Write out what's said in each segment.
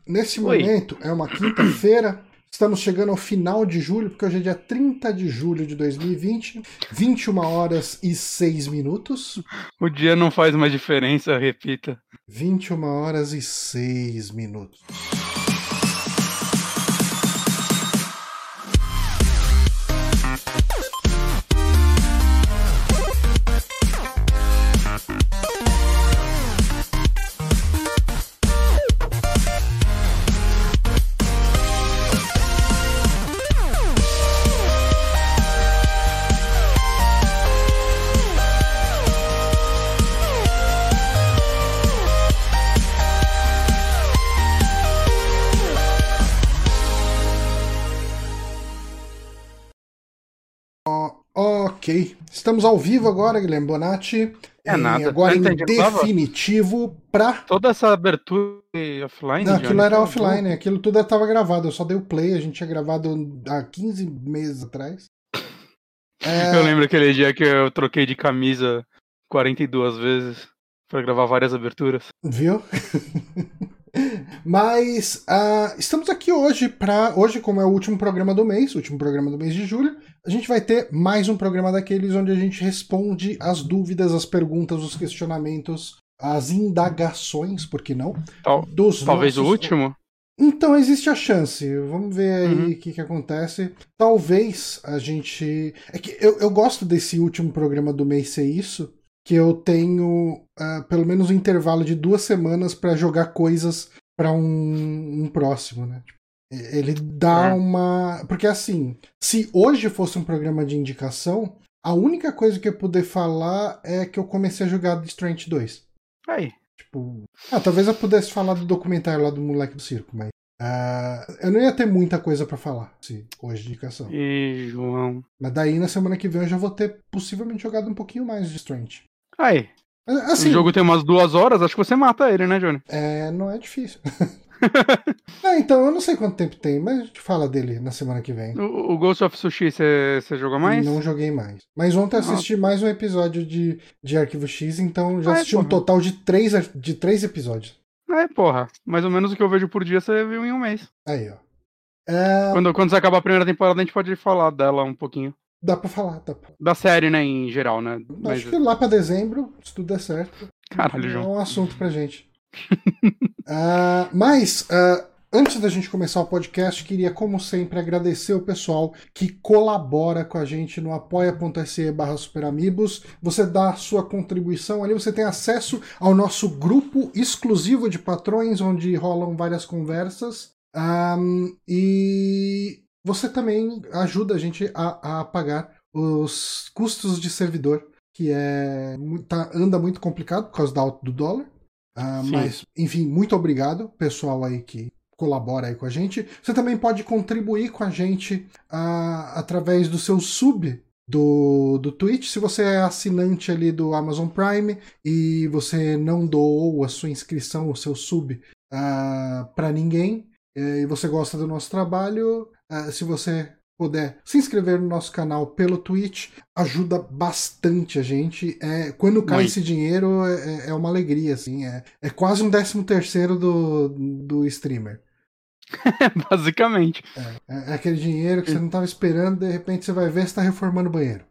Nesse Oi. momento, é uma quinta-feira, estamos chegando ao final de julho, porque hoje é dia 30 de julho de 2020, 21 horas e 6 minutos. O dia não faz mais diferença, repita. 21 horas e 6 minutos. Ok, estamos ao vivo agora, Guilherme Bonatti. Nada. Agora em Antes a gente falava? definitivo pra... Toda essa abertura offline, Não, aquilo Johnny, era tá offline, louco. aquilo tudo estava gravado, eu só dei o play, a gente tinha gravado há 15 meses atrás. Eu lembro aquele dia que eu troquei de camisa 42 vezes pra gravar várias aberturas. Viu? Mas estamos aqui hoje hoje, como é o último programa do mês de julho, a gente vai ter mais um programa daqueles onde a gente responde as dúvidas, as perguntas, os questionamentos, as indagações, por que não? Talvez o último? Então, existe a chance. Vamos ver aí Uhum. o que acontece. Talvez a gente... É que eu gosto desse último programa do mês ser isso, que eu tenho pelo menos um intervalo de 2 semanas para jogar coisas para um próximo, né? Ele dá uma... Porque assim, se hoje fosse um programa de indicação, a única coisa que eu poder falar é que eu comecei a jogar The Strange 2. Aí. Tipo, talvez eu pudesse falar do documentário lá do Moleque do Circo, mas eu não ia ter muita coisa pra falar hoje de indicação. E João. Mas daí na semana que vem eu já vou ter possivelmente jogado um pouquinho mais de Strange. Aí. Assim, O jogo tem umas 2 horas, acho que você mata ele, né, Johnny? não é difícil. Então, eu não sei quanto tempo tem, mas a gente fala dele na semana que vem. O Ghost of Sushi, você jogou mais? Não joguei mais. Mas ontem eu assisti mais um episódio de Arquivo X, então já assisti um total de 3 episódios. Porra. Mais ou menos o que eu vejo por dia você viu em um mês. Aí, ó. Quando você acabar a primeira temporada, a gente pode falar dela um pouquinho. Dá pra falar, dá pra... Da série, né, em geral, né? Acho que lá pra dezembro, se tudo der certo, Caralho, João. é um assunto pra gente. Mas, antes da gente começar o podcast, queria, como sempre, agradecer o pessoal que colabora com a gente no apoia.se/superamigos. Você dá a sua contribuição ali, você tem acesso ao nosso grupo exclusivo de patrões, onde rolam várias conversas. E você também ajuda a gente a pagar os custos de servidor, que anda muito complicado por causa da alta do dólar. Mas, enfim, muito obrigado, pessoal aí que colabora aí com a gente. Você também pode contribuir com a gente através do seu sub do Twitch. Se você é assinante ali do Amazon Prime e você não doou a sua inscrição, o seu sub para ninguém, e você gosta do nosso trabalho, se você puder se inscrever no nosso canal pelo Twitch, ajuda bastante a gente. Quando cai esse dinheiro, é uma alegria, assim. É quase um 13º do streamer. Basicamente. É aquele dinheiro que você não estava esperando, de repente você vai ver, você está reformando o banheiro.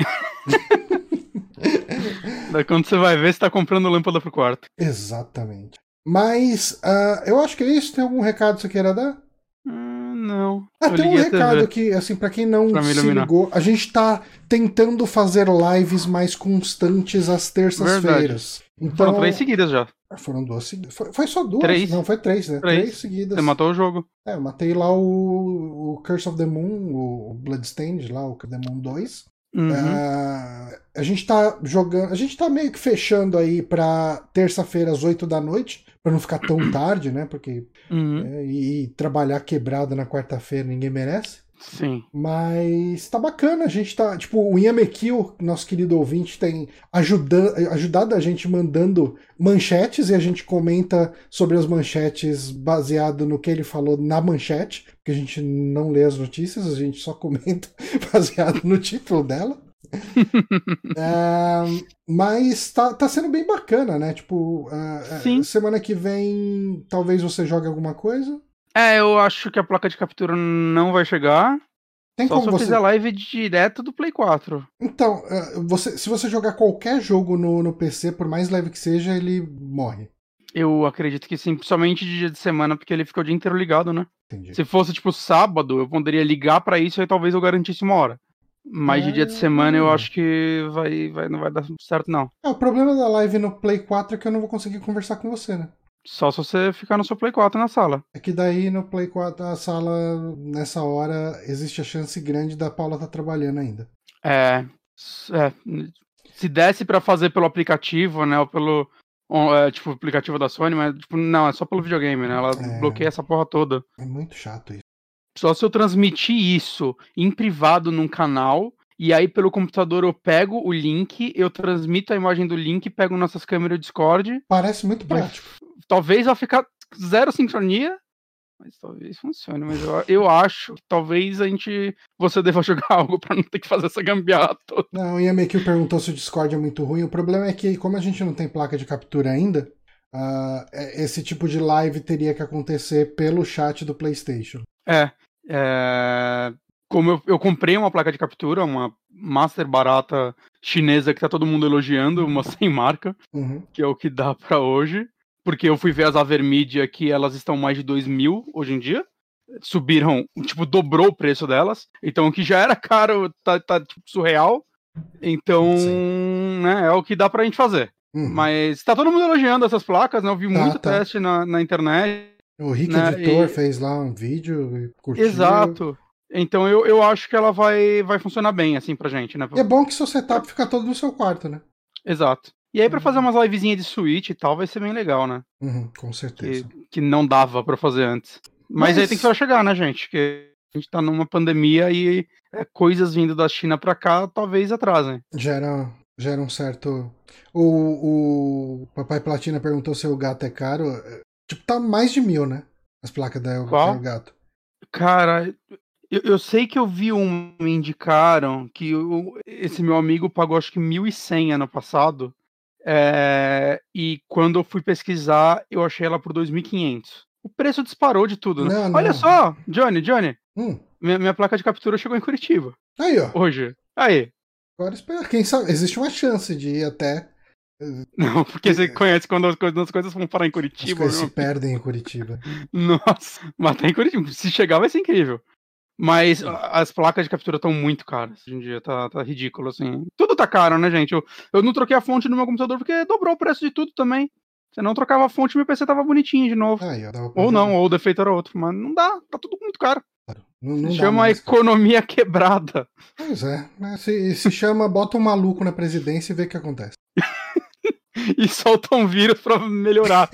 Daí quando você vai ver, você tá comprando lâmpada pro quarto. Exatamente. Mas eu acho que é isso. Tem algum recado que você queira dar? Não. Tem um recado aqui, assim, pra quem não se ligou, a gente tá tentando fazer lives mais constantes às terças-feiras. Então, foram 3 seguidas já. Foram 2 seguidas. Foi só 2? 3. Não, foi 3, né? 3 seguidas. Você matou o jogo. Eu matei lá o Curse of the Moon, o Bloodstained, lá, o The Moon 2. A gente tá jogando. A gente tá meio que fechando aí pra terça-feira às 8 da noite, pra não ficar tão tarde, né? Porque. E trabalhar quebrado na quarta-feira ninguém merece. Sim. Mas tá bacana, a gente tá. Tipo, o Yamekil, nosso querido ouvinte, tem ajudado a gente mandando manchetes e a gente comenta sobre as manchetes baseado no que ele falou na manchete, porque a gente não lê as notícias, a gente só comenta baseado no título dela. Mas tá sendo bem bacana, né? Tipo, semana que vem talvez você jogue alguma coisa. Eu acho que a placa de captura não vai chegar. Tem só como se eu fizer live direto do Play 4. Então, se você jogar qualquer jogo no PC, por mais leve que seja, ele morre. Eu acredito que sim, principalmente de dia de semana, porque ele fica o dia inteiro ligado, né? Entendi. Se fosse, tipo, sábado, eu poderia ligar pra isso e talvez eu garantisse 1 hora. Mas de dia de semana eu acho que não vai dar certo, não. O problema da live no Play 4 é que eu não vou conseguir conversar com você, né? Só se você ficar no seu Play 4 na sala. É que daí no Play 4, a sala, nessa hora, existe a chance grande da Paula estar trabalhando ainda. Se desse pra fazer pelo aplicativo, né, ou pelo tipo, aplicativo da Sony, mas tipo, não, é só pelo videogame, né? Ela bloqueia essa porra toda. É muito chato isso. Só se eu transmitir isso em privado num canal, e aí pelo computador eu pego o link, eu transmito a imagem do link, pego nossas câmeras Discord. Parece muito prático. Talvez vai ficar zero sincronia, mas talvez funcione. Mas eu acho que talvez você deva jogar algo pra não ter que fazer essa gambiarra toda. Não, o Yamekill perguntou se o Discord é muito ruim. O problema é que, como a gente não tem placa de captura ainda, esse tipo de live teria que acontecer pelo chat do PlayStation. Como eu comprei uma placa de captura, uma Master barata chinesa que tá todo mundo elogiando, uma sem marca, que é o que dá pra hoje. Porque eu fui ver as Avermedia que elas estão mais de 2.000 hoje em dia. Subiram, tipo, dobrou o preço delas. Então o que já era caro tá tipo, surreal. Então, né, é o que dá pra gente fazer. Mas tá todo mundo elogiando essas placas, né? Eu vi muito teste na internet. O Rick, né, editor, fez lá um vídeo e curtiu. Exato. Então eu acho que ela vai funcionar bem, assim, pra gente, né? E é bom que seu setup fica todo no seu quarto, né? Exato. E aí pra fazer umas livezinhas de Switch e tal, vai ser bem legal, né? Com certeza. Que não dava pra fazer antes. Mas aí tem que só chegar, né, gente? Porque a gente tá numa pandemia e coisas vindo da China pra cá talvez atrasem. Gera um certo... O Papai Platina perguntou se o gato é caro. Tipo, tá mais de 1.000, né? As placas da Elgato. Cara, eu sei que eu vi me indicaram que esse meu amigo pagou acho que 1.100 ano passado. E quando eu fui pesquisar, eu achei ela por 2.500. O preço disparou de tudo, né? Não. Olha só, Johnny. Minha placa de captura chegou em Curitiba. Aí, ó. Hoje. Aí. Agora espera. Quem sabe? Existe uma chance de ir até... Não, porque você conhece quando as coisas vão parar em Curitiba. As coisas se perdem em Curitiba. Nossa, mas tá em Curitiba. Se chegar vai ser incrível. Mas as placas de captura estão muito caras. Hoje em dia tá ridículo, assim. Tudo tá caro, né, gente? Eu não troquei a fonte no meu computador porque dobrou o preço de tudo também. Se eu não trocava a fonte, meu PC tava bonitinho de novo. Ou não, ou o defeito era outro. Mas não dá, tá tudo muito caro. Não se chama economia quebrada. Pois é. Se chama bota um maluco na presidência e vê o que acontece. E solta um vírus pra melhorar.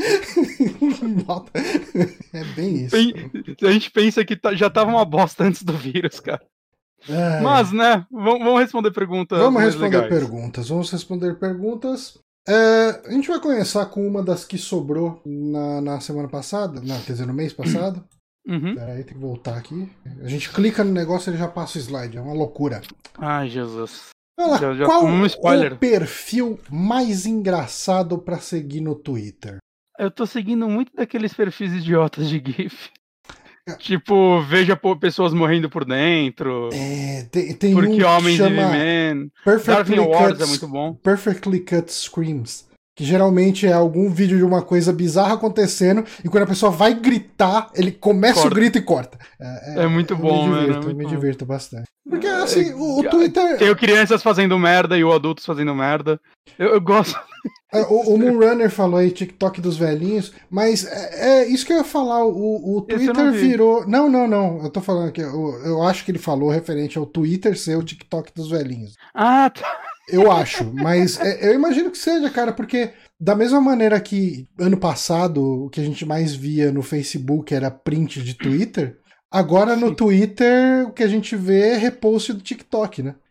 É bem isso. A gente pensa que já tava uma bosta antes do vírus, cara. Mas, né, vamos responder perguntas. Vamos responder perguntas. A gente vai começar com uma das que sobrou na semana passada. Não, quer dizer, no mês passado. Peraí, tem que voltar aqui. A gente clica no negócio e ele já passa o slide. É uma loucura. Ai, Jesus. Já qual o perfil mais engraçado pra seguir no Twitter? Eu tô seguindo muito daqueles perfis idiotas de GIF. Tipo, veja pessoas morrendo por dentro. Tem porque um homens vivem man. Darwin Awards é muito bom. Perfectly Cut Screams. Que geralmente é algum vídeo de uma coisa bizarra acontecendo e quando a pessoa vai gritar, ele começa o grito e corta. É muito bom, né? Eu me divirto bastante. Porque assim, o Twitter... Tem crianças fazendo merda e o adultos fazendo merda. Eu gosto... O Moonrunner falou aí TikTok dos velhinhos, mas é isso que eu ia falar. O Twitter virou... Não. Eu tô falando que eu acho que ele falou referente ao Twitter ser o TikTok dos velhinhos. Ah, tá. Eu acho, mas eu imagino que seja, cara, porque da mesma maneira que ano passado o que a gente mais via no Facebook era print de Twitter, agora no Twitter o que a gente vê é repost do TikTok, né?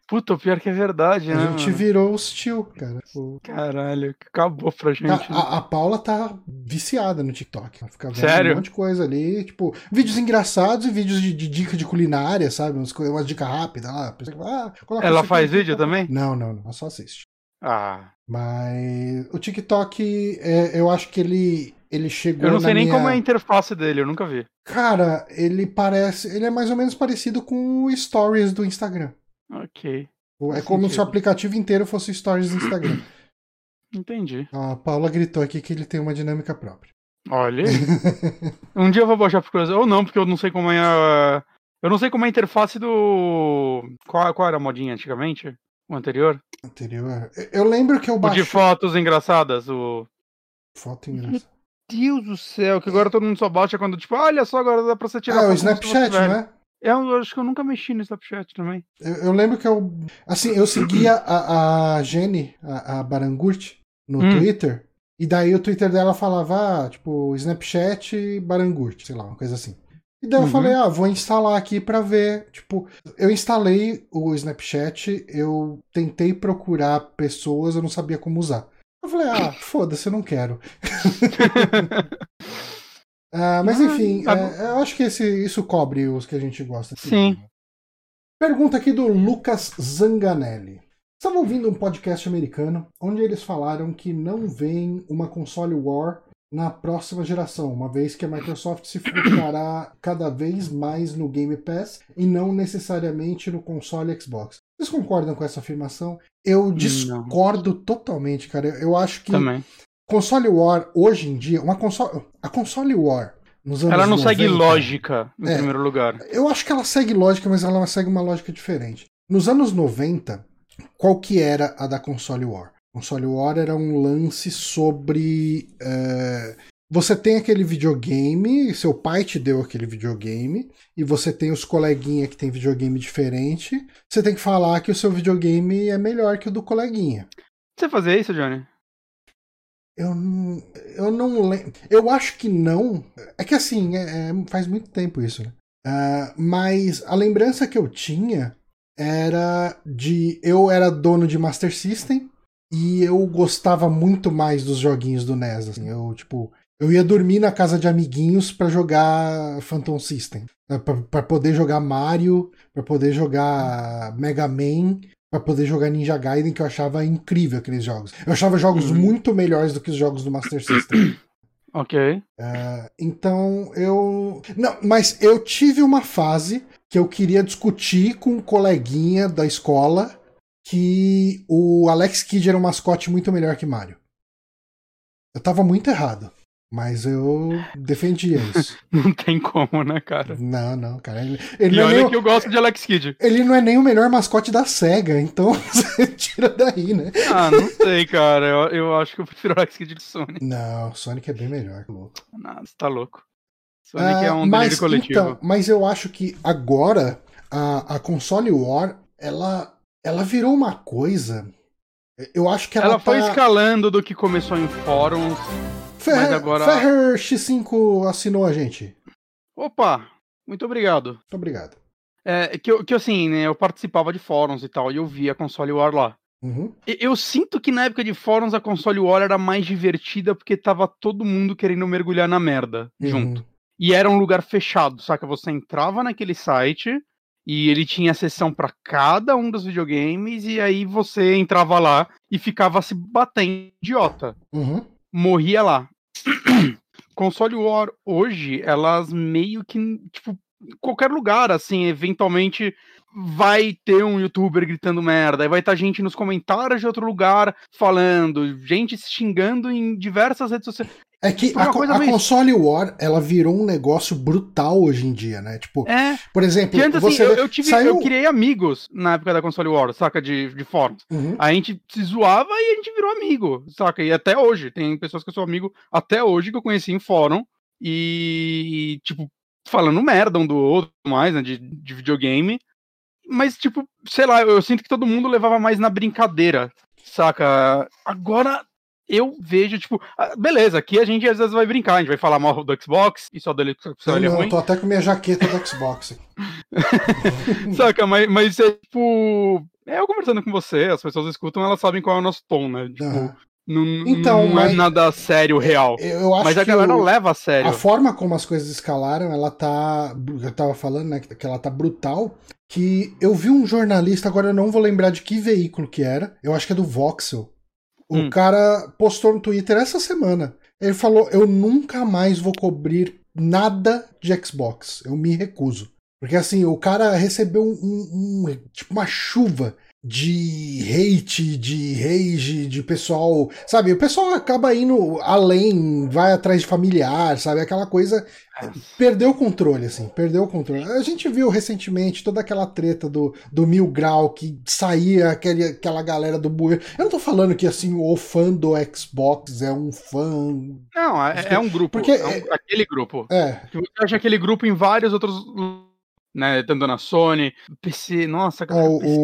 Puta, o pior que é verdade, né? A gente virou hostil, cara. Caralho, acabou pra gente. A Paula tá viciada no TikTok. Ela fica vendo Sério? um monte de coisa ali, tipo, vídeos engraçados e vídeos de dica de culinária, sabe? Umas dicas rápidas lá. Ela faz vídeo também? Não, ela só assiste. Ah. Mas o TikTok, eu acho que ele chegou. Eu não sei nem como é a interface dele, eu nunca vi. Cara, ele é mais ou menos parecido com o Stories do Instagram. Ok. É como se o aplicativo inteiro fosse Stories do Instagram. Entendi. A Paula gritou aqui que ele tem uma dinâmica própria. Olha aí. Um dia eu vou baixar por curiosidade. Ou não, porque eu não sei como é a... Eu não sei como é a interface do... Qual era a modinha antigamente? O anterior? Eu lembro que eu baixei... O de fotos engraçadas, Foto engraçada. Meu Deus do céu, que agora todo mundo só baixa quando, tipo, olha só, agora dá pra você tirar foto. O Snapchat, né? Eu acho que eu nunca mexi no Snapchat também. Eu lembro que eu seguia a Jenny, a Barangurt, no Twitter, e daí o Twitter dela falava, tipo, Snapchat Barangurt, sei lá, uma coisa assim. E daí eu falei, vou instalar aqui pra ver. Tipo, eu instalei o Snapchat, eu tentei procurar pessoas, eu não sabia como usar. Eu falei, foda-se, eu não quero. Mas enfim, eu acho que isso cobre os que a gente gosta. Aqui. Sim. Pergunta aqui do Lucas Zanganelli. Estava ouvindo um podcast americano onde eles falaram que não veem uma console war na próxima geração, uma vez que a Microsoft se focará cada vez mais no Game Pass e não necessariamente no console Xbox. Vocês concordam com essa afirmação? Eu discordo totalmente, cara. Eu acho que também. console war, hoje em dia, a console war nos anos 90... Ela não segue lógica, em primeiro lugar. Eu acho que ela segue lógica, mas ela segue uma lógica diferente. Nos anos 90, qual que era a da console war? Console war era um lance sobre... você tem aquele videogame, seu pai te deu aquele videogame, e você tem os coleguinha que tem videogame diferente, você tem que falar que o seu videogame é melhor que o do coleguinha. Você fazia isso, Johnny? Eu não lembro. Eu acho que não. É que assim, faz muito tempo isso, né? Mas a lembrança que eu tinha era de... Eu era dono de Master System e eu gostava muito mais dos joguinhos do NES. Assim. Eu ia dormir na casa de amiguinhos pra jogar Phantom System. Pra poder jogar Mario, pra poder jogar Mega Man, pra poder jogar Ninja Gaiden, que eu achava incrível aqueles jogos. Eu achava jogos muito melhores do que os jogos do Master System. Ok. Então Não, mas eu tive uma fase que eu queria discutir com um coleguinha da escola que o Alex Kidd era um mascote muito melhor que Mario. Eu tava muito errado. Mas eu defendia isso. Não tem como, né, cara? Não, cara. Ele e olha que eu gosto de Alex Kidd. Ele não é nem o melhor mascote da SEGA, então você tira daí, né? Não sei, cara. Eu acho que eu prefiro Alex Kidd de Sonic. Não, Sonic é bem melhor, louco. Não, você tá louco. Sonic é um delírio coletivo. Então, mas eu acho que agora a console war, ela virou uma coisa... Eu acho que ela foi escalando do que começou em fóruns... Mas agora... Ferrer X5 assinou a gente. Opa, muito obrigado. Muito obrigado. Que assim, né, eu participava de fóruns e tal, e eu via a console war lá. Eu sinto que na época de fóruns a console war era mais divertida porque tava todo mundo querendo mergulhar na merda junto. E era um lugar fechado, saca? Você entrava naquele site e ele tinha seção pra cada um dos videogames e aí você entrava lá e ficava se batendo idiota. Morria lá. Console War hoje, elas meio que, tipo, em qualquer lugar, assim, eventualmente vai ter um youtuber gritando merda, aí vai estar gente nos comentários de outro lugar falando, gente se xingando em diversas redes sociais. É que a console war, ela virou um negócio brutal hoje em dia, né? Tipo, por exemplo, antes, assim, eu criei amigos na época da console war, saca? De fóruns. A gente se zoava e a gente virou amigo, saca? E até hoje, tem pessoas que eu sou amigo até hoje que eu conheci em fórum e, tipo, falando merda um do outro, mais, né? De videogame. Mas, tipo, sei lá, eu sinto que todo mundo levava mais na brincadeira, saca? Agora eu vejo, tipo, beleza, aqui a gente às vezes vai brincar, a gente vai falar mal do Xbox, e só dele ele é ruim. Eu tô até com minha jaqueta do Xbox aqui. Saca, mas é tipo, eu conversando com você, as pessoas escutam, elas sabem qual é o nosso tom, né? Tipo, não é nada sério, real. Eu acho mas a galera leva a sério. A forma como as coisas escalaram, ela tá. Eu tava falando, né? Que ela tá brutal. Que eu vi um jornalista, agora eu não vou lembrar de que veículo que era. Eu acho que é do Voxel. O cara postou no Twitter essa semana. Ele falou: eu nunca mais vou cobrir nada de Xbox. Eu me recuso. Porque assim, o cara recebeu tipo uma chuva de hate, de rage, de pessoal, sabe? O pessoal acaba indo além, vai atrás de familiar, sabe? Aquela coisa, perdeu o controle, assim, perdeu o controle. A gente viu recentemente toda aquela treta do Mil Grau, que saía aquela galera do bueiro. Eu não tô falando que, assim, o fã do Xbox é um fã... Não, é um grupo, porque aquele grupo. É. Você acha aquele grupo em vários outros... né, tanto na Sony, PC, nossa, cara.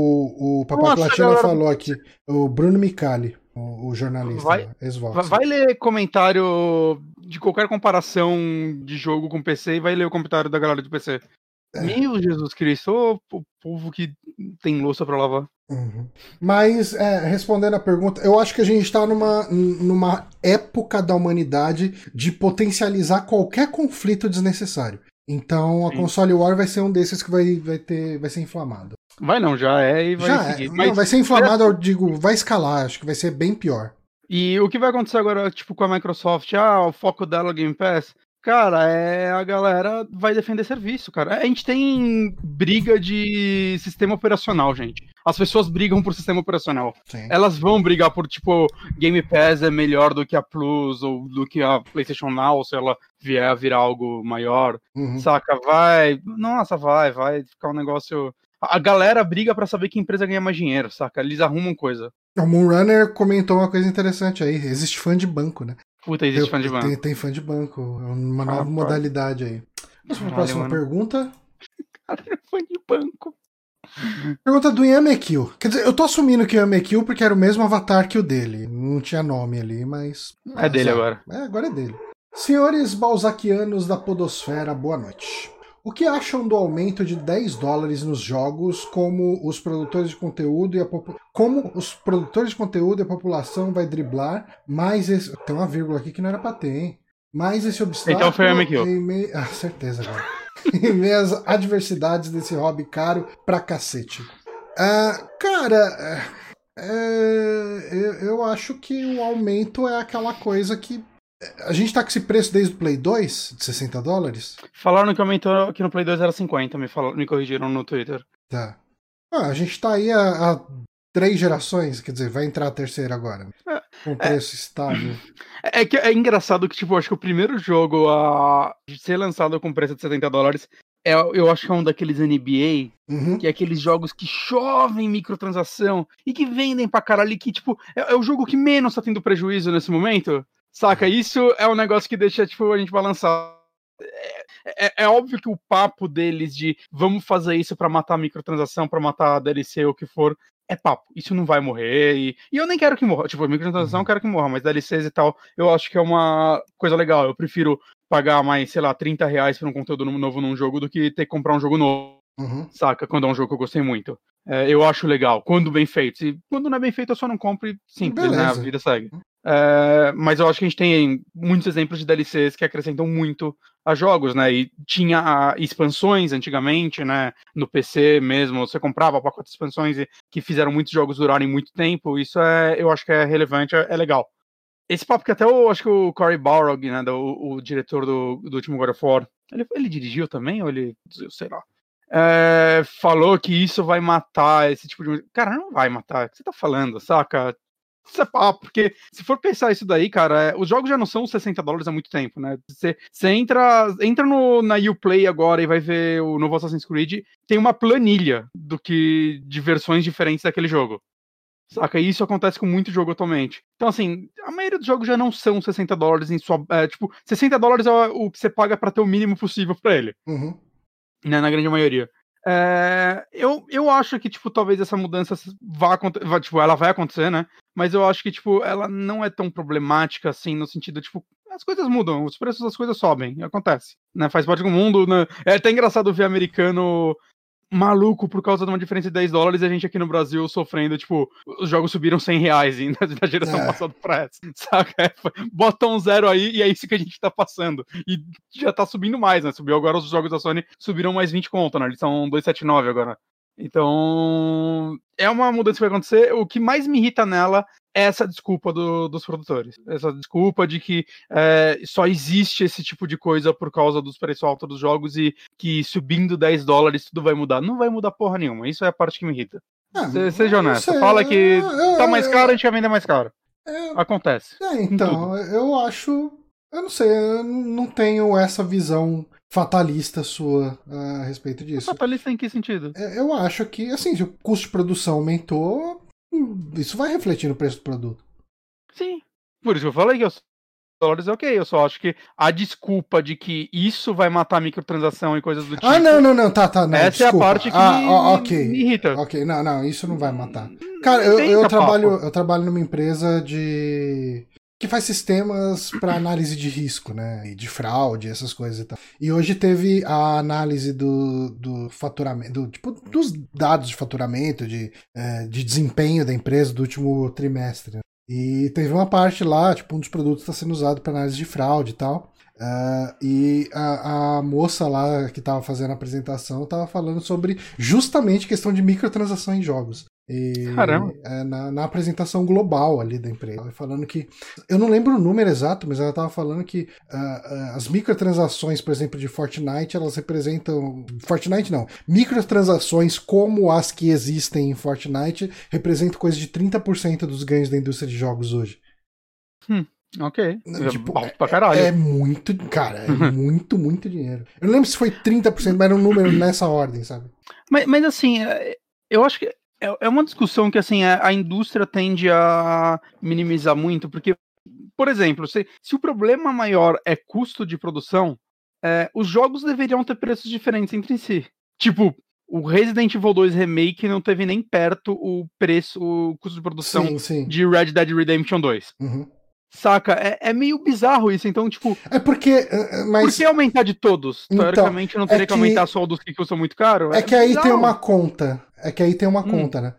O Papai Platina falou aqui, o Bruno Micali, o jornalista, ex-Vox. Vai ler comentário de qualquer comparação de jogo com PC e vai ler o comentário da galera do PC. Meu Jesus Cristo, o povo que tem louça pra lavar. Uhum. Mas, respondendo a pergunta, eu acho que a gente está numa época da humanidade de potencializar qualquer conflito desnecessário. Então, a console war vai ser um desses que vai ser inflamado. Vai não, já é e vai seguir. Mas... Não, vai ser inflamado, eu digo, vai escalar, acho que vai ser bem pior. E o que vai acontecer agora, tipo, com a Microsoft? O foco dela é Game Pass. Cara, a galera vai defender serviço, cara. A gente tem briga de sistema operacional, gente. As pessoas brigam por sistema operacional. Sim. Elas vão brigar por, tipo, Game Pass é melhor do que a Plus ou do que a PlayStation Now, se ela vier a virar algo maior. Saca? Vai ficar um negócio... A galera briga pra saber que empresa ganha mais dinheiro, saca? Eles arrumam coisa. O Moonrunner comentou uma coisa interessante aí. Existe fã de banco, né? Puta, existe fã de banco. Tem fã de banco. É uma nova modalidade aí. Vamos para a próxima pergunta. Cara, fã de banco. Pergunta do Yamekil. Quer dizer, eu tô assumindo que o Yamekil porque era o mesmo avatar que o dele. Não tinha nome ali, mas... É dele agora. Agora é dele. Senhores balzaquianos da podosfera, boa noite. O que acham do aumento de $10 nos jogos, como os produtores de conteúdo e a população vai driblar mais esse... Tem uma vírgula aqui que não era pra ter, hein? Mais esse obstáculo... Então foi a certeza agora. Em meio às adversidades desse hobby caro pra cacete. Cara, eu acho que o aumento é aquela coisa que a gente tá com esse preço desde o Play 2, de $60? Falaram que aumentou, que no Play 2 era 50, me corrigiram no Twitter. Tá. A gente tá aí há 3 gerações, quer dizer, vai entrar a terceira agora. Com preço estável. É engraçado que, tipo, acho que o primeiro jogo a ser lançado com preço de $70 eu acho que é um daqueles NBA, que é aqueles jogos que chovem microtransação e que vendem pra caralho, que, tipo, é o jogo que menos tá tendo prejuízo nesse momento. Saca? Isso é um negócio que deixa, tipo, a gente balançar. É óbvio que o papo deles de vamos fazer isso pra matar a microtransação, pra matar a DLC ou o que for, é papo. Isso não vai morrer. E eu nem quero que morra. Tipo, a microtransação eu quero que morra, mas DLCs e tal, eu acho que é uma coisa legal. Eu prefiro pagar mais, sei lá, $30 por um conteúdo novo num jogo do que ter que comprar um jogo novo. Saca? Quando é um jogo que eu gostei muito. Eu acho legal, quando bem feito. E quando não é bem feito, eu só não compro e simples, né? A vida segue. Mas eu acho que a gente tem muitos exemplos de DLCs que acrescentam muito a jogos, né? E tinha expansões antigamente, né? No PC mesmo, você comprava pacotes de expansões que fizeram muitos jogos durarem muito tempo. Isso eu acho que é relevante, é legal. Esse papo que até acho que o Cory Balrog, né? O diretor do último God of War, ele dirigiu também? Ou ele, sei lá. Falou que isso vai matar esse tipo de... Cara, não vai matar. O que você tá falando, saca? Isso é papo, porque se for pensar isso daí, cara, os jogos já não são $60 há muito tempo, né? Você entra na Uplay agora e vai ver o novo Assassin's Creed, tem uma planilha de versões diferentes daquele jogo. Saca? E isso acontece com muito jogo atualmente. Então, assim, a maioria dos jogos já não são $60 em sua... tipo, $60 é o que você paga pra ter o mínimo possível pra ele. Né, na grande maioria. Eu acho que, tipo, talvez essa mudança ela vai acontecer, né? Mas eu acho que, tipo, ela não é tão problemática, assim, no sentido, tipo, as coisas mudam, os preços das coisas sobem, acontece, né? Faz parte do mundo, né? É até engraçado ver americano maluco por causa de uma diferença de $10 e a gente aqui no Brasil sofrendo, tipo, os jogos subiram R$100 da geração passada pra essa, saca? Bota um zero aí e é isso que a gente tá passando. E já tá subindo mais, né? Subiu agora, os jogos da Sony subiram mais 20 conto, né? Eles são 279 agora. Então, é uma mudança que vai acontecer. O que mais me irrita nela é essa desculpa dos produtores. Essa desculpa de que só existe esse tipo de coisa por causa dos preços altos dos jogos e que subindo $10 tudo vai mudar. Não vai mudar porra nenhuma. Isso é a parte que me irrita. Seja honesto. Fala que tá mais caro, a gente vai vender mais caro. Acontece. Então, eu acho... Eu não sei, eu não tenho essa visão fatalista sua a respeito disso. Fatalista em que sentido? Eu acho que, assim, se o custo de produção aumentou, isso vai refletir no preço do produto. Sim. Por isso que eu falei que os dólares é ok. Eu só acho que a desculpa de que isso vai matar a microtransação e coisas do tipo... Não, tá, não, essa desculpa. É a parte que me irrita. Ok, não, isso não vai matar. Cara, eu trabalho numa empresa que faz sistemas para análise de risco, né? E de fraude, essas coisas e tal. E hoje teve a análise do faturamento, dos dados de faturamento, de desempenho da empresa do último trimestre. Né? E teve uma parte lá, tipo, um dos produtos está sendo usado para análise de fraude e tal. E a moça lá que estava fazendo a apresentação estava falando sobre justamente questão de microtransação em jogos. Na apresentação global ali da empresa, falando que, eu não lembro o número exato, mas ela estava falando que as microtransações, por exemplo, de Fortnite, elas representam, microtransações como as que existem em Fortnite representam coisa de 30% dos ganhos da indústria de jogos hoje. Ok. Tipo, pra caralho. É muito, cara, é muito, muito dinheiro. Eu não lembro se foi 30%, mas era um número nessa ordem, sabe? Mas assim, eu acho que é uma discussão que, assim, a indústria tende a minimizar muito, porque, por exemplo, se o problema maior é custo de produção, os jogos deveriam ter preços diferentes entre si. Tipo, o Resident Evil 2 Remake não teve nem perto o custo de produção de Red Dead Redemption 2. Uhum. Saca? É meio bizarro isso, então, tipo... Por que aumentar de todos? Então, teoricamente, não teria que aumentar só dos que custam muito caro? Que aí tem uma conta. Conta, né?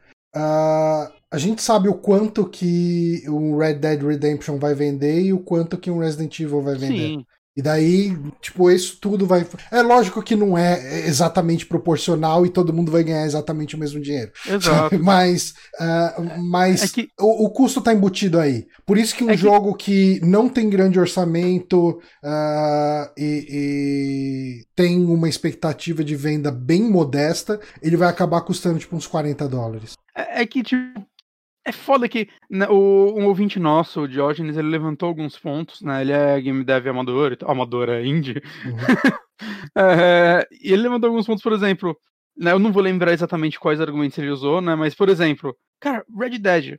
A gente sabe o quanto que o Red Dead Redemption vai vender e o quanto que um Resident Evil vai vender. Sim. E daí, tipo, isso tudo vai... É lógico que não é exatamente proporcional e todo mundo vai ganhar exatamente o mesmo dinheiro. Exato. Mas o custo tá embutido aí. Por isso que um jogo que não tem grande orçamento e tem uma expectativa de venda bem modesta, ele vai acabar custando, tipo, uns $40. Tipo... É foda que, né, um ouvinte nosso, o Diógenes, ele levantou alguns pontos, né? Ele é game dev amador é indie. Uhum. E ele levantou alguns pontos, por exemplo, né, eu não vou lembrar exatamente quais argumentos ele usou, né? Mas, por exemplo, cara, Red Dead.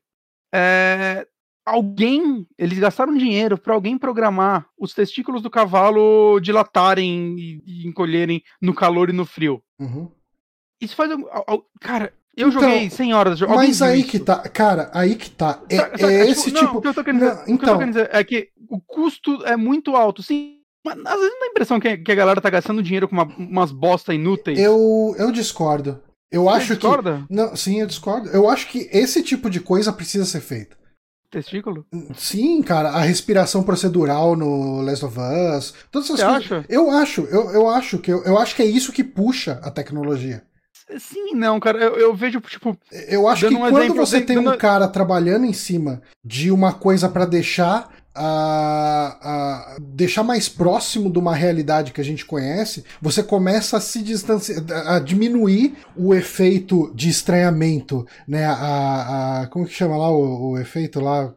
Eles gastaram dinheiro para alguém programar os testículos do cavalo dilatarem e encolherem no calor e no frio. Uhum. Isso faz... Cara... Eu joguei 100 horas de jogo. Mas aí que tá, cara, aí que tá. Esse tipo. O que eu tô querendo dizer é que o custo é muito alto, sim. Mas às vezes não dá a impressão que a galera tá gastando dinheiro com umas bosta inúteis. Eu discordo. Você discorda? Não, sim, eu discordo. Eu acho que esse tipo de coisa precisa ser feita. Testículo? Sim, cara, a respiração procedural no Last of Us, todas essas coisas. Acha? Eu acho que é isso que puxa a tecnologia. Sim, não, cara, eu vejo, tipo... Eu acho que quando você tem um cara trabalhando em cima de uma coisa pra deixar mais próximo de uma realidade que a gente conhece, você começa a se distanciar, a diminuir o efeito de estranhamento, né? Como que chama lá o efeito lá?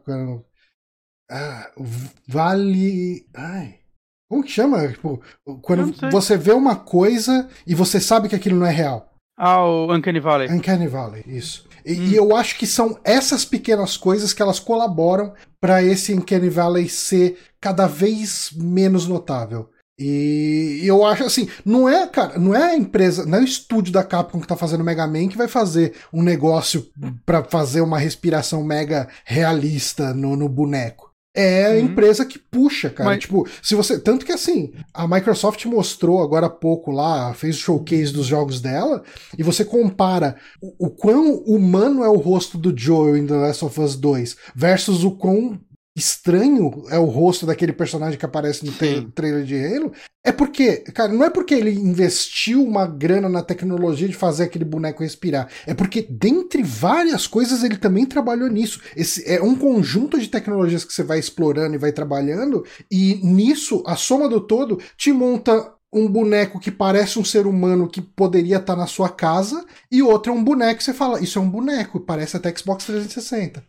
Vale... Como que chama? Tipo, quando você vê uma coisa e você sabe que aquilo não é real. O Uncanny Valley. Uncanny Valley, isso. E eu acho que são essas pequenas coisas que elas colaboram para esse Uncanny Valley ser cada vez menos notável. E eu acho assim, não é a empresa, não é o estúdio da Capcom que tá fazendo Mega Man que vai fazer um negócio pra fazer uma respiração mega realista no boneco. É a empresa que puxa, cara. Mas... Tipo, se você. Tanto que assim, a Microsoft mostrou agora há pouco lá, fez o showcase dos jogos dela, e você compara o quão humano é o rosto do Joel em The Last of Us 2 versus o quão estranho é o rosto daquele personagem que aparece no trailer de Halo, é porque, cara, não é porque ele investiu uma grana na tecnologia de fazer aquele boneco respirar, é porque dentre várias coisas ele também trabalhou nisso. Esse é um conjunto de tecnologias que você vai explorando e vai trabalhando, e nisso, a soma do todo, te monta um boneco que parece um ser humano que poderia estar na sua casa, e outro é um boneco que você fala, isso é um boneco, parece até Xbox 360.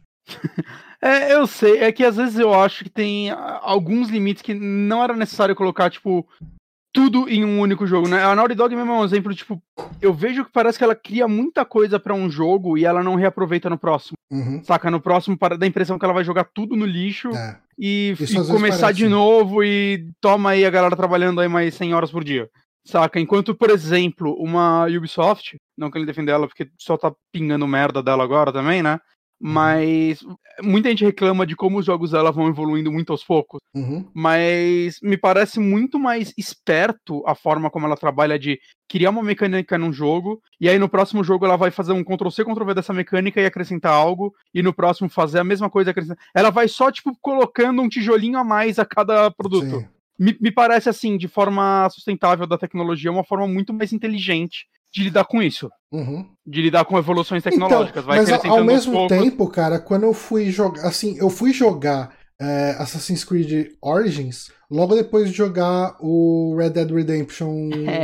Eu sei, é que às vezes eu acho que tem alguns limites que não era necessário colocar, tipo, tudo em um único jogo, né? A Naughty Dog mesmo é um exemplo, tipo, eu vejo que parece que ela cria muita coisa pra um jogo e ela não reaproveita no próximo. Saca? No próximo dá a impressão que ela vai jogar tudo no lixo e começar de novo e toma aí a galera trabalhando aí mais 100 horas por dia. Saca? Enquanto, por exemplo, uma Ubisoft, não que ele defenda ela porque só tá pingando merda dela agora também, né? Mas muita gente reclama de como os jogos dela vão evoluindo muito aos poucos. Mas me parece muito mais esperto a forma como ela trabalha de criar uma mecânica num jogo, e aí no próximo jogo ela vai fazer um Ctrl-C, Ctrl-V dessa mecânica e acrescentar algo, e no próximo fazer a mesma coisa e acrescentar. Ela vai só, tipo, colocando um tijolinho a mais a cada produto. Me parece, assim, de forma sustentável da tecnologia, uma forma muito mais inteligente de lidar com isso. De lidar com evoluções tecnológicas. Então, mas ao mesmo tempo, cara, quando eu fui jogar. Assim, eu fui jogar Assassin's Creed Origins logo depois de jogar o Red Dead Redemption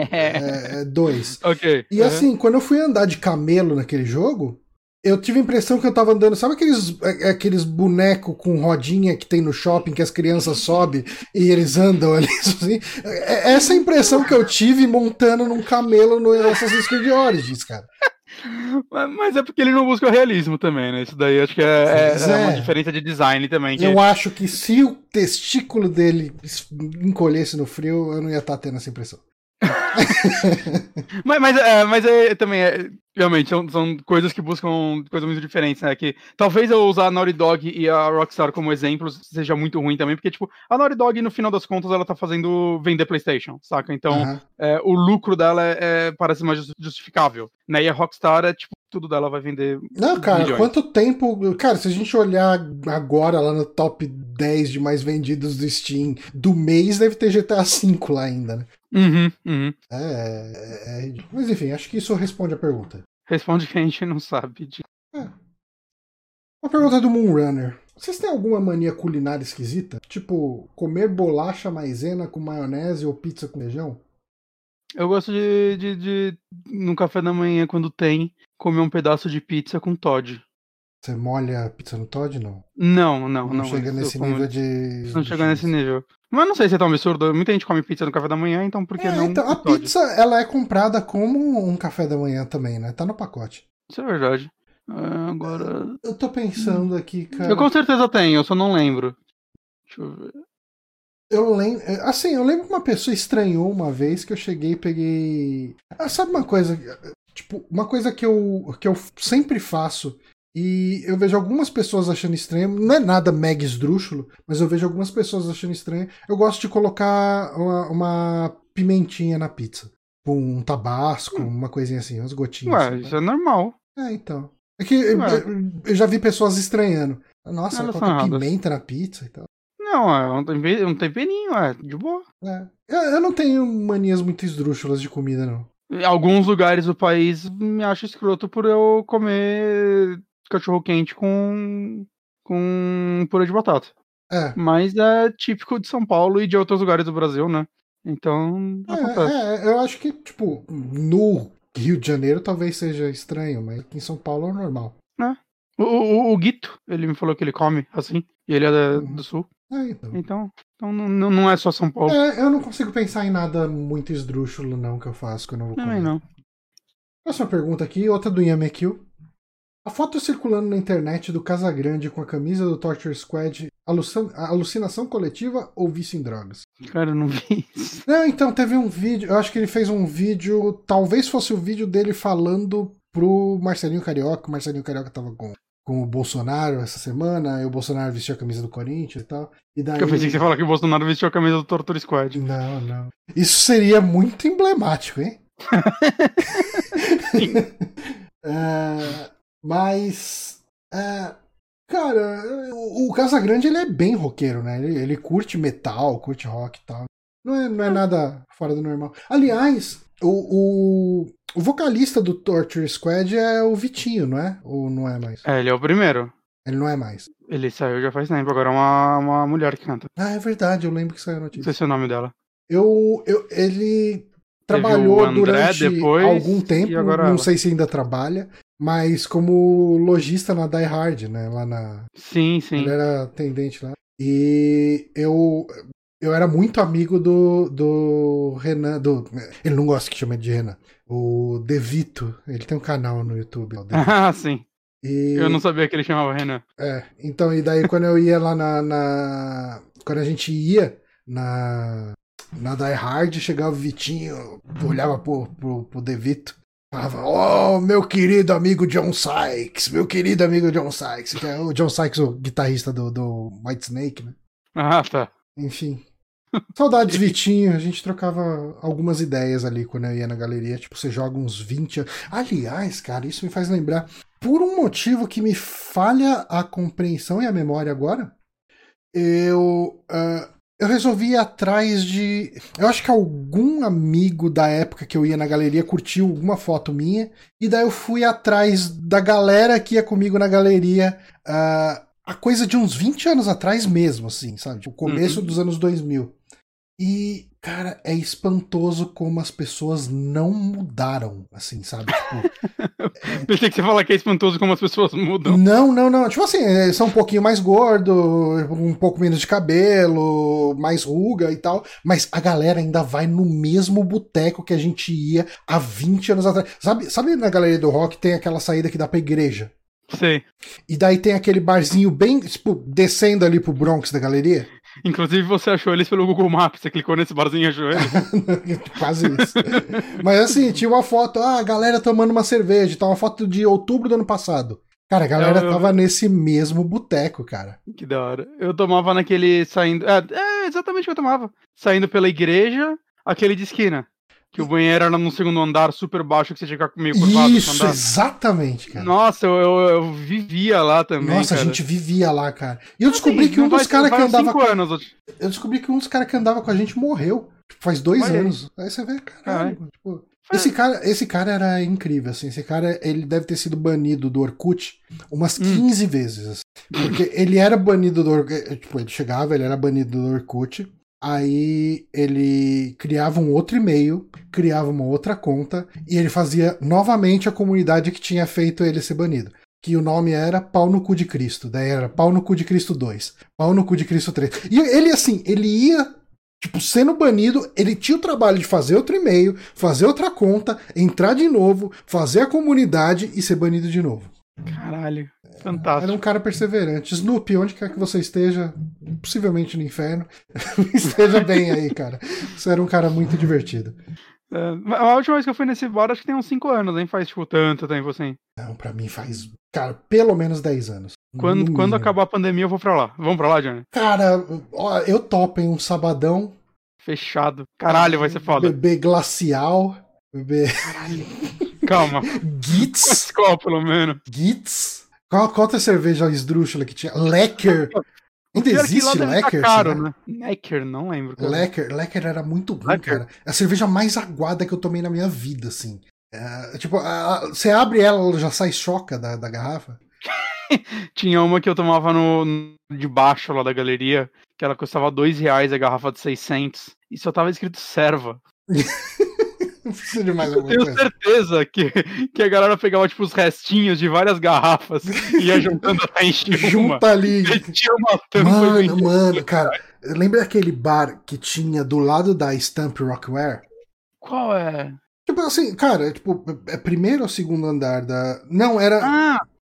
2. Ok. E assim, quando eu fui andar de camelo naquele jogo, eu tive a impressão que eu tava andando. Sabe aqueles bonecos com rodinha que tem no shopping que as crianças sobem e eles andam ali? Assim? Essa é a impressão que eu tive montando num camelo no Assassin's Creed Origins, cara. Mas é porque ele não busca o realismo também, né? Isso daí acho que é uma diferença de design também. Eu acho que se o testículo dele encolhesse no frio, eu não ia estar tendo essa impressão. mas também, realmente, são coisas que buscam coisas muito diferentes, né? Que talvez eu usar a Naughty Dog e a Rockstar como exemplos seja muito ruim também, porque, tipo, a Naughty Dog, no final das contas, ela tá fazendo vender PlayStation, saca? Então, o lucro dela parece mais justificável, né? E a Rockstar é, tipo, tudo dela vai vender. Não, cara, milhões. Quanto tempo. Cara, se a gente olhar agora lá no top 10 de mais vendidos do Steam do mês, deve ter GTA V lá ainda, né? Mas enfim, acho que isso responde a pergunta. Responde que a gente não sabe. Uma pergunta do Moonrunner. Vocês têm alguma mania culinária esquisita? Tipo, comer bolacha maisena com maionese ou pizza com feijão? Eu gosto de no café da manhã, quando tem, comer um pedaço de pizza com Toddy. Você molha a pizza no Toddy, não? Não. Chega nesse nível de... Não chega nesse nível. Mas não sei se é tão absurdo. Muita gente come pizza no café da manhã, então por que não? Então, a pizza, ela é comprada como um café da manhã também, né? Tá no pacote. Isso é verdade. Agora... Eu tô pensando aqui, cara... Eu com certeza tenho, eu só não lembro. Deixa eu ver. Eu lembro que uma pessoa estranhou uma vez que eu cheguei e peguei... sabe uma coisa? Tipo, uma coisa que eu sempre faço e eu vejo algumas pessoas achando estranho, não é nada mega esdrúxulo, mas eu vejo algumas pessoas achando estranho. Eu gosto de colocar uma pimentinha na pizza. Um tabasco, uma coisinha assim, umas gotinhas. Ué, isso é normal. Então. É que eu já vi pessoas estranhando. Nossa, ela coloca pimenta na pizza e tal. Não, é um temperinho, de boa. Eu não tenho manias muito esdrúxulas de comida, não. Em alguns lugares do país me acho escroto por eu comer cachorro quente com purê de batata. Mas é típico de São Paulo e de outros lugares do Brasil, né? Então, acontece. Eu acho que, tipo, no Rio de Janeiro talvez seja estranho, mas aqui em São Paulo é normal. O Guito, ele me falou que ele come assim, e ele é do Sul. Então não é só São Paulo. Eu não consigo pensar em nada muito esdrúxulo, não, que eu faço, que eu não vou comer. Também não. Próxima pergunta aqui, outra do Yamekill. A foto circulando na internet do Casagrande com a camisa do Torture Squad, alucinação coletiva ou vício em drogas? Cara, eu não vi isso. Não, então, teve um vídeo, eu acho que ele fez um vídeo, talvez fosse o vídeo dele falando pro Marcelinho Carioca, o Marcelinho Carioca tava com o Bolsonaro essa semana, e o Bolsonaro vestiu a camisa do Corinthians e tal. E daí... Eu pensei que você ia falar que o Bolsonaro vestiu a camisa do Torture Squad. Não. Isso seria muito emblemático, hein? Mas, cara, o Casagrande ele é bem roqueiro, né? Ele curte metal, curte rock e tal. Não é nada fora do normal. Aliás, o vocalista do Torture Squad é o Vitinho, não é? Ou não é mais? Ele é o primeiro. Ele não é mais. Ele saiu já faz tempo, agora é uma mulher que canta. Ah, é verdade, eu lembro que saiu a notícia. Não sei se é o nome dela. Ele trabalhou durante depois, algum tempo, não sei se ainda trabalha, mas como lojista na Die Hard, né? Lá na. Sim. Ele era atendente lá. E eu era muito amigo do Renan. Ele não gosta que chame de Renan. O Devito. Ele tem um canal no YouTube. Ah, sim. Eu não sabia que ele chamava Renan. Então, e daí quando eu ia lá quando a gente ia na Die Hard, chegava o Vitinho, olhava pro Devito, falava, meu querido amigo John Sykes, que é o John Sykes, o guitarrista do Whitesnake, né? Ah, tá. Enfim. Saudades Vitinho, a gente trocava algumas ideias ali quando eu ia na galeria, tipo, você joga uns 20 anos. Aliás, cara, isso me faz lembrar, por um motivo que me falha a compreensão e a memória agora, eu resolvi ir atrás de... Eu acho que algum amigo da época que eu ia na galeria curtiu alguma foto minha, e daí eu fui atrás da galera que ia comigo na galeria, a coisa de uns 20 anos atrás mesmo, assim, sabe? Tipo, o começo dos anos 2000. E, cara, é espantoso como as pessoas não mudaram, assim, sabe? Tipo, pensei que você ia falar que é espantoso como as pessoas mudam. Não. Tipo assim, são um pouquinho mais gordo, um pouco menos de cabelo, mais ruga e tal, mas a galera ainda vai no mesmo boteco que a gente ia há 20 anos atrás. Sabe na galeria do rock tem aquela saída que dá pra igreja? Sei. E daí tem aquele barzinho bem, tipo, descendo ali pro Bronx da galeria? Inclusive você achou eles pelo Google Maps, você clicou nesse barzinho e achou eles. Quase isso. Mas assim, tinha uma foto, a galera tomando uma cerveja, tá uma foto de outubro do ano passado. Cara, a galera tava nesse mesmo boteco, cara. Que da hora. Eu tomava naquele saindo... exatamente o que eu tomava. Saindo pela igreja, aquele de esquina. Que o banheiro era no segundo andar, super baixo, que você tinha que ficar meio curvado. Isso, exatamente, cara. Nossa, eu vivia lá também. Nossa, cara. A gente vivia lá, cara. E eu descobri que um dos caras que andava. Eu descobri que um dos caras que andava com a gente morreu. Faz 2 anos. Aí você vê, caralho. Tipo, esse cara era incrível, assim. Esse cara, ele deve ter sido banido do Orkut umas 15 vezes. Assim. Porque ele era banido do Orkut. Tipo, ele chegava, ele era banido do Orkut. Aí ele criava um outro e-mail, criava uma outra conta e ele fazia novamente a comunidade que tinha feito ele ser banido. Que o nome era Pau no Cu de Cristo. Daí era Pau no Cu de Cristo 2, Pau no Cu de Cristo 3. E ele, assim, ele ia, tipo, sendo banido, ele tinha o trabalho de fazer outro e-mail, fazer outra conta, entrar de novo, fazer a comunidade e ser banido de novo. Caralho, fantástico. Era um cara perseverante. Snoopy, onde quer que você esteja, possivelmente no inferno, esteja bem aí, cara. Você era um cara muito divertido. A última vez que eu fui nesse bar, acho que tem uns 5 anos, nem faz, tipo, tanto tempo assim. Não, pra mim faz, cara, pelo menos 10 anos. Quando acabar a pandemia, eu vou pra lá. Vamos pra lá, Johnny? Cara, ó, eu topo em um sabadão. Fechado. Caralho, vai ser foda. Beber glacial. Beber... Caralho. Calma. Gitz. Qual, pelo menos? Gitz. Qual outra cerveja esdrúxula que tinha? Lecker. Ainda existe Lecker? Caro, né? Lecker, não lembro. Lecker era muito ruim, cara. É a cerveja mais aguada que eu tomei na minha vida, assim. Tipo, você abre ela já sai choca da garrafa. Tinha uma que eu tomava de baixo lá da galeria, que ela custava R$2 a garrafa de 600, e só tava escrito serva. Precisa de mais alguma coisa. Tenho certeza que a galera pegava, tipo, os restinhos de várias garrafas e ia juntando até encher Junta ali. Mano, cara, lembra aquele bar que tinha do lado da Stamp Rockware? Qual é? Tipo assim, cara, tipo, é primeiro ou segundo andar da... Não, era...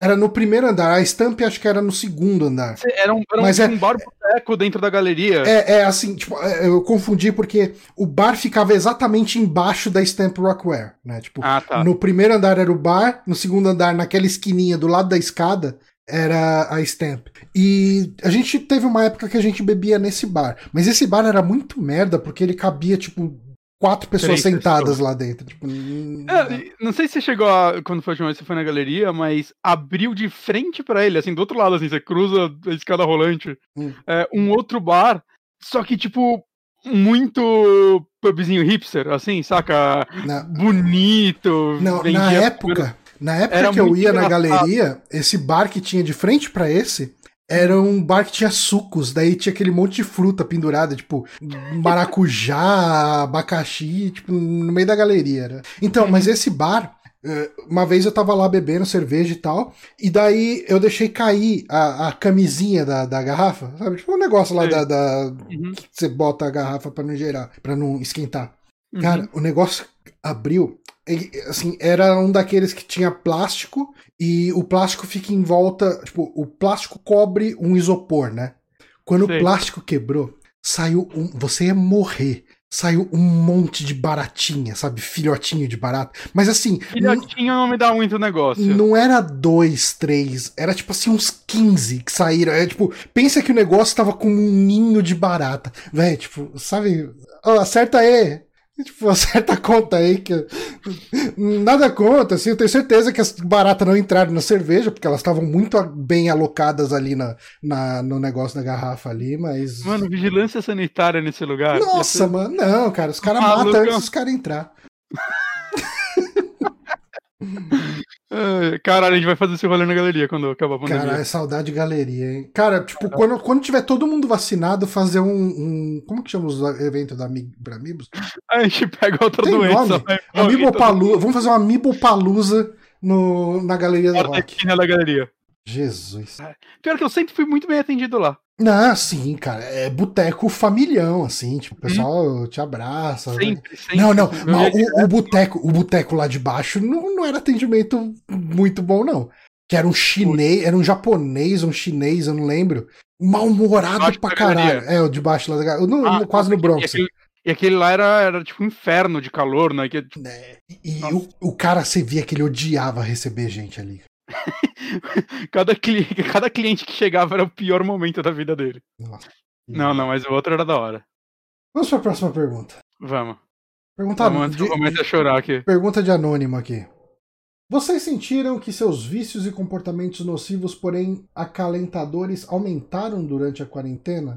Era no primeiro andar. A Stamp acho que era no segundo andar. Era um bar-boteco dentro da galeria. Assim, tipo, eu confundi porque o bar ficava exatamente embaixo da Stamp Rockware, né? Tipo, tá. No primeiro andar era o bar, no segundo andar, naquela esquininha do lado da escada, era a Stamp. E a gente teve uma época que a gente bebia nesse bar. Mas esse bar era muito merda, porque ele cabia, tipo, 4 pessoas sentadas lá dentro. Tipo, não sei se você chegou quando foi a última vez que você foi na galeria, mas abriu de frente pra ele, assim, do outro lado, assim, você cruza a escada rolante, um outro bar, só que, tipo, muito pubzinho hipster, assim, saca? Bonito. Não, na época que eu ia na galeria, esse bar que tinha de frente pra esse era um bar que tinha sucos, daí tinha aquele monte de fruta pendurada, tipo maracujá, abacaxi, tipo, no meio da galeria. Né? Então, mas esse bar, uma vez eu tava lá bebendo cerveja e tal, e daí eu deixei cair a camisinha da garrafa, sabe? Tipo um negócio lá que você bota a garrafa pra não gerar, pra não esquentar. Cara, o negócio abriu. Assim, era um daqueles que tinha plástico e o plástico fica em volta. Tipo, o plástico cobre um isopor, né? Quando o plástico quebrou, saiu você ia morrer. Saiu um monte de baratinha, sabe? Filhotinho de barata. Mas assim. Filhotinho não me dá muito negócio. Não era 2, 3. Era tipo assim, uns 15 que saíram. Tipo, pensa que o negócio tava com um ninho de barata. Véi, tipo, sabe? Acerta aí. Tipo, acerta a conta aí que nada conta, assim, eu tenho certeza que as baratas não entraram na cerveja, porque elas estavam muito bem alocadas ali no negócio da garrafa ali, mas... Mano, vigilância sanitária nesse lugar. Nossa, mano, não, cara, os caras matam antes dos caras entrar. Caralho, a gente vai fazer esse rolê na galeria quando acabar a pandemia. Cara, é saudade de galeria, hein? Cara, tipo, quando tiver todo mundo vacinado, fazer como que chama os eventos da Amibos? A gente pega outra doença. Amibopalusa. Vamos fazer uma Amibopalusa na galeria da Rock. Da galeria. Jesus. Pior que eu sempre fui muito bem atendido lá. Ah, sim, cara. É boteco familhão, assim. Tipo, o pessoal te abraça. Sempre. Não. Mas o boteco lá de baixo não era atendimento muito bom, não. Que era um chinês, era um japonês, um chinês, eu não lembro. Mal-humorado pra caralho. O de baixo lá da galeria. Quase no Bronx. E aquele lá era tipo um inferno de calor, né? E o cara, você via que ele odiava receber gente ali. cada cliente que chegava era o pior momento da vida dele. Nossa. Não, mas o outro era da hora. Vamos para a próxima pergunta. Vamos. Antes que eu comece a chorar aqui. Pergunta de anônimo aqui. Vocês sentiram que seus vícios e comportamentos nocivos, porém acalentadores, aumentaram durante a quarentena?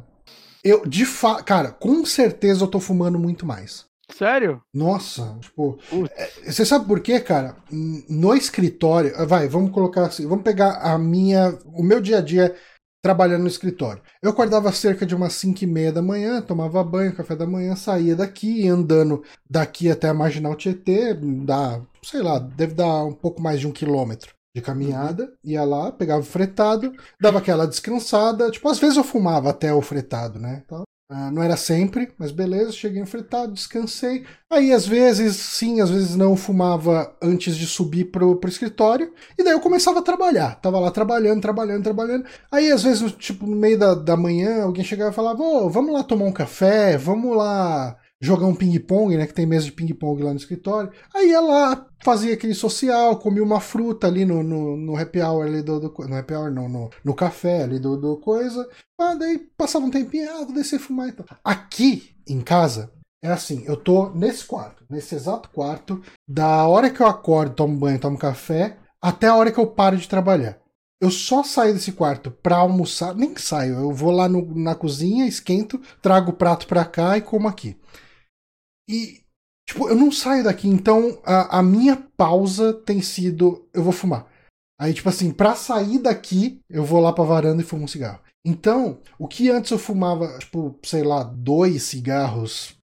Cara, com certeza eu tô fumando muito mais. Sério? Nossa, tipo... Você sabe por quê, cara? No escritório... Vamos colocar assim... Vamos pegar o meu dia a dia trabalhando no escritório. Eu acordava cerca de umas 5:30 da manhã, tomava banho, café da manhã, saía daqui, ia andando daqui até a Marginal Tietê, deve dar um pouco mais de 1 quilômetro de caminhada, ia lá, pegava o fretado, dava aquela descansada, tipo, às vezes eu fumava até o fretado, né? Então, não era sempre, mas beleza, cheguei no fretado, descansei. Aí às vezes sim, às vezes não, eu fumava antes de subir pro escritório, e daí eu começava a trabalhar. Tava lá trabalhando. Aí às vezes, tipo, no meio da manhã, alguém chegava e falava, vamos lá tomar um café, vamos lá jogar um ping-pong, né, que tem mesa de ping-pong lá no escritório. Aí ia lá, fazia aquele social, comia uma fruta ali no happy hour ali no happy hour não, no café ali do coisa. Daí passava um tempinho, vou descer e fumar então. Aqui em casa, é assim, eu tô nesse exato quarto, da hora que eu acordo, tomo banho, tomo café, até a hora que eu paro de trabalhar. Eu só saio desse quarto pra almoçar, nem saio, eu vou lá na cozinha, esquento, trago o prato pra cá e como aqui. E, tipo, eu não saio daqui, então a minha pausa tem sido, eu vou fumar. Aí, tipo assim, pra sair daqui, eu vou lá pra varanda e fumo um cigarro. Então, o que antes eu fumava, tipo, sei lá, 2 cigarros,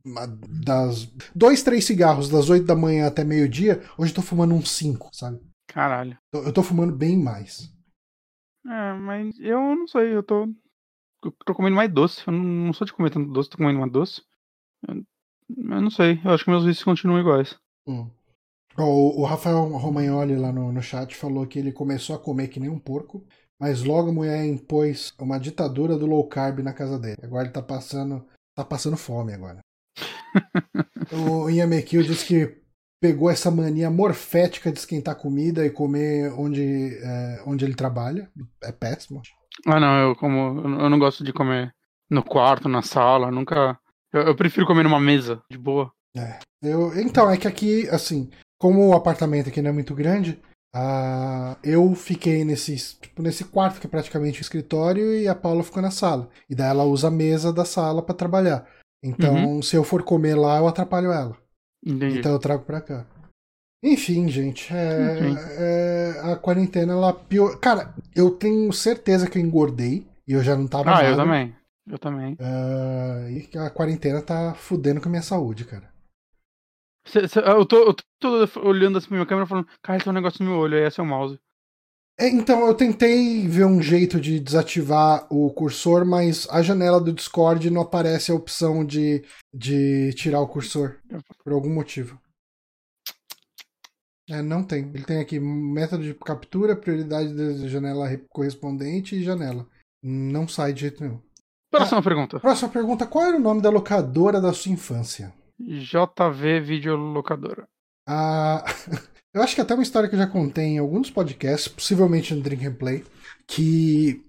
2, 3 cigarros das 8 da manhã até meio-dia, hoje eu tô fumando uns 5, sabe? Caralho. Eu tô fumando bem mais. Mas eu não sei, eu tô comendo mais doce. Eu não sou de comer tanto doce, tô comendo mais doce. Eu não sei, eu acho que meus vícios continuam iguais. O Rafael Romagnoli lá no chat falou que ele começou a comer que nem um porco, mas logo a mulher impôs uma ditadura do low carb na casa dele. Agora ele tá passando fome agora. O Ian McKill disse que pegou essa mania morfética de esquentar comida e comer onde ele trabalha. É péssimo. Ah, não, eu não gosto de comer no quarto, na sala, nunca. Eu prefiro comer numa mesa, de boa. Então, é que aqui, assim, como o apartamento aqui não é muito grande, eu fiquei nesse quarto que é praticamente um escritório e a Paula ficou na sala. E daí ela usa a mesa da sala pra trabalhar. Então, se eu for comer lá, eu atrapalho ela. Entendi. Então eu trago pra cá. Enfim, gente, a quarentena, ela pior. Cara, eu tenho certeza que eu engordei e eu já não tava magro. Eu também. E a quarentena tá fudendo com a minha saúde, cara. Eu tô olhando assim pra minha câmera falando, cara, tem um negócio no meu olho, aí esse é o mouse. Então, eu tentei ver um jeito de desativar o cursor, mas a janela do Discord não aparece a opção de tirar o cursor, por algum motivo. Não tem. Ele tem aqui método de captura, prioridade da janela correspondente e janela. Não sai de jeito nenhum. Próxima pergunta. Próxima pergunta. Qual era o nome da locadora da sua infância? JV Videolocadora. Eu acho que até uma história que eu já contei em alguns podcasts, possivelmente no Drink and Play, que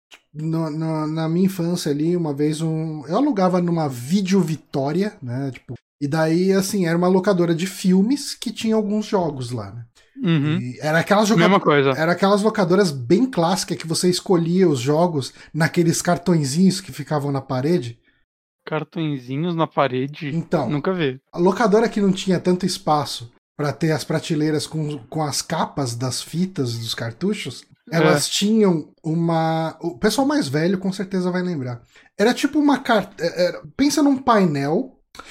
na minha infância ali, uma vez eu alugava numa Vídeo Vitória, né? Tipo, e daí, assim, era uma locadora de filmes que tinha alguns jogos lá, né? Uhum. E era aquelas Mesma coisa. Era aquelas locadoras bem clássicas que você escolhia os jogos naqueles cartõezinhos que ficavam na parede. Cartõezinhos na parede? Então, nunca vi. A locadora que não tinha tanto espaço para ter as prateleiras com as capas das fitas dos cartuchos, elas tinham o pessoal mais velho com certeza vai lembrar. Era tipo uma pensa num painel.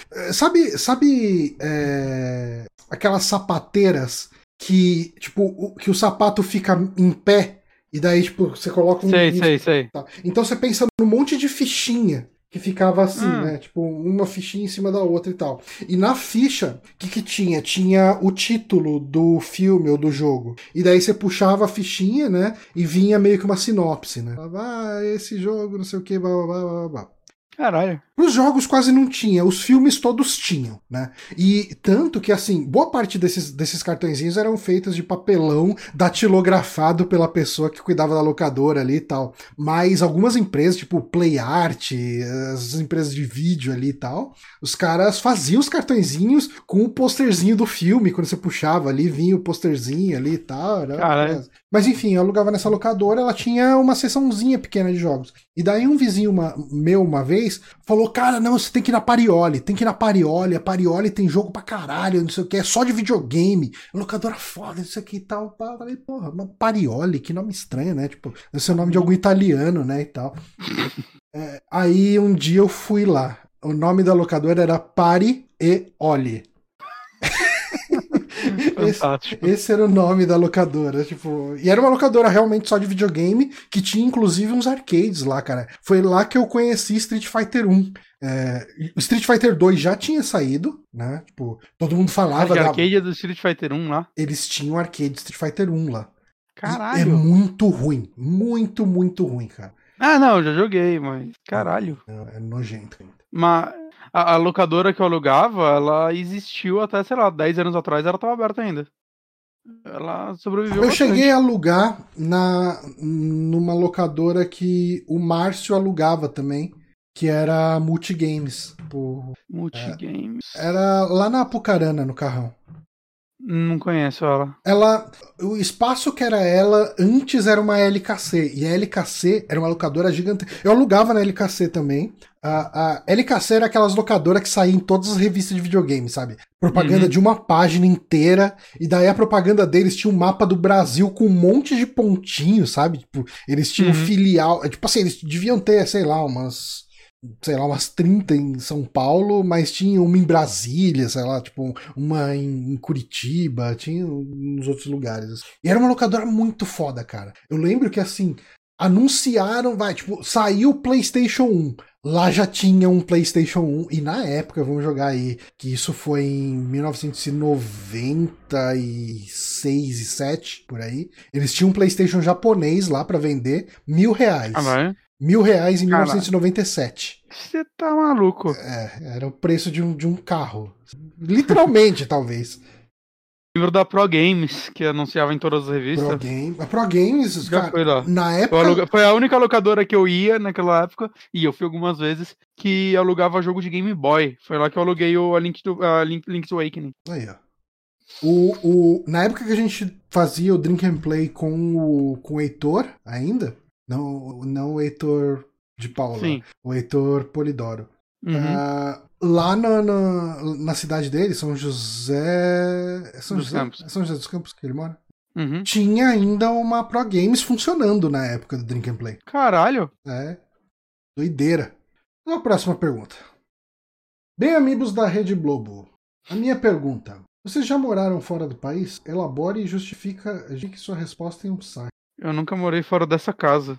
Sabe aquelas sapateiras que, tipo, que o sapato fica em pé e daí, tipo, você coloca um... Sei. Tá. Então você pensa num monte de fichinha que ficava assim, né? Tipo, uma fichinha em cima da outra e tal. E na ficha, o que tinha? Tinha o título do filme ou do jogo. E daí você puxava a fichinha, né? E vinha meio que uma sinopse, né? Esse jogo, não sei o que, blá, blá, blá, blá, blá. Caralho. Os jogos quase não tinha, os filmes todos tinham, né? E tanto que, assim, boa parte desses cartõezinhos eram feitos de papelão datilografado pela pessoa que cuidava da locadora ali e tal. Mas algumas empresas, tipo PlayArt, as empresas de vídeo ali e tal, os caras faziam os cartõezinhos com o posterzinho do filme, quando você puxava ali, vinha o posterzinho ali e tal. Caralho. Mas enfim, eu alugava nessa locadora, ela tinha uma seçãozinha pequena de jogos. E daí um vizinho meu uma vez falou, cara, não, você tem que ir na Parioli, a Parioli tem jogo pra caralho, não sei o que, é só de videogame, locadora foda, isso aqui e tal. Eu falei, porra, uma Parioli, que nome estranho, né? Tipo, deve ser o nome de algum italiano, né, e tal. Aí um dia eu fui lá, o nome da locadora era Pari e Oli. Esse era o nome da locadora, tipo, e era uma locadora realmente só de videogame, que tinha inclusive uns arcades lá, cara. Foi lá que eu conheci Street Fighter 1. Street Fighter 2 já tinha saído, né? Tipo, todo mundo falava da arcade do Street Fighter 1 lá. Eles tinham arcade de Street Fighter 1 lá. Caralho. E é muito ruim, muito, muito ruim, cara. Não, eu já joguei, mas caralho. É nojento. Mas a locadora que eu alugava, ela existiu até, sei lá, 10 anos atrás, ela tava aberta ainda. Ela sobreviveu bastante. Eu cheguei a alugar numa locadora que o Márcio alugava também, que era Multigames. Multigames. Era lá na Apucarana, no Carrão. Não conheço ela. O espaço que era ela antes era uma LKC. E a LKC era uma locadora gigante. Eu alugava na LKC também. A LKC era aquelas locadoras que saíam em todas as revistas de videogame, sabe? Propaganda de uma página inteira. E daí a propaganda deles tinha um mapa do Brasil com um monte de pontinhos, sabe? Tipo, eles tinham filial. Tipo assim, eles deviam ter, sei lá, umas 30 em São Paulo, mas tinha uma em Brasília, sei lá, tipo, uma em Curitiba, tinha nos outros lugares. E era uma locadora muito foda, cara. Eu lembro que, assim, anunciaram, tipo, saiu o PlayStation 1. Lá já tinha um PlayStation 1, e na época, vamos jogar aí, que isso foi em 1996 e 7, por aí, eles tinham um PlayStation japonês lá pra vender, R$1.000. Ah, vai? R$1.000 em 1997. Você tá maluco. Era o preço de um carro. Literalmente, talvez. Lembro da Pro Games, que anunciava em todas as revistas. A Pro Games, já cara, foi lá. na época... Foi a única locadora que eu ia naquela época, e eu fui algumas vezes, que alugava jogo de Game Boy. Foi lá que eu aluguei o Link's Awakening. Aí, ó. Na época que a gente fazia o Drink and Play com o Heitor, ainda, não o Heitor de Paula, sim, o Heitor Polidoro. Lá na cidade dele, São José dos Campos, que ele mora. Tinha ainda uma Pro Games funcionando na época do Drink and Play. Caralho! Doideira. A próxima pergunta. Bem, amigos da Rede Globo, a minha pergunta: vocês já moraram fora do país? Elabore e justifique sua resposta em um site. Eu nunca morei fora dessa casa.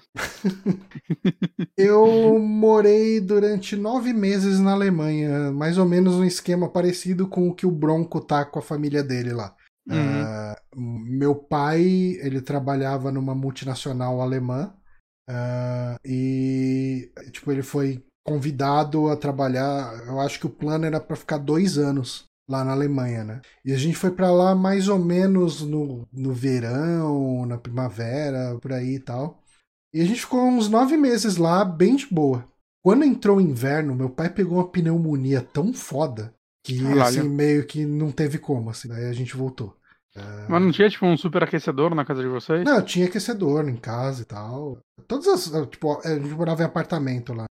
Eu morei durante 9 meses na Alemanha, mais ou menos um esquema parecido com o que o Bronco tá com a família dele lá. Meu pai, ele trabalhava numa multinacional alemã e tipo, ele foi convidado a trabalhar, eu acho que o plano era para ficar 2 anos lá na Alemanha, né? E a gente foi para lá mais ou menos no verão, na primavera, por aí e tal. E a gente ficou uns 9 meses lá, bem de boa. Quando entrou o inverno, meu pai pegou uma pneumonia tão foda que, assim, meio que não teve como, assim. Daí a gente voltou. Mas não tinha, tipo, um super aquecedor na casa de vocês? Não, tinha aquecedor em casa e tal. Tipo, a gente morava em apartamento lá.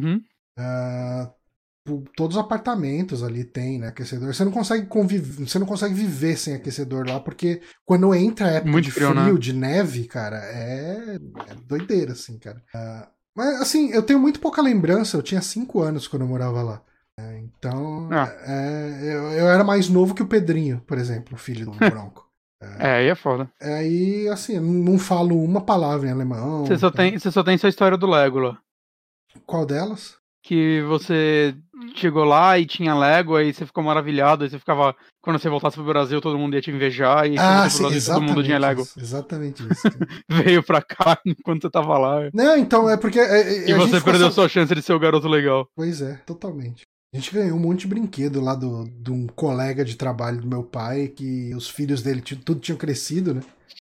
Todos os apartamentos ali tem, né, aquecedor. Você não consegue você não consegue viver sem aquecedor lá, porque quando entra a época muito de frio, né? De neve, cara, é doideira, assim, cara. Mas, assim, eu tenho muito pouca lembrança. Eu tinha 5 anos quando eu morava lá. Então, eu era mais novo que o Pedrinho, por exemplo, o filho do Bronco. Aí é foda. Aí, assim, eu não falo uma palavra em alemão. Você só tem sua história do Lego lá. Qual delas? Que você chegou lá e tinha Lego, aí você ficou maravilhado, aí você ficava... Quando você voltasse pro Brasil, todo mundo ia te invejar, e sim, Brasil, todo mundo tinha Lego. Exatamente isso. Veio pra cá enquanto você tava lá. Não, então, é porque... e você perdeu sua chance de ser o garoto legal. Pois é, totalmente. A gente ganhou um monte de brinquedo lá de um colega de trabalho do meu pai, que os filhos dele tudo tinham crescido, né?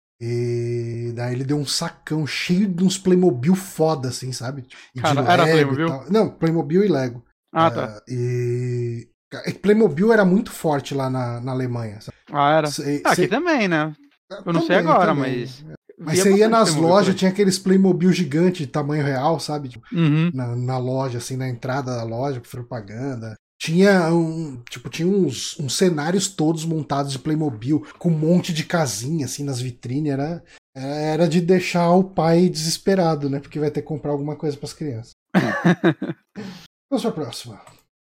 E daí ele deu um sacão cheio de uns Playmobil foda, assim, sabe? E cara, de Lego era Playmobil? E tal. Não, Playmobil e Lego. Tá. E Playmobil era muito forte lá na Alemanha. Sabe? Era. Aqui também, né? Eu não sei agora, mas... Mas você ia nas lojas, tinha aqueles Playmobil gigante de tamanho real, sabe? Tipo, na loja, assim, na entrada da loja, propaganda. Tinha uns cenários todos montados de Playmobil, com um monte de casinha, assim, nas vitrines. Era de deixar o pai desesperado, né? Porque vai ter que comprar alguma coisa para as crianças. Vamos para a próxima.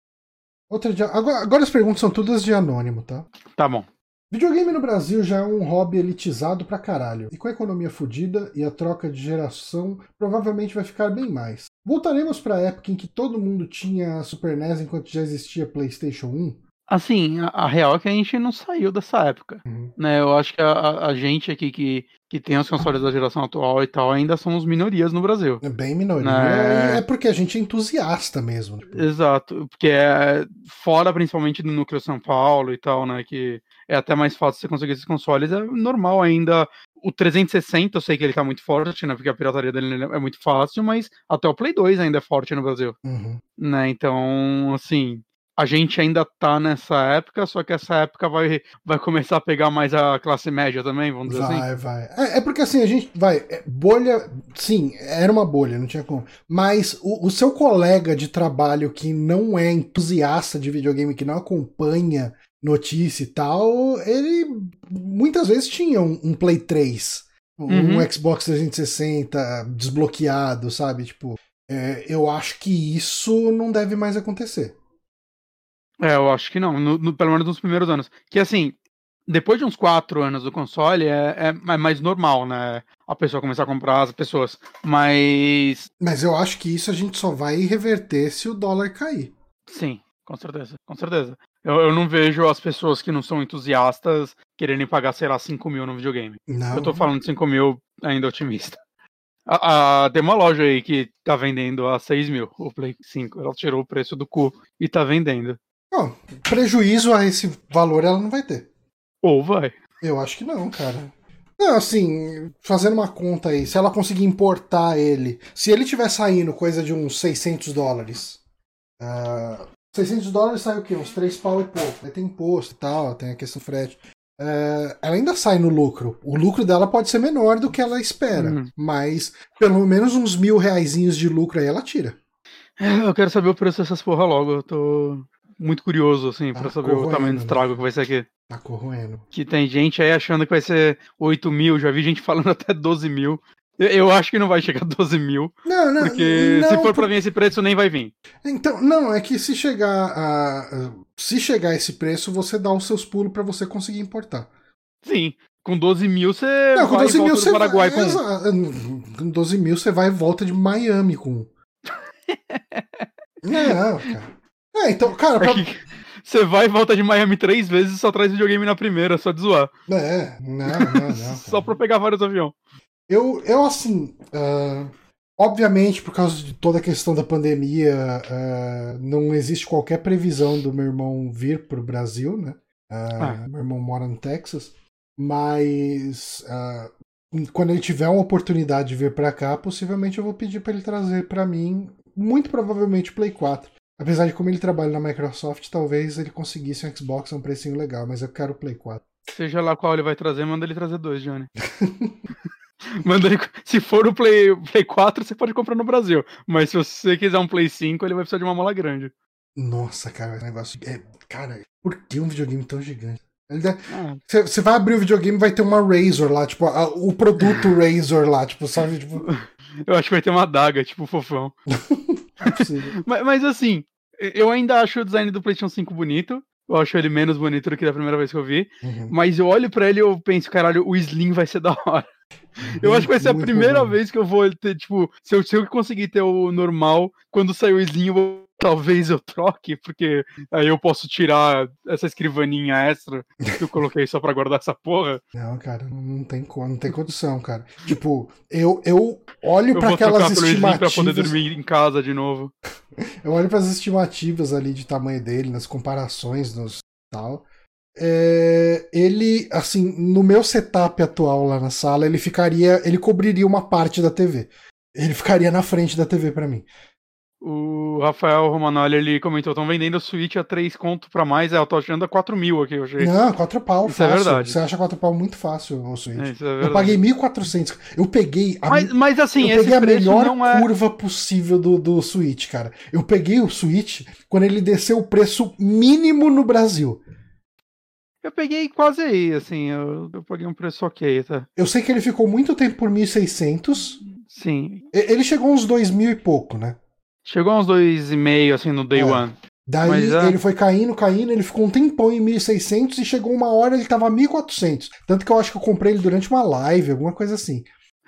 Agora as perguntas são todas de anônimo, tá? Tá bom. Videogame no Brasil já é um hobby elitizado pra caralho, e com a economia fodida e a troca de geração, provavelmente vai ficar bem mais. Voltaremos pra época em que todo mundo tinha Super NES enquanto já existia PlayStation 1? Assim, a real é que a gente não saiu dessa época, né? Eu acho que a gente aqui que tem os consoles da geração atual e tal, ainda somos minorias no Brasil. É bem minoria, né? É porque a gente é entusiasta mesmo. Tipo. Exato, porque é fora principalmente do núcleo São Paulo e tal, né, que é até mais fácil você conseguir esses consoles, é normal ainda. O 360 eu sei que ele tá muito forte, né, porque a pirataria dele é muito fácil, mas até o Play 2 ainda é forte no Brasil, né, então, assim... A gente ainda tá nessa época, só que essa época vai começar a pegar mais a classe média também, vamos dizer assim? Vai. É porque assim, a gente vai... Bolha, sim, era uma bolha, não tinha como. Mas o seu colega de trabalho que não é entusiasta de videogame, que não acompanha notícia e tal, ele muitas vezes tinha um Play 3, um Xbox 360 desbloqueado, sabe? Tipo, eu acho que isso não deve mais acontecer. Eu acho que não, pelo menos nos primeiros anos. Que assim, depois de uns 4 anos do console, é mais normal, né? A pessoa começar a comprar, as pessoas. Mas eu acho que isso a gente só vai reverter se o dólar cair. Sim, com certeza, com certeza. Eu não vejo as pessoas que não são entusiastas quererem pagar, sei lá, 5 mil no videogame. Não. Eu tô falando de 5 mil ainda otimista. Tem uma loja aí que tá vendendo a 6 mil, o Play 5. Ela tirou o preço do cu e tá vendendo. Não, prejuízo a esse valor ela não vai ter. Ou vai. Eu acho que não, cara. Não, assim, fazendo uma conta aí, se ela conseguir importar ele, se ele tiver saindo coisa de uns $600, $600 sai o quê? Uns 3 pau e pouco. Aí tem imposto e tal, tem a questão do frete. Ela ainda sai no lucro. O lucro dela pode ser menor do que ela espera, mas pelo menos uns R$1.000 de lucro aí ela tira. Eu quero saber o preço dessas porra logo. Eu tô muito curioso, assim, pra saber o tamanho do estrago que vai ser aqui. Tá corroendo. Que tem gente aí achando que vai ser 8 mil, já vi gente falando até 12 mil. Eu acho que não vai chegar a 12 mil. Não, porque se for pra vir esse preço, nem vai vir. Então, não, é que se chegar esse preço, você dá os seus pulos pra você conseguir importar. Sim. Com 12 mil você não, com vai 12 e mil volta do Paraguai com 12 mil você vai e volta de Miami com. Não, cara. Então, cara. Você vai e volta de Miami 3 vezes e só traz videogame na primeira, só de zoar. Não. Só pra pegar vários aviões. Eu assim. Obviamente, por causa de toda a questão da pandemia, não existe qualquer previsão do meu irmão vir pro Brasil, né? Meu irmão mora no Texas. Mas quando ele tiver uma oportunidade de vir pra cá, possivelmente eu vou pedir pra ele trazer pra mim, muito provavelmente, Play 4. Apesar de como ele trabalha na Microsoft, talvez ele conseguisse um Xbox a um precinho legal, mas eu quero o Play 4. Seja lá qual ele vai trazer, manda ele trazer 2, Johnny. Manda ele, se for o Play 4, você pode comprar no Brasil. Mas se você quiser um Play 5, ele vai precisar de uma mola grande. Nossa, cara, o negócio. Cara, por que um videogame tão gigante? Você vai abrir o videogame e vai ter uma Razor lá, tipo, o produto Razor lá, tipo, sabe? Tipo... Eu acho que vai ter uma adaga, tipo, fofão. É possível. Mas assim, eu ainda acho o design do PlayStation 5 bonito. Eu acho ele menos bonito do que da primeira vez que eu vi. Mas eu olho pra ele e eu penso, caralho, o Slim vai ser da hora. Eu acho que vai ser a primeira vez que eu vou ter, tipo, se eu conseguir ter o normal, quando sair o Slim, talvez eu troque, porque aí eu posso tirar essa escrivaninha extra que eu coloquei só pra guardar essa porra. Não, cara, não tem condição, cara. Tipo, eu olho pra aquelas estimativas pra poder dormir em casa de novo. Eu olho pras estimativas ali de tamanho dele, nas comparações, nos tal. Ele, assim, no meu setup atual lá na sala, ele cobriria uma parte da TV. Ele ficaria na frente da TV pra mim. O Rafael Romanoli, ele comentou, estão vendendo o Switch a 3 conto pra mais, eu tô achando a 4 mil aqui, eu achei. Não, 4 pau, isso fácil. É verdade. Você acha 4 pau muito fácil o Switch. Isso é verdade. Eu paguei 1.400. Eu peguei mas assim, eu peguei a melhor curva possível do Switch, cara. Eu peguei o Switch quando ele desceu o preço mínimo no Brasil. Eu peguei quase aí, assim, eu paguei um preço ok, tá? Eu sei que ele ficou muito tempo por 1.600. Sim. Ele chegou uns 2.000 e pouco, né? Chegou uns 2,5, assim, no Day One. Daí ele foi caindo, ele ficou um tempão em 1.600 e chegou uma hora ele tava 1.400. Tanto que eu acho que eu comprei ele durante uma live, alguma coisa assim.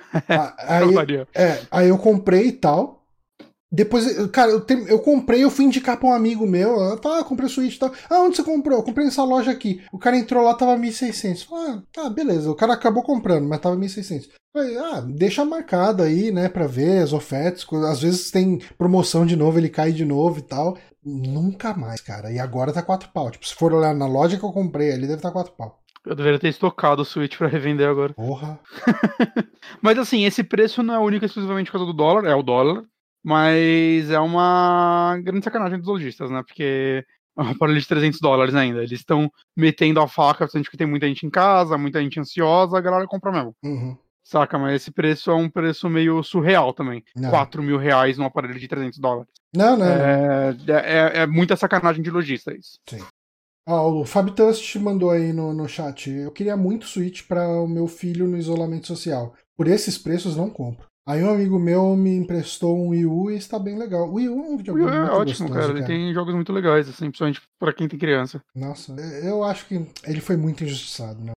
Aí eu comprei e tal. Depois, cara, eu comprei, eu fui indicar pra um amigo meu. Eu falei, comprei o Switch e tal. Onde você comprou? Eu comprei nessa loja aqui. O cara entrou lá, tava 1.600. Falei, beleza. O cara acabou comprando, mas tava 1.600. Falei, deixa marcado aí, né, pra ver as ofertas. Às vezes tem promoção de novo, ele cai de novo e tal. Nunca mais, cara. E agora tá 4 pau. Tipo, se for olhar na loja que eu comprei ali, deve estar 4 pau. Eu deveria ter estocado o Switch pra revender agora. Porra. Mas assim, esse preço não é único exclusivamente por causa do dólar, é o dólar. Mas é uma grande sacanagem dos lojistas, né? Porque é um aparelho de $300 ainda. Eles estão metendo a faca, sendo que tem muita gente em casa, muita gente ansiosa, a galera compra mesmo. Saca? Mas esse preço é um preço meio surreal também. R$4.000 num aparelho de $300. Não. É muita sacanagem de lojista isso. Sim. O Fábio Tust mandou aí no chat. Eu queria muito Switch para o meu filho no isolamento social. Por esses preços, não compro. Aí um amigo meu me emprestou um Wii U e está bem legal. O Wii U é um videogame muito ótimo, gostoso, cara. Ele tem jogos muito legais, assim, principalmente pra quem tem criança. Nossa, eu acho que ele foi muito injustiçado, né?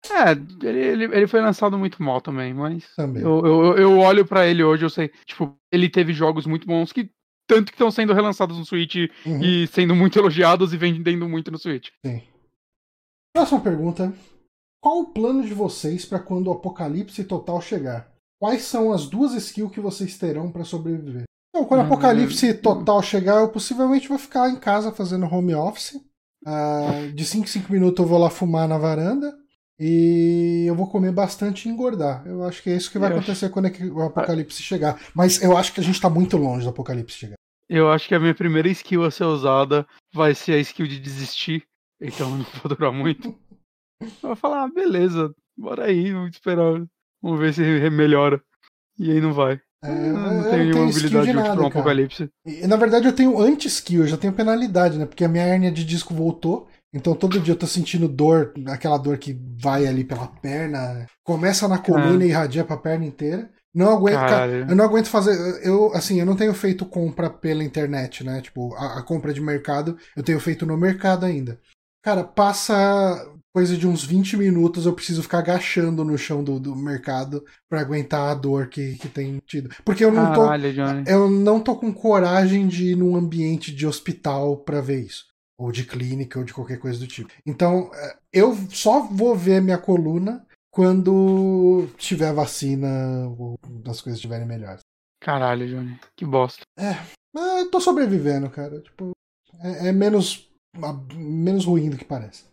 Ele foi lançado muito mal também, mas Também. Eu olho pra ele hoje, eu sei, tipo, ele teve jogos muito bons que tanto que estão sendo relançados no Switch e sendo muito elogiados e vendendo muito no Switch. Sim. Próxima pergunta. Qual o plano de vocês para quando o apocalipse total chegar? Quais são as 2 skills que vocês terão para sobreviver? Então, quando o apocalipse total chegar, eu possivelmente vou ficar em casa fazendo home office. De 5 em 5 minutos eu vou lá fumar na varanda. E eu vou comer bastante e engordar. Eu acho que é isso que vai acontecer quando o apocalipse chegar. Mas eu acho que a gente tá muito longe do apocalipse chegar. Eu acho que a minha primeira skill a ser usada vai ser a skill de desistir. Então eu não vou durar muito. Eu vou falar, beleza, bora aí, vamos esperar. Vamos ver se melhora. E aí não vai. Não tenho nenhuma habilidade útil para um apocalipse. E, na verdade, eu tenho anti-skill, eu já tenho penalidade, né? Porque a minha hérnia de disco voltou. Então todo dia eu tô sentindo dor, aquela dor que vai ali pela perna, começa na coluna e irradia pra perna inteira. Não aguento, eu não aguento fazer. Eu não tenho feito compra pela internet, né? Tipo, a compra de mercado, eu tenho feito no mercado ainda. Cara, passa coisa de uns 20 minutos, eu preciso ficar agachando no chão do mercado pra aguentar a dor que tem tido. Porque eu não tô com coragem de ir num ambiente de hospital pra ver isso. Ou de clínica, ou de qualquer coisa do tipo. Então, eu só vou ver minha coluna quando tiver vacina ou as coisas estiverem melhores. Caralho, Johnny. Que bosta. Mas eu tô sobrevivendo, cara. Tipo, é menos ruim do que parece.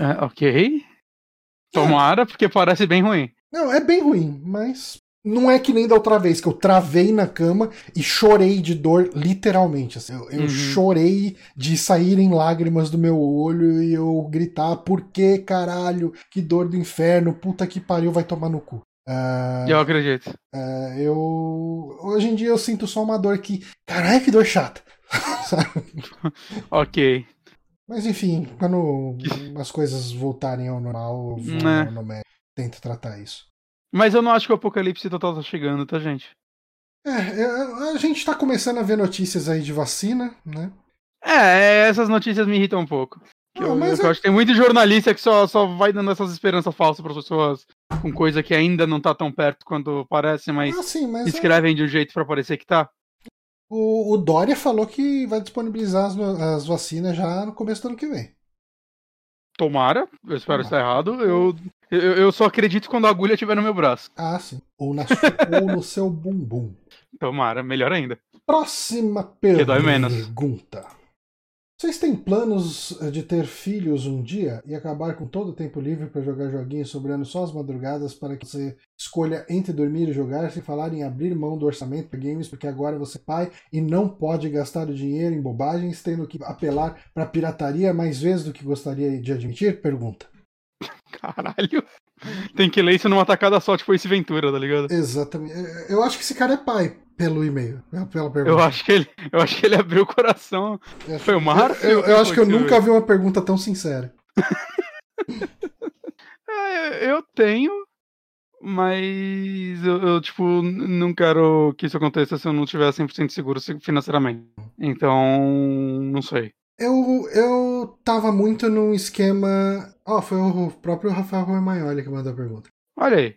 Ok. Tomara, porque parece bem ruim. Não, é bem ruim, mas não é que nem da outra vez, que eu travei na cama e chorei de dor, literalmente. Assim. Eu chorei de saírem lágrimas do meu olho e eu gritar, por que, caralho? Que dor do inferno, puta que pariu, vai tomar no cu. Eu acredito. Hoje em dia eu sinto só uma dor que, caralho, que dor chata. Ok. Mas enfim, quando as coisas voltarem ao normal, eu vou no médico, tento tratar isso. Mas eu não acho que o apocalipse total tá chegando, tá, gente? A gente tá começando a ver notícias aí de vacina, né? Essas notícias me irritam um pouco. Eu acho que tem muito jornalista que só vai dando essas esperanças falsas para as pessoas com coisa que ainda não tá tão perto quanto parece, mas escrevem de um jeito para parecer que tá. O Dória falou que vai disponibilizar as vacinas já no começo do ano que vem. Tomara, eu espero estar errado. Eu só acredito quando a agulha estiver no meu braço. Ah, sim. Ou no seu bumbum. Tomara, melhor ainda. Próxima pergunta. Que dói menos. Vocês têm planos de ter filhos um dia e acabar com todo o tempo livre para jogar joguinhos, sobrando só as madrugadas para que você escolha entre dormir e jogar, sem falar em abrir mão do orçamento para games, porque agora você é pai e não pode gastar o dinheiro em bobagens, tendo que apelar para pirataria mais vezes do que gostaria de admitir? Pergunta. Caralho. Tem que ler isso numa tacada só, tipo esse Ventura, tá ligado? Exatamente. Eu acho que esse cara é pai. Pelo e-mail, pela pergunta. Eu acho que ele abriu o coração. Foi o Márcio? Eu acho que eu nunca vi uma pergunta tão sincera. Eu tenho, mas eu tipo, não quero que isso aconteça se eu não estiver 100% seguro financeiramente. Então, não sei. Eu tava muito num esquema... foi o próprio Rafael Romaioli que mandou a pergunta. Olha aí.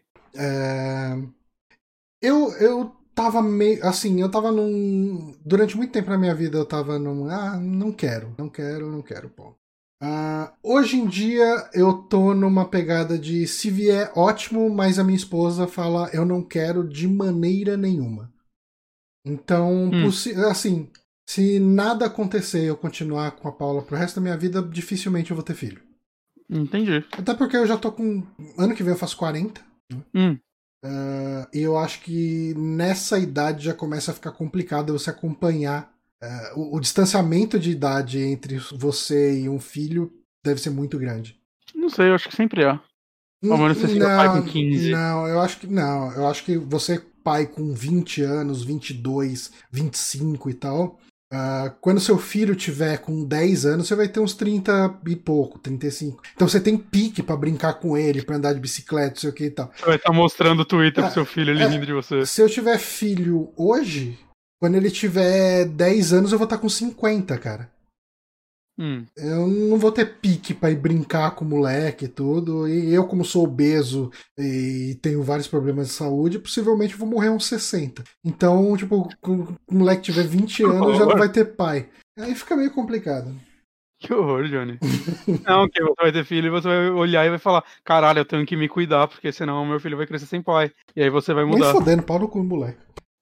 Eu tava meio... Assim, eu tava num... Durante muito tempo na minha vida eu tava num... não quero, pô. Hoje em dia eu tô numa pegada de se vier, ótimo, mas a minha esposa fala eu não quero de maneira nenhuma. Então, assim, se nada acontecer e eu continuar com a Paula pro resto da minha vida, dificilmente eu vou ter filho. Entendi. Até porque eu já tô com... Ano que vem eu faço 40. Né? E eu acho que nessa idade já começa a ficar complicado você acompanhar. O distanciamento de idade entre você e um filho deve ser muito grande. Não sei, eu acho que sempre é. Ao menos você fica pai com 15. Não, eu acho que você pai com 20 anos, 22, 25 e tal, Quando seu filho tiver com 10 anos, você vai ter uns 30 e pouco, 35. Então você tem pique pra brincar com ele, pra andar de bicicleta, não sei o que e tal. Você vai estar mostrando o Twitter pro seu filho, ele rindo de você. Se eu tiver filho hoje, quando ele tiver 10 anos, eu vou estar com 50, cara. Eu não vou ter pique pra ir brincar com o moleque e tudo. E eu, como sou obeso e tenho vários problemas de saúde, possivelmente vou morrer aos 60. Então, tipo, quando o moleque tiver 20 anos, já não vai ter pai. Aí fica meio complicado. Que horror, Johnny. Não, que você vai ter filho e você vai olhar e vai falar: caralho, eu tenho que me cuidar, porque senão meu filho vai crescer sem pai. E aí você vai mudar. Nem fodendo, pau no cu do moleque.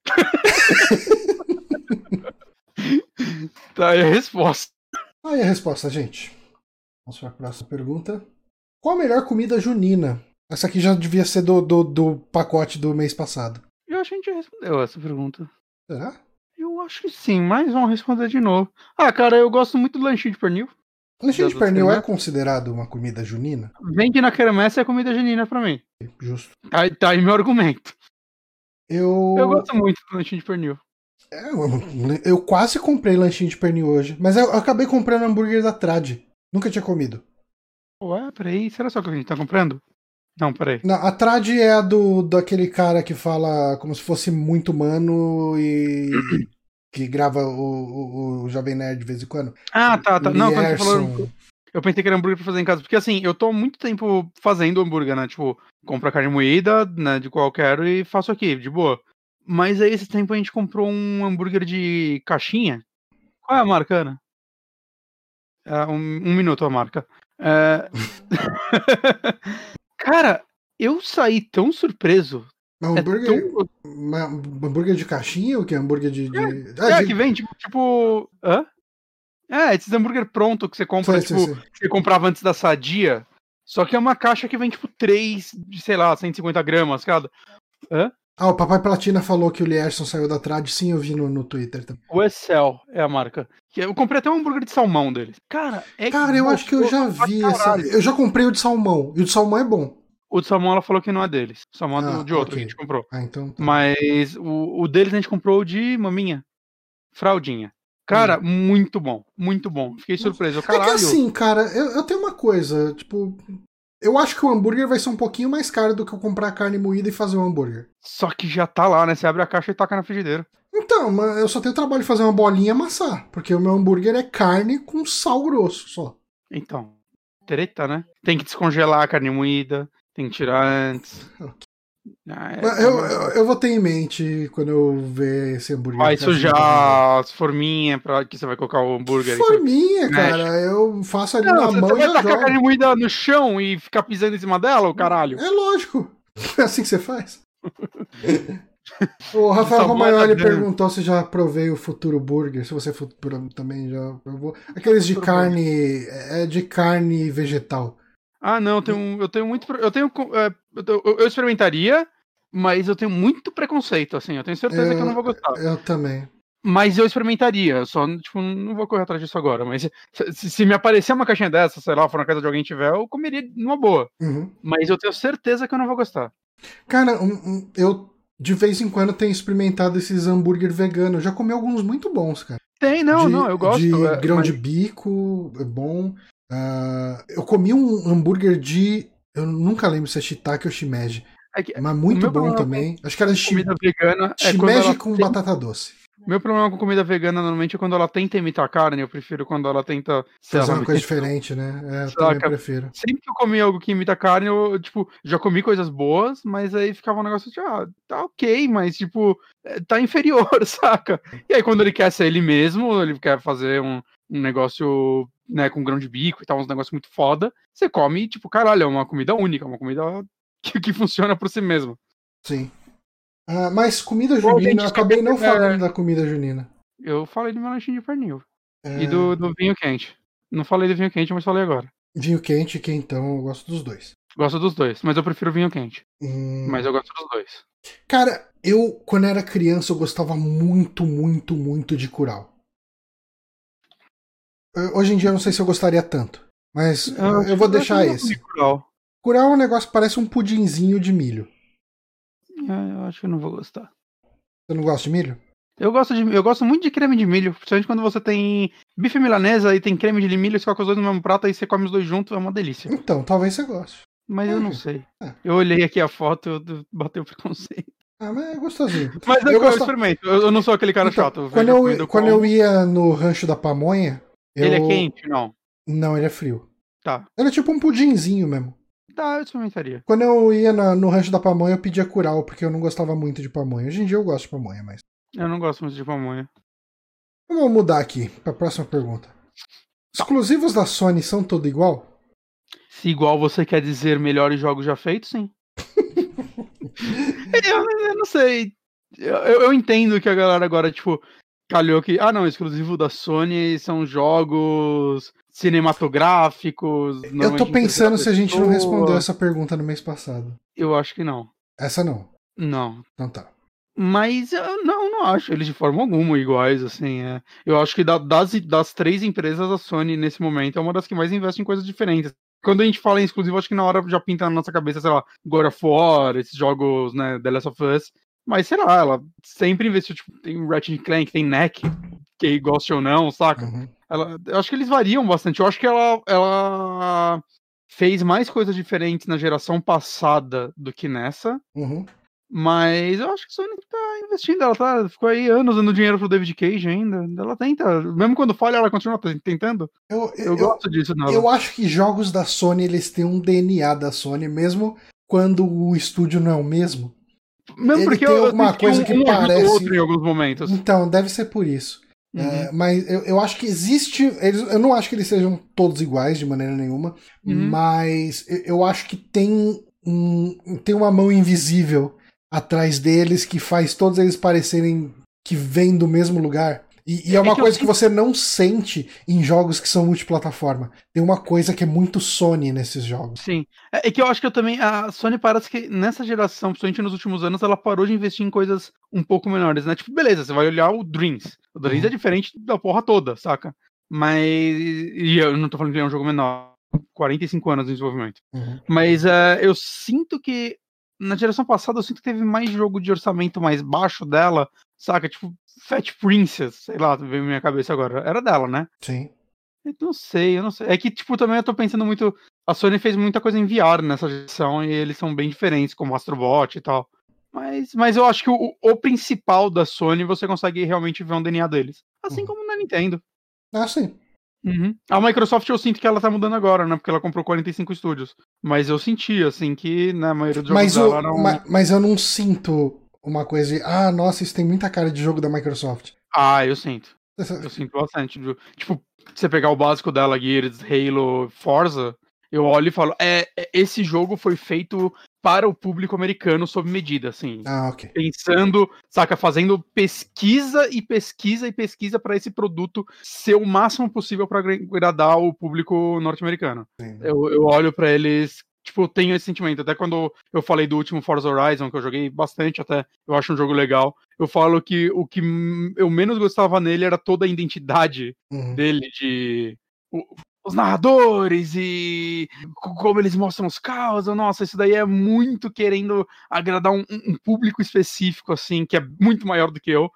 Tá aí a resposta. Aí a resposta, gente. Vamos para a próxima pergunta. Qual a melhor comida junina? Essa aqui já devia ser do pacote do mês passado. Eu acho que a gente já respondeu essa pergunta. Será? Eu acho que sim, mas vamos responder de novo. Cara, eu gosto muito do lanchinho de pernil. Lanchinho de pernil é considerado uma comida junina? Vende na quermesse é comida junina pra mim. Justo. Tá aí meu argumento. Eu gosto muito do lanchinho de pernil. Eu quase comprei lanchinho de pernil hoje, mas eu acabei comprando hambúrguer da Trad. Nunca tinha comido. Ué, peraí, será só que a gente tá comprando? Não, peraí. Não, a Trad é a daquele cara que fala como se fosse muito humano e que grava o Jovem Nerd de vez em quando. Tá. Não, quando você falou... Eu pensei que era hambúrguer pra fazer em casa, porque assim, eu tô há muito tempo fazendo hambúrguer, né? Tipo, compro a carne moída, né, de qualquer e faço aqui, de boa. Mas aí esse tempo a gente comprou um hambúrguer de caixinha. Qual é a marca, Ana? Um minuto a marca. Cara, eu saí tão surpreso. Hambúrguer de caixinha? O que? Hambúrguer de. Que vem, tipo. Hã? Esses hambúrguer pronto que você compra, sei. Que você comprava antes da Sadia. Só que é uma caixa que vem, tipo, 3 de, sei lá, 150 gramas cada. Hã? O Papai Platina falou que o Lierson saiu da Trad, sim, eu vi no Twitter também. O Excel é a marca. Eu comprei até um hambúrguer de salmão deles. Cara, eu acho que eu já vi essa. Eu já comprei o de salmão, e o de salmão é bom. O de salmão ela falou que não é deles. O salmão é de outro que a gente comprou. Então tá. Mas o deles a gente comprou de maminha. Fraldinha. Cara, muito bom. Muito bom. Fiquei surpreso. Caralho. É que assim, cara, eu tenho uma coisa, tipo... Eu acho que o hambúrguer vai ser um pouquinho mais caro do que eu comprar carne moída e fazer um hambúrguer. Só que já tá lá, né? Você abre a caixa e taca na frigideira. Então, mas eu só tenho trabalho de fazer uma bolinha e amassar. Porque o meu hambúrguer é carne com sal grosso só. Então, treta, né? Tem que descongelar a carne moída, tem que tirar antes. Eu vou ter em mente quando eu ver esse hambúrguer. Vai sujar as forminhas pra que você vai colocar o hambúrguer. Forminha, cara. Eu faço ali na mão e vai eu tacar jogo. a carne moída no chão e ficar pisando em cima dela, o caralho? É lógico. É assim que você faz. O Rafael Romagnoli perguntou se já provei o Futuro Burger. Se você também já provou. Aqueles de carne. É de carne vegetal. Não, eu tenho muito. Eu experimentaria, mas eu tenho muito preconceito, assim. Eu tenho certeza que eu não vou gostar. Eu também. Mas eu experimentaria, só, tipo, não vou correr atrás disso agora. Mas se me aparecer uma caixinha dessa, sei lá, for na casa de alguém tiver, eu comeria numa boa. Mas eu tenho certeza que eu não vou gostar. Cara, eu de vez em quando tenho experimentado esses hambúrguer veganos. Eu já comi alguns muito bons, cara. Eu gosto. De grão de bico, é bom. Eu comi um hambúrguer de... Eu nunca lembro se é shiitake ou shimeji. Mas muito bom também. Acho que era comida vegana. Shimeji com batata doce. Meu problema com comida vegana normalmente é quando ela tenta imitar carne. Eu prefiro quando ela tenta fazer uma coisa diferente, né? Eu também prefiro. Sempre que eu comi algo que imita carne, eu, tipo, já comi coisas boas, mas aí ficava um negócio de, tá ok, mas, tipo, tá inferior, saca? E aí quando ele quer ser ele mesmo, ele quer fazer um negócio, né, com grão de bico e tal, uns negócios muito foda, você come, tipo, caralho, é uma comida única, uma comida que funciona por si mesmo. Sim. Mas comida junina, eu acabei não falando da comida junina. Eu falei do meu lanchinho de pernil. E do vinho quente. Não falei do vinho quente, mas falei agora. Vinho quente e quentão, eu gosto dos dois. Gosto dos dois, mas eu prefiro vinho quente. Mas eu gosto dos dois. Cara, quando era criança, eu gostava muito, muito, muito de curau. Hoje em dia eu não sei se eu gostaria tanto. Mas eu vou deixar esse. Curau é um negócio que parece um pudinzinho de milho. Eu acho que eu não vou gostar. Você não gosta de milho? Eu gosto muito de creme de milho, principalmente quando você tem bife milanesa e tem creme de milho, você coloca os dois no mesmo prato e você come os dois juntos, é uma delícia. Então, talvez você goste. Mas eu não sei. Eu olhei aqui a foto e bateu preconceito. Mas é gostosinho. Mas eu experimento, eu não sou aquele cara então, chato. Quando eu ia no rancho da pamonha... Ele é quente? Não. Não, ele é frio. Tá. Ele é tipo um pudinzinho mesmo. Tá, eu experimentaria. Quando eu ia no rancho da pamonha, eu pedia curau, porque eu não gostava muito de pamonha. Hoje em dia eu gosto de pamonha, mas... Eu não gosto muito de pamonha. Vamos mudar aqui pra próxima pergunta. Exclusivos da Sony são tudo igual? Se igual você quer dizer melhores jogos já feitos, sim. eu não sei. Eu entendo que a galera agora, tipo, calhou que... não, exclusivo da Sony são jogos cinematográficos... Eu tô pensando se a gente não respondeu essa pergunta no mês passado. Eu acho que não. Essa não? Não. Então tá. Mas eu não acho eles de forma alguma iguais, assim. Eu acho que das 3 empresas, a Sony, nesse momento, é uma das que mais investe em coisas diferentes. Quando a gente fala em exclusivo, acho que na hora já pinta na nossa cabeça, sei lá, God of War, esses jogos, né, The Last of Us. Mas, sei lá, ela sempre investiu, tipo, tem Ratchet & Clank, tem NEC, que goste ou não, saca? Uhum. Eu acho que eles variam bastante. Eu acho que ela fez mais coisas diferentes na geração passada do que nessa. Uhum. Mas eu acho que a Sony tá investindo, ela ficou aí anos dando dinheiro pro David Cage ainda. Ela tenta, mesmo quando falha, ela continua tentando. Eu gosto disso nela. Eu acho que jogos da Sony, eles têm um DNA da Sony, mesmo quando o estúdio não é o mesmo. Mesmo porque tem alguma coisa que parece outro em alguns momentos. Então, deve ser por isso. Uhum. Mas eu acho que existe... eu não acho que eles sejam todos iguais de maneira nenhuma, mas eu acho que tem uma mão invisível atrás deles que faz todos eles parecerem que vêm do mesmo lugar. E é uma coisa que você não sente em jogos que são multiplataforma. Tem uma coisa que é muito Sony nesses jogos. Sim. É que eu acho que a Sony parece que nessa geração, principalmente nos últimos anos, ela parou de investir em coisas um pouco menores, né? Tipo, beleza, você vai olhar o Dreams. O Dreams é diferente da porra toda, saca? Mas... E eu não tô falando que é um jogo menor. 45 anos de desenvolvimento. Mas eu sinto que na geração passada, eu sinto que teve mais jogo de orçamento mais baixo dela, saca? Tipo, Fat Princess, sei lá, veio na minha cabeça agora. Era dela, né? Sim. Eu não sei. É que, tipo, também eu tô pensando muito... A Sony fez muita coisa em VR nessa geração e eles são bem diferentes, como o Astrobot e tal. Mas eu acho que o principal da Sony, você consegue realmente ver um DNA deles. Assim como na Nintendo. Sim. A Microsoft eu sinto que ela tá mudando agora, né? Porque ela comprou 45 estúdios. Mas eu senti, assim, que na maioria dos jogos dela era mas eu não sinto uma coisa de... nossa, isso tem muita cara de jogo da Microsoft. Eu sinto. Eu sinto bastante. Tipo, você pegar o básico dela, Gears, Halo, Forza, eu olho e falo, esse jogo foi feito para o público americano sob medida, assim. Ok. Pensando, saca, fazendo pesquisa e pesquisa e pesquisa para esse produto ser o máximo possível para agradar o público norte-americano. Eu olho para eles, tipo, eu tenho esse sentimento. Até quando eu falei do último Forza Horizon, que eu joguei bastante até, eu acho um jogo legal, eu falo que o que eu menos gostava nele era toda a identidade dele, de... os narradores e como eles mostram os carros, nossa, isso daí é muito querendo agradar um público específico, assim, que é muito maior do que eu,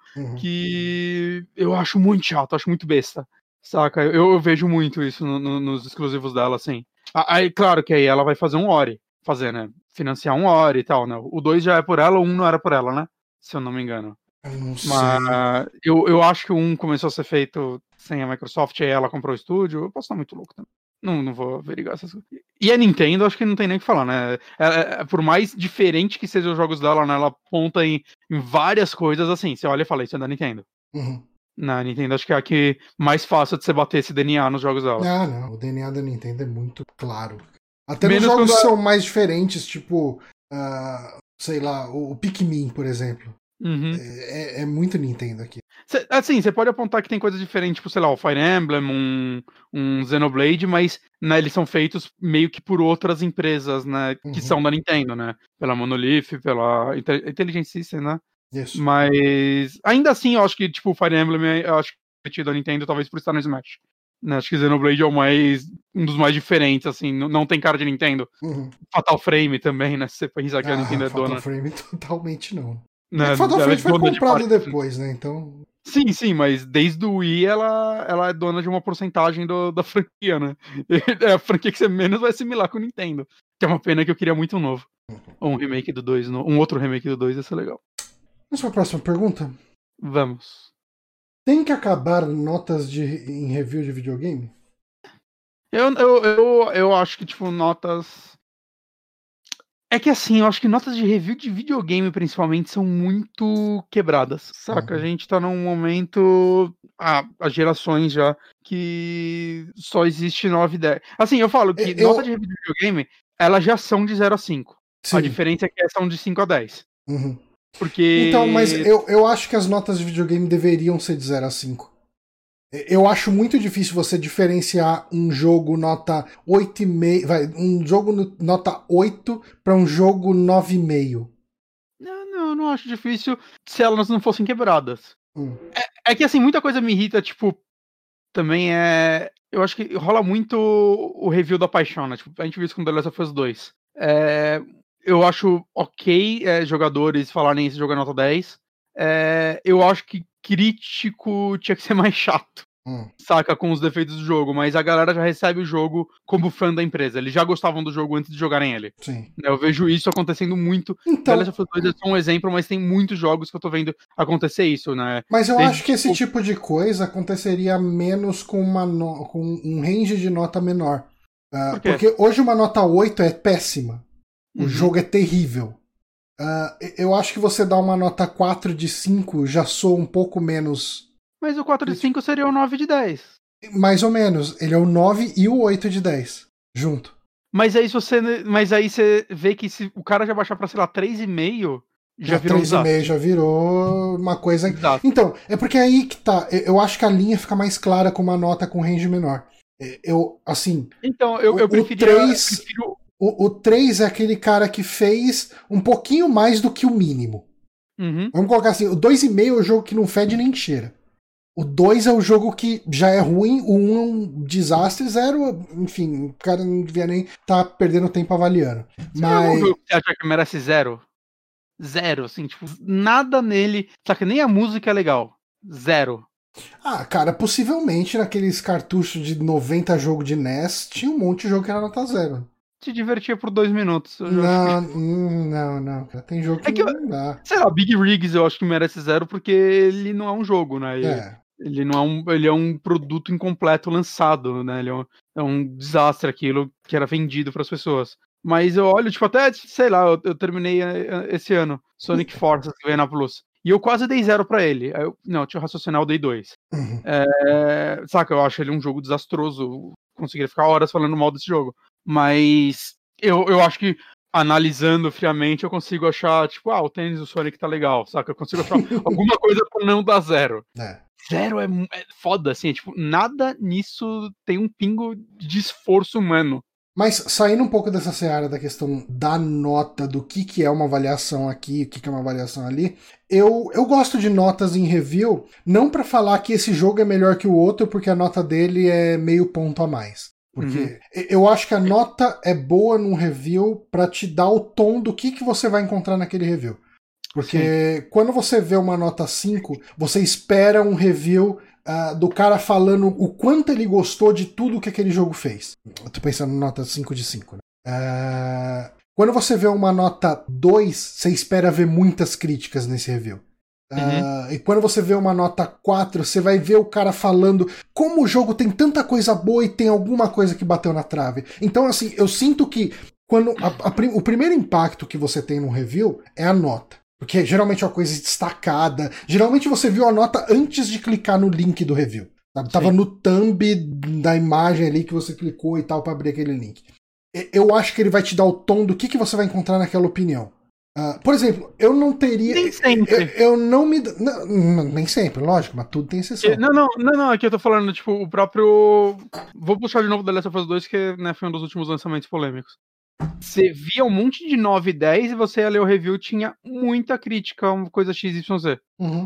que eu acho muito chato, acho muito besta, saca? Eu vejo muito isso nos exclusivos dela, assim. Aí, claro que aí ela vai fazer um Ori, né? Financiar um Ori e tal, né? O 2 já é por ela, o 1 não era por ela, né? Se eu não me engano. Eu não sei. Mas eu acho que o 1 começou a ser feito sem a Microsoft, aí ela comprou o estúdio. Eu posso estar muito louco também. Não vou averiguar essas coisas. E a Nintendo, acho que não tem nem o que falar, né? Por mais diferente que sejam os jogos dela, né? Ela aponta em várias coisas assim. Você olha e fala, isso é da Nintendo. Na Nintendo, acho que é a que mais fácil de você bater esse DNA nos jogos dela. Não. O DNA da Nintendo é muito claro. Até nos jogos que são mais diferentes, tipo, sei lá, o Pikmin, por exemplo. É muito Nintendo aqui. Assim, você pode apontar que tem coisas diferentes, tipo, sei lá, o Fire Emblem, um Xenoblade, mas né, eles são feitos meio que por outras empresas, né, que são da Nintendo, né? Pela Monolith, pela Intelligent System, né? Isso. Mas ainda assim, eu acho que, tipo, o Fire Emblem, eu acho que é da Nintendo, talvez por estar no Smash. Né, acho que Xenoblade é um dos mais diferentes, assim, não tem cara de Nintendo. Fatal Frame também, né? Se você pensar que a Nintendo é dona. Fatal Frame totalmente não. Né, Fatal Frame foi comprado depois, né? Então. Sim, mas desde o Wii ela é dona de uma porcentagem da franquia, né? É a franquia que você menos vai assimilar com o Nintendo. Que é uma pena que eu queria muito um novo. Ou um remake do 2, um outro remake do 2 ia ser legal. Vamos para a próxima pergunta? Vamos. Tem que acabar notas em review de videogame? Eu acho que, tipo, notas... É que assim, eu acho que notas de review de videogame, principalmente, são muito quebradas, saca? A gente tá num momento, há gerações já, que só existe 9 e 10. Assim, eu falo que nota de review de videogame, elas já são de 0 a 5. Sim. A diferença é que são de 5 a 10. Uhum. Porque... Então, mas eu acho que as notas de videogame deveriam ser de 0 a 5. Eu acho muito difícil você diferenciar um jogo nota 8,5, um jogo nota 8 para um jogo 9,5. Não acho difícil se elas não fossem quebradas. É que assim, muita coisa me irrita, tipo, também é... Eu acho que rola muito o review da paixão, né? Tipo, a gente viu isso com The Last of Us 2. Eu acho ok jogadores falarem esse jogo é nota 10. Eu acho que crítico tinha que ser mais chato. Saca, com os defeitos do jogo, mas a galera já recebe o jogo como fã da empresa. Eles já gostavam do jogo antes de jogarem ele. Sim. Eu vejo isso acontecendo muito. Então, The Last of Us 2 é só um exemplo, mas tem muitos jogos que eu tô vendo acontecer isso, né? Mas eu acho que esse tipo de coisa aconteceria menos com com um range de nota menor. Porque hoje uma nota 8 é péssima. O jogo é terrível. Eu acho que você dá uma nota 4 de 5 já soa um pouco menos... Mas o 4 de 5 seria o 9 de 10. Mais ou menos. Ele é o 9 e o 8 de 10. Junto. Mas aí você vê que se o cara já baixar pra, sei lá, 3,5, já virou 3,5 já virou uma coisa... Exato. Então, é porque aí que tá. Eu acho que a linha fica mais clara com uma nota com range menor. Assim... Então, eu prefiro... O 3 é aquele cara que fez um pouquinho mais do que o mínimo. Vamos colocar assim, o 2,5 é o jogo que não fede nem cheira. O 2 é o jogo que já é ruim, o 1 é um desastre, 0, enfim, o cara não devia nem estar perdendo tempo avaliando. Mas... Você acha que merece 0? 0, assim, tipo, nada nele, saca, nem a música é legal. 0. Cara, possivelmente naqueles cartuchos de 90 jogo de NES, tinha um monte de jogo que era nota 0. Te divertia por 2 minutos. Não, cara. Tem jogo que não dá. Sei lá, Big Rigs eu acho que merece 0 porque ele não é um jogo, né? Ele não ele é um produto incompleto lançado, né? Ele é um desastre aquilo que era vendido para as pessoas. Mas eu olho, tipo, até, sei lá, eu terminei esse ano Sonic Forces que veio na Plus. E eu quase dei 0 pra ele. Não, tinha raciocinar, eu dei 2. Saca, eu acho ele um jogo desastroso. Conseguiria ficar horas falando mal desse jogo. Mas eu acho que, analisando friamente, eu consigo achar, tipo, o tênis do Sonic tá legal, saca? Eu consigo achar alguma coisa pra não dar 0. 0 é foda, assim, tipo, nada nisso tem um pingo de esforço humano. Mas saindo um pouco dessa seara da questão da nota, do que é uma avaliação aqui, o que é uma avaliação ali, eu gosto de notas em review, não para falar que esse jogo é melhor que o outro, porque a nota dele é meio ponto a mais. Porque eu acho que a nota é boa num review para te dar o tom do que você vai encontrar naquele review. Porque quando você vê uma nota 5, você espera um review do cara falando o quanto ele gostou de tudo que aquele jogo fez. Eu tô pensando em nota 5 de 5, né? Quando você vê uma nota 2, você espera ver muitas críticas nesse review. E quando você vê uma nota 4, você vai ver o cara falando como o jogo tem tanta coisa boa e tem alguma coisa que bateu na trave. Então, assim, eu sinto que quando o primeiro impacto que você tem no review é a nota. Porque geralmente é uma coisa destacada. Geralmente você viu a nota antes de clicar no link do review. Tava no thumb da imagem ali que você clicou e tal pra abrir aquele link. Eu acho que ele vai te dar o tom do que você vai encontrar naquela opinião. Por exemplo, eu não teria... Nem sempre. Eu não me... Não, nem sempre, lógico, mas tudo tem exceção. Não, aqui eu tô falando, tipo, o próprio... Vou puxar de novo The Last of Us 2, que, né, foi um dos últimos lançamentos polêmicos. Você via um monte de 9 e 10 e você ia ler o review, tinha muita crítica, uma coisa XYZ.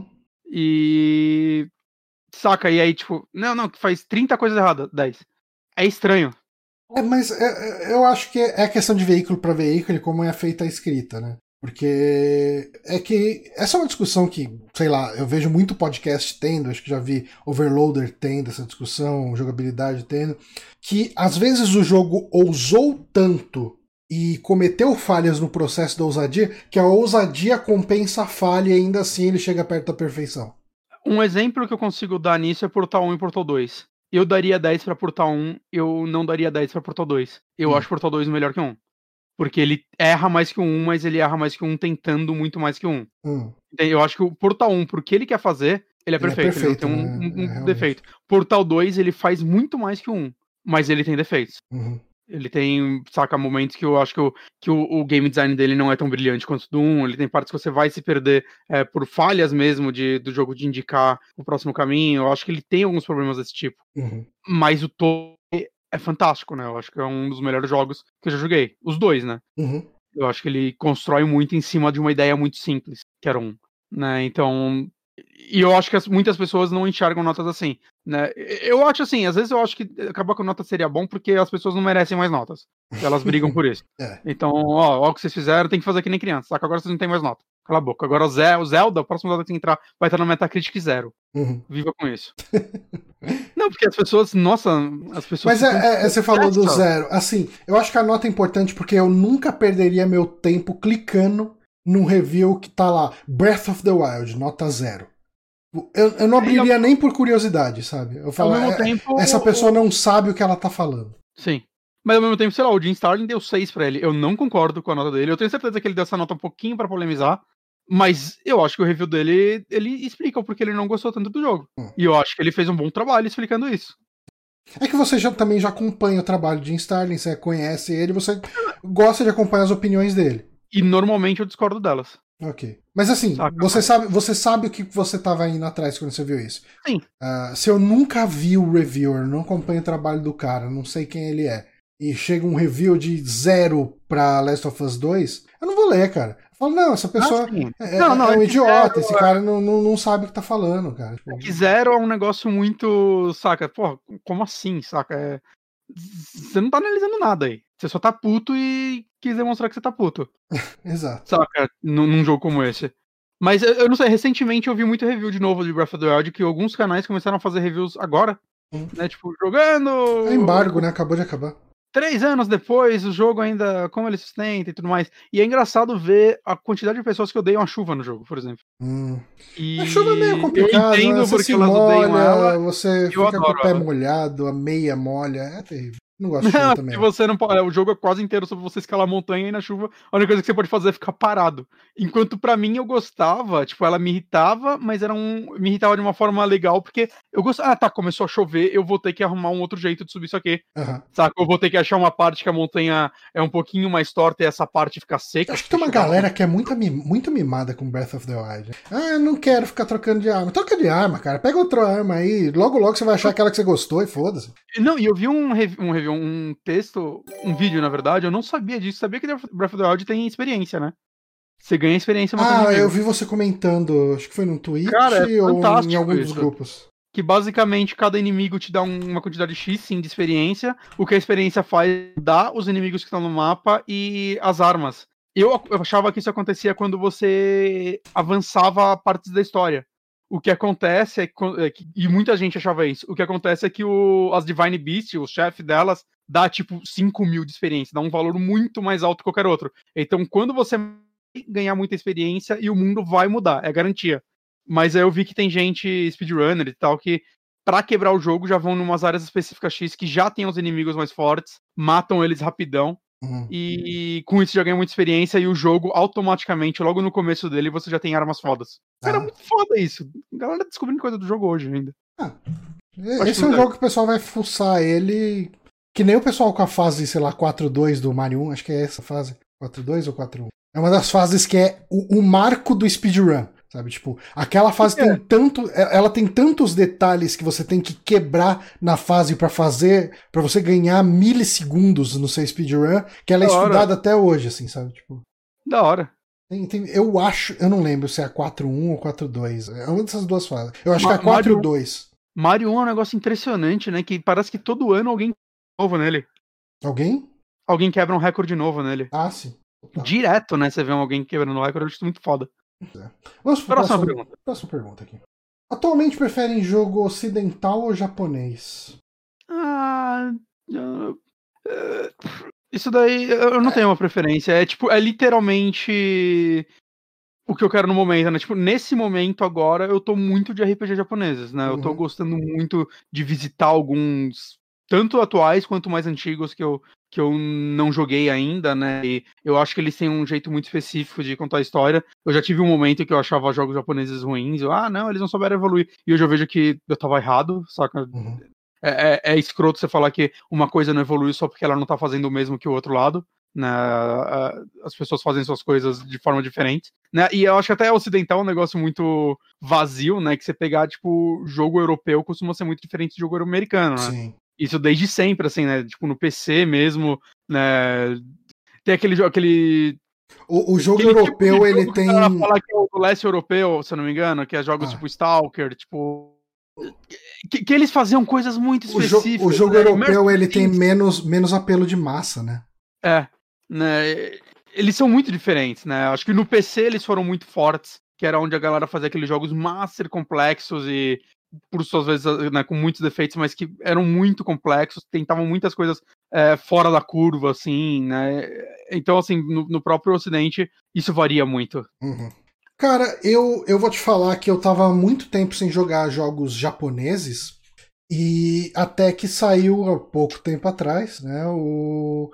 E... Saca, e aí, tipo, não, que faz 30 coisas erradas, 10. É estranho. Mas eu acho que é questão de veículo para veículo e como é feita a escrita, né? Porque é que essa é uma discussão que, sei lá, eu vejo muito podcast tendo, acho que já vi Overloader tendo essa discussão, jogabilidade tendo, que às vezes o jogo ousou tanto e cometeu falhas no processo da ousadia, que a ousadia compensa a falha e ainda assim ele chega perto da perfeição. Um exemplo que eu consigo dar nisso é Portal 1 e Portal 2. Eu daria 10 pra Portal 1, eu não daria 10 pra Portal 2. Eu acho Portal 2 melhor que 1. Porque ele erra mais que o 1, mas ele erra mais que o 1 tentando muito mais que o 1. Eu acho que o Portal 1, pro que ele quer fazer, ele é perfeito. Ele não tem um defeito. Portal 2, ele faz muito mais que o 1, mas ele tem defeitos. Ele tem, saca, momentos que eu acho que o game design dele não é tão brilhante quanto o do 1. Ele tem partes que você vai se perder por falhas mesmo do jogo de indicar o próximo caminho. Eu acho que ele tem alguns problemas desse tipo. Mas o todo é fantástico, né? Eu acho que é um dos melhores jogos que eu já joguei. Os dois, né? Eu acho que ele constrói muito em cima de uma ideia muito simples, que era né? Então... E eu acho que muitas pessoas não enxergam notas assim, né? Eu acho assim, às vezes eu acho que acabar com nota seria bom porque as pessoas não merecem mais notas. Elas brigam por isso. Então, ó, o que vocês fizeram, tem que fazer que nem criança, saca? Agora vocês não tem mais nota. Cala a boca. Agora o Zelda, o próximo Zelda que entrar, vai estar no Metacritic 0. Viva com isso. Não, porque as pessoas, nossa, as pessoas... Mas você falou do 0. Assim, eu acho que a nota é importante porque eu nunca perderia meu tempo clicando num review que tá lá, Breath of the Wild, nota 0. Eu não abriria nem por curiosidade, sabe? Eu falo, essa pessoa não sabe o que ela tá falando. Sim. Mas ao mesmo tempo, sei lá, o Jim Starlin deu 6 pra ele. Eu não concordo com a nota dele. Eu tenho certeza que ele deu essa nota um pouquinho pra polemizar. Mas eu acho que o review dele, ele explica o porquê ele não gostou tanto do jogo. E eu acho que ele fez um bom trabalho explicando isso. É que você também já acompanha o trabalho de Jim Starlin, você conhece ele, você gosta de acompanhar as opiniões dele. E normalmente eu discordo delas. Ok. Mas assim, você sabe o que você estava indo atrás quando você viu isso. Sim. Se eu nunca vi o reviewer, não acompanho o trabalho do cara, não sei quem ele é, e chega um review de 0 pra Last of Us 2, eu não vou ler, cara. Eu falo, não, essa pessoa é um idiota, esse cara não sabe o que tá falando, cara. Tipo, que 0 é um negócio muito, saca? Porra, como assim, saca? Você não tá analisando nada aí. Você só tá puto e quis demonstrar que você tá puto. Exato. Saca? Num jogo como esse. Mas eu não sei, recentemente eu vi muito review de novo de Breath of the Wild, que alguns canais começaram a fazer reviews agora, né? Tipo, jogando... É embargo, né? Acabou de acabar. 3 anos depois, o jogo ainda, como ele sustenta e tudo mais. E é engraçado ver a quantidade de pessoas que odeiam a chuva no jogo, por exemplo. A chuva é meio complicado, eu entendo né? Você porque se elas odeiam molha, ela. você fica com o pé molhado, a meia molha, é terrível. Não gosto de chuva também. Você não pode, o jogo é quase inteiro sobre você escalar a montanha e na chuva a única coisa que você pode fazer é ficar parado. Enquanto pra mim eu gostava, tipo, ela me irritava, mas me irritava de uma forma legal, porque eu gostava, começou a chover, eu vou ter que arrumar um outro jeito de subir isso aqui. Saca? Eu vou ter que achar uma parte que a montanha é um pouquinho mais torta e essa parte fica seca. Acho que tem uma galera que é muito mimada com Breath of the Wild. Eu não quero ficar trocando de arma. Troca de arma, cara. Pega outra arma aí. Logo você vai achar aquela que você gostou e foda-se. Não, e eu vi um texto, um vídeo, na verdade, eu não sabia disso. Sabia que Breath of the Wild tem experiência, né? Você ganha experiência matando eu vi você comentando, acho que foi no Twitch ou em algum dos grupos. Que basicamente cada inimigo te dá uma quantidade X, sim, de experiência. O que a experiência faz dá os inimigos que estão no mapa e as armas. Eu achava que isso acontecia quando você avançava partes da história. O que acontece e muita gente achava isso, o que acontece é que as Divine Beast, o chefe delas, dá tipo 5.000 de experiência, dá um valor muito mais alto que qualquer outro. Então quando você ganhar muita experiência e o mundo vai mudar, é garantia. Mas aí eu vi que tem gente, speedrunner e tal, que pra quebrar o jogo já vão numas áreas específicas X que já tem os inimigos mais fortes, matam eles rapidão, e com isso já ganha muita experiência e o jogo automaticamente, logo no começo dele, você já tem armas fodas. Cara, é muito foda isso. A galera descobrindo coisa do jogo hoje ainda. Esse é um jogo que o pessoal vai fuçar ele, que nem o pessoal com a fase, sei lá, 4.2 do Mario 1, acho que é essa fase, 4.2 ou 4.1. É uma das fases que é o marco do speedrun. Sabe, tipo, aquela fase ela tem tantos detalhes que você tem que quebrar na fase pra você ganhar milissegundos no seu speedrun, que ela é estudada até hoje, assim, sabe, tipo. Da hora. Eu não lembro se é a 4.1 ou 4.2, é uma dessas duas fases. Eu acho que é a 4.2. Mario 1 é um negócio impressionante, né, que parece que todo ano alguém novo nele. Alguém? Alguém quebra um recorde novo nele. Ah, sim. Direto, né? Você vê alguém quebrando o recorde, eu acho muito foda. Vamos para a próxima pergunta aqui. Atualmente preferem jogo ocidental ou japonês? Isso daí, eu não tenho uma preferência. É literalmente o que eu quero no momento, né? Tipo, nesse momento agora, eu tô muito de RPG japoneses, né? Eu tô gostando muito de visitar alguns, tanto atuais quanto mais antigos, que eu não joguei ainda, né? E eu acho que eles têm um jeito muito específico de contar a história. Eu já tive um momento que eu achava jogos japoneses ruins. Não, eles não souberam evoluir. E hoje eu vejo que eu tava errado, saca? É escroto você falar que uma coisa não evolui só porque ela não tá fazendo o mesmo que o outro lado. Né? As pessoas fazem suas coisas de forma diferente, né? E eu acho que até ocidental é um negócio muito vazio, né? Que você pegar, tipo, jogo europeu costuma ser muito diferente de jogo americano, né? Sim. Isso desde sempre, assim, né? Tipo, no PC mesmo, né? Tem aquele jogo, O jogo europeu, tipo ele tem... Que fala que é o leste europeu, se eu não me engano, que é jogos tipo Stalker, tipo... Que eles faziam coisas muito específicas. O jogo europeu, ele tem menos apelo de massa, né? Né? Eles são muito diferentes, né? Acho que no PC eles foram muito fortes, que era onde a galera fazia aqueles jogos master complexos e, por suas vezes, né, com muitos defeitos, mas que eram muito complexos, tentavam muitas coisas fora da curva, assim, né? Então, assim, no próprio Ocidente, isso varia muito. Cara, eu vou te falar que eu tava há muito tempo sem jogar jogos japoneses, e até que saiu há pouco tempo atrás, né, o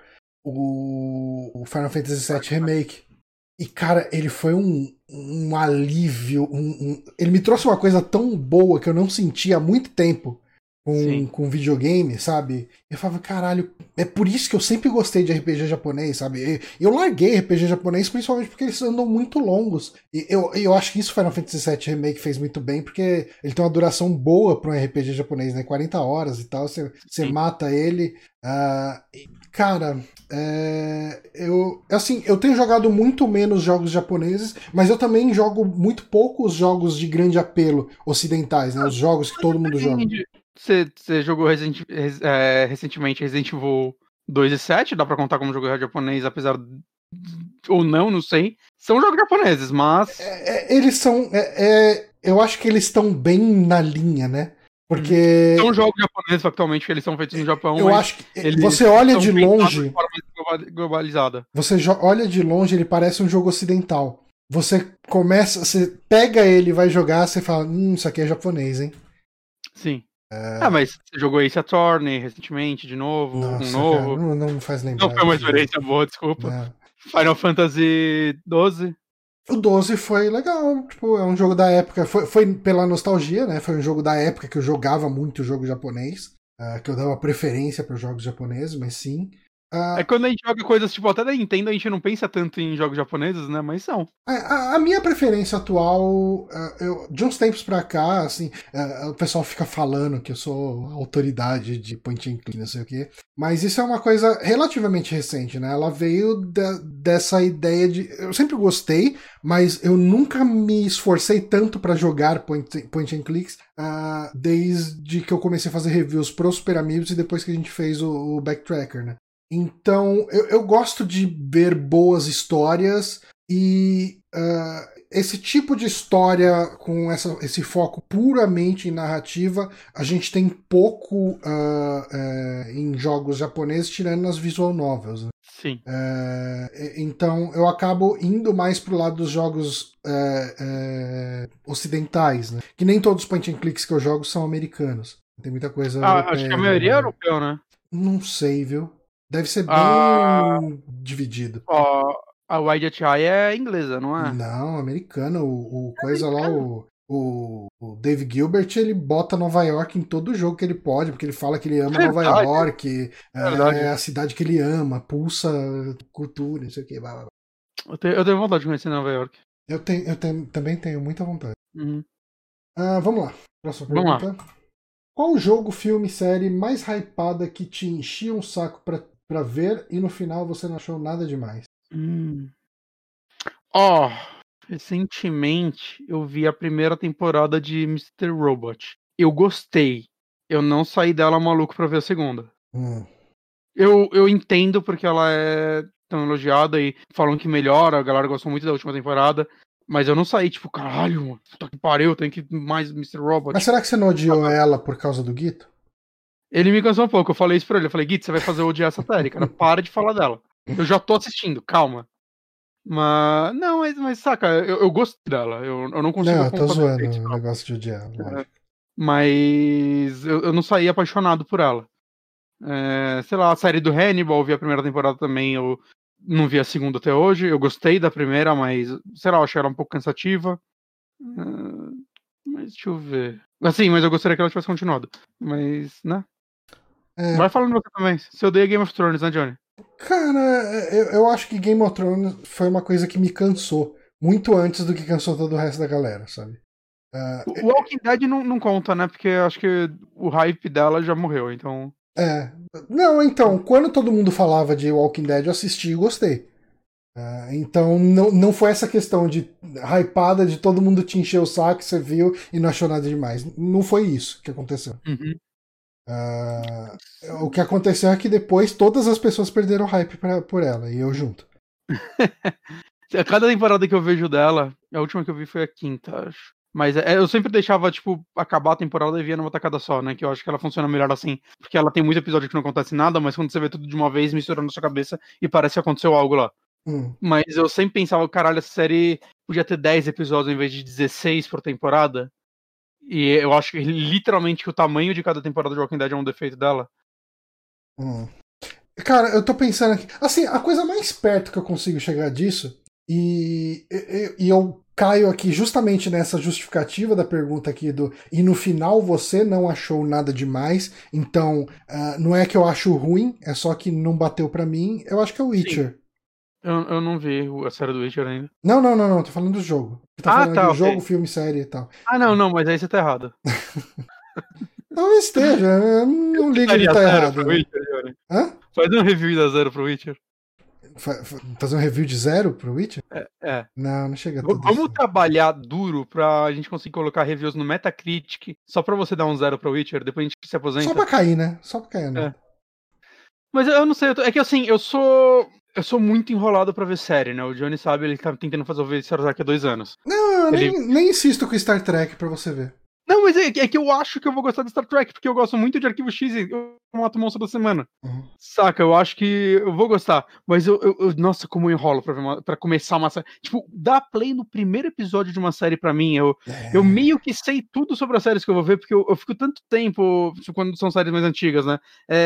Final Fantasy VII Remake. E, cara, ele foi um alívio, ele me trouxe uma coisa tão boa que eu não sentia há muito tempo com videogame, sabe? Eu falava, caralho, é por isso que eu sempre gostei de RPG japonês, sabe? Eu larguei RPG japonês principalmente porque eles andam muito longos. E eu acho que isso Final Fantasy VII Remake fez muito bem, porque ele tem uma duração boa para um RPG japonês, né? 40 horas e tal, você mata ele. Cara, eu tenho jogado muito menos jogos japoneses, mas eu também jogo muito poucos jogos de grande apelo ocidentais, né? Os jogos que todo mundo joga. Você jogou recentemente Resident Evil 2 e 7? Dá pra contar como jogo japonês, apesar ou não sei. São jogos japoneses, mas... Eles são... eu acho que eles estão bem na linha, né? Porque... São jogos japoneses, factualmente, que eles são feitos no Japão, eu acho que você olha de longe... globalizada. Você olha de longe, ele parece um jogo ocidental. Você pega ele e vai jogar, você fala, isso aqui é japonês, hein? Sim. Mas você jogou Ace Attorney recentemente, de novo, Nossa, novo. Cara, não me faz lembrar. Não foi uma experiência boa, desculpa. Não. Final Fantasy 12. O 12 foi legal, tipo, é um jogo da época, foi pela nostalgia, né? Foi um jogo da época que eu jogava muito jogo japonês, que eu dava preferência para os jogos japoneses, mas sim. Quando a gente joga coisas tipo até da Nintendo, a gente não pensa tanto em jogos japoneses, né? Mas são. A minha preferência atual, de uns tempos pra cá, assim, o pessoal fica falando que eu sou autoridade de point and click, não sei o quê. Mas isso é uma coisa relativamente recente, né? Ela veio dessa ideia de... Eu sempre gostei, mas eu nunca me esforcei tanto para jogar point and clicks desde que eu comecei a fazer reviews pro Super Amigos e depois que a gente fez o Backtracker, né? Então, eu gosto de ver boas histórias e esse tipo de história com esse foco puramente em narrativa, a gente tem pouco em jogos japoneses, tirando nas visual novels. Né? Sim. Então, eu acabo indo mais pro lado dos jogos ocidentais, né? Que nem todos os point and clicks que eu jogo são americanos. Tem muita coisa europeia. Acho que a maioria é europeu, né? Não sei, viu? Deve ser bem dividido. A Wide Eye é inglesa, não é? Não, americana. Coisa lá, o Dave Gilbert, ele bota Nova York em todo jogo que ele pode, porque ele fala que ele ama Nova York, é a cidade que ele ama, pulsa cultura, não sei o que. Blá, blá. Eu tenho vontade de conhecer Nova York. Eu também tenho muita vontade. Uhum. Vamos lá. Próxima pergunta. Qual jogo, filme, série mais hypada que te enchia um saco pra ver e no final você não achou nada demais? Recentemente eu vi a primeira temporada de Mr. Robot. Eu gostei. Eu não saí dela maluco pra ver a segunda. Eu entendo porque ela é tão elogiada e falam que melhora, a galera gostou muito da última temporada. Mas eu não saí, tipo, caralho, mano, puta que pariu, tem que ir mais Mr. Robot. Mas será que você não odiou ela por causa do Gito? Ele me cansou um pouco, eu falei isso pra ele, eu falei, Gito, você vai fazer eu odiar essa série, cara, para de falar dela. Eu já tô assistindo, calma. Mas, não, mas saca, eu gosto dela, eu não consigo... Não, eu tô zoando o negócio de odiar, lógico. Mas eu não saí apaixonado por ela. Sei lá, a série do Hannibal, eu vi a primeira temporada também, eu não vi a segunda até hoje, eu gostei da primeira, mas, sei lá, eu achei ela um pouco cansativa. Mas deixa eu ver. Assim, mas eu gostaria que ela tivesse continuado. Mas, né? Vai falando você também. Você odeia Game of Thrones, né, Johnny? Cara, eu acho que Game of Thrones foi uma coisa que me cansou. Muito antes do que cansou todo o resto da galera, sabe? O Walking Dead não conta, né? Porque acho que o hype dela já morreu, então... Não, então, quando todo mundo falava de Walking Dead, eu assisti e gostei. Então não foi essa questão de hypada de todo mundo te encher o saco, você viu e não achou nada demais. Não foi isso que aconteceu. Uhum. O que aconteceu é que depois todas as pessoas perderam hype por ela, e eu junto. A cada temporada que eu vejo dela, a última que eu vi foi a quinta, acho. Mas eu sempre deixava, tipo, acabar a temporada e via numa tacada só, né? Que eu acho que ela funciona melhor assim. Porque ela tem muito episódio que não acontece nada, mas quando você vê tudo de uma vez, mistura na sua cabeça e parece que aconteceu algo lá. Mas eu sempre pensava, caralho, essa série podia ter 10 episódios em vez de 16 por temporada. E eu acho que literalmente que o tamanho de cada temporada de Walking Dead é um defeito dela. Cara, eu tô pensando aqui. Assim, a coisa mais perto que eu consigo chegar disso, e eu caio aqui justamente nessa justificativa da pergunta aqui do. E no final você não achou nada demais, então não é que eu acho ruim, é só que não bateu pra mim. Eu acho que é o Witcher. Sim. Eu não vi a série do Witcher ainda. Não, tô falando do jogo. Tá falando tá, do okay. jogo, filme, série e tal. Não, mas aí você tá errado. Talvez esteja, eu não ligo de estar errado. Pro Witcher, hã? Faz um review da 0 pro Witcher. Fazer um review de 0 pro Witcher? Não chega a tudo Vamos assim. Trabalhar duro pra gente conseguir colocar reviews no Metacritic, só pra você dar um 0 pro Witcher, depois a gente se aposenta. Só pra cair, né? Só pra cair, né? Mas eu não sei, é que assim, eu sou muito enrolado pra ver série, né? O Johnny sabe, ele tá tentando fazer o Star Trek há 2 anos. Não, nem insisto com Star Trek pra você ver. Não, mas é que eu acho que eu vou gostar de Star Trek, porque eu gosto muito de Arquivo X e eu mato o monstro da semana. Saca, eu acho que eu vou gostar. Mas nossa, como eu enrolo pra começar uma série. Tipo, dá play no primeiro episódio de uma série pra mim. Eu meio que sei tudo sobre as séries que eu vou ver, porque eu fico tanto tempo, quando são séries mais antigas, né?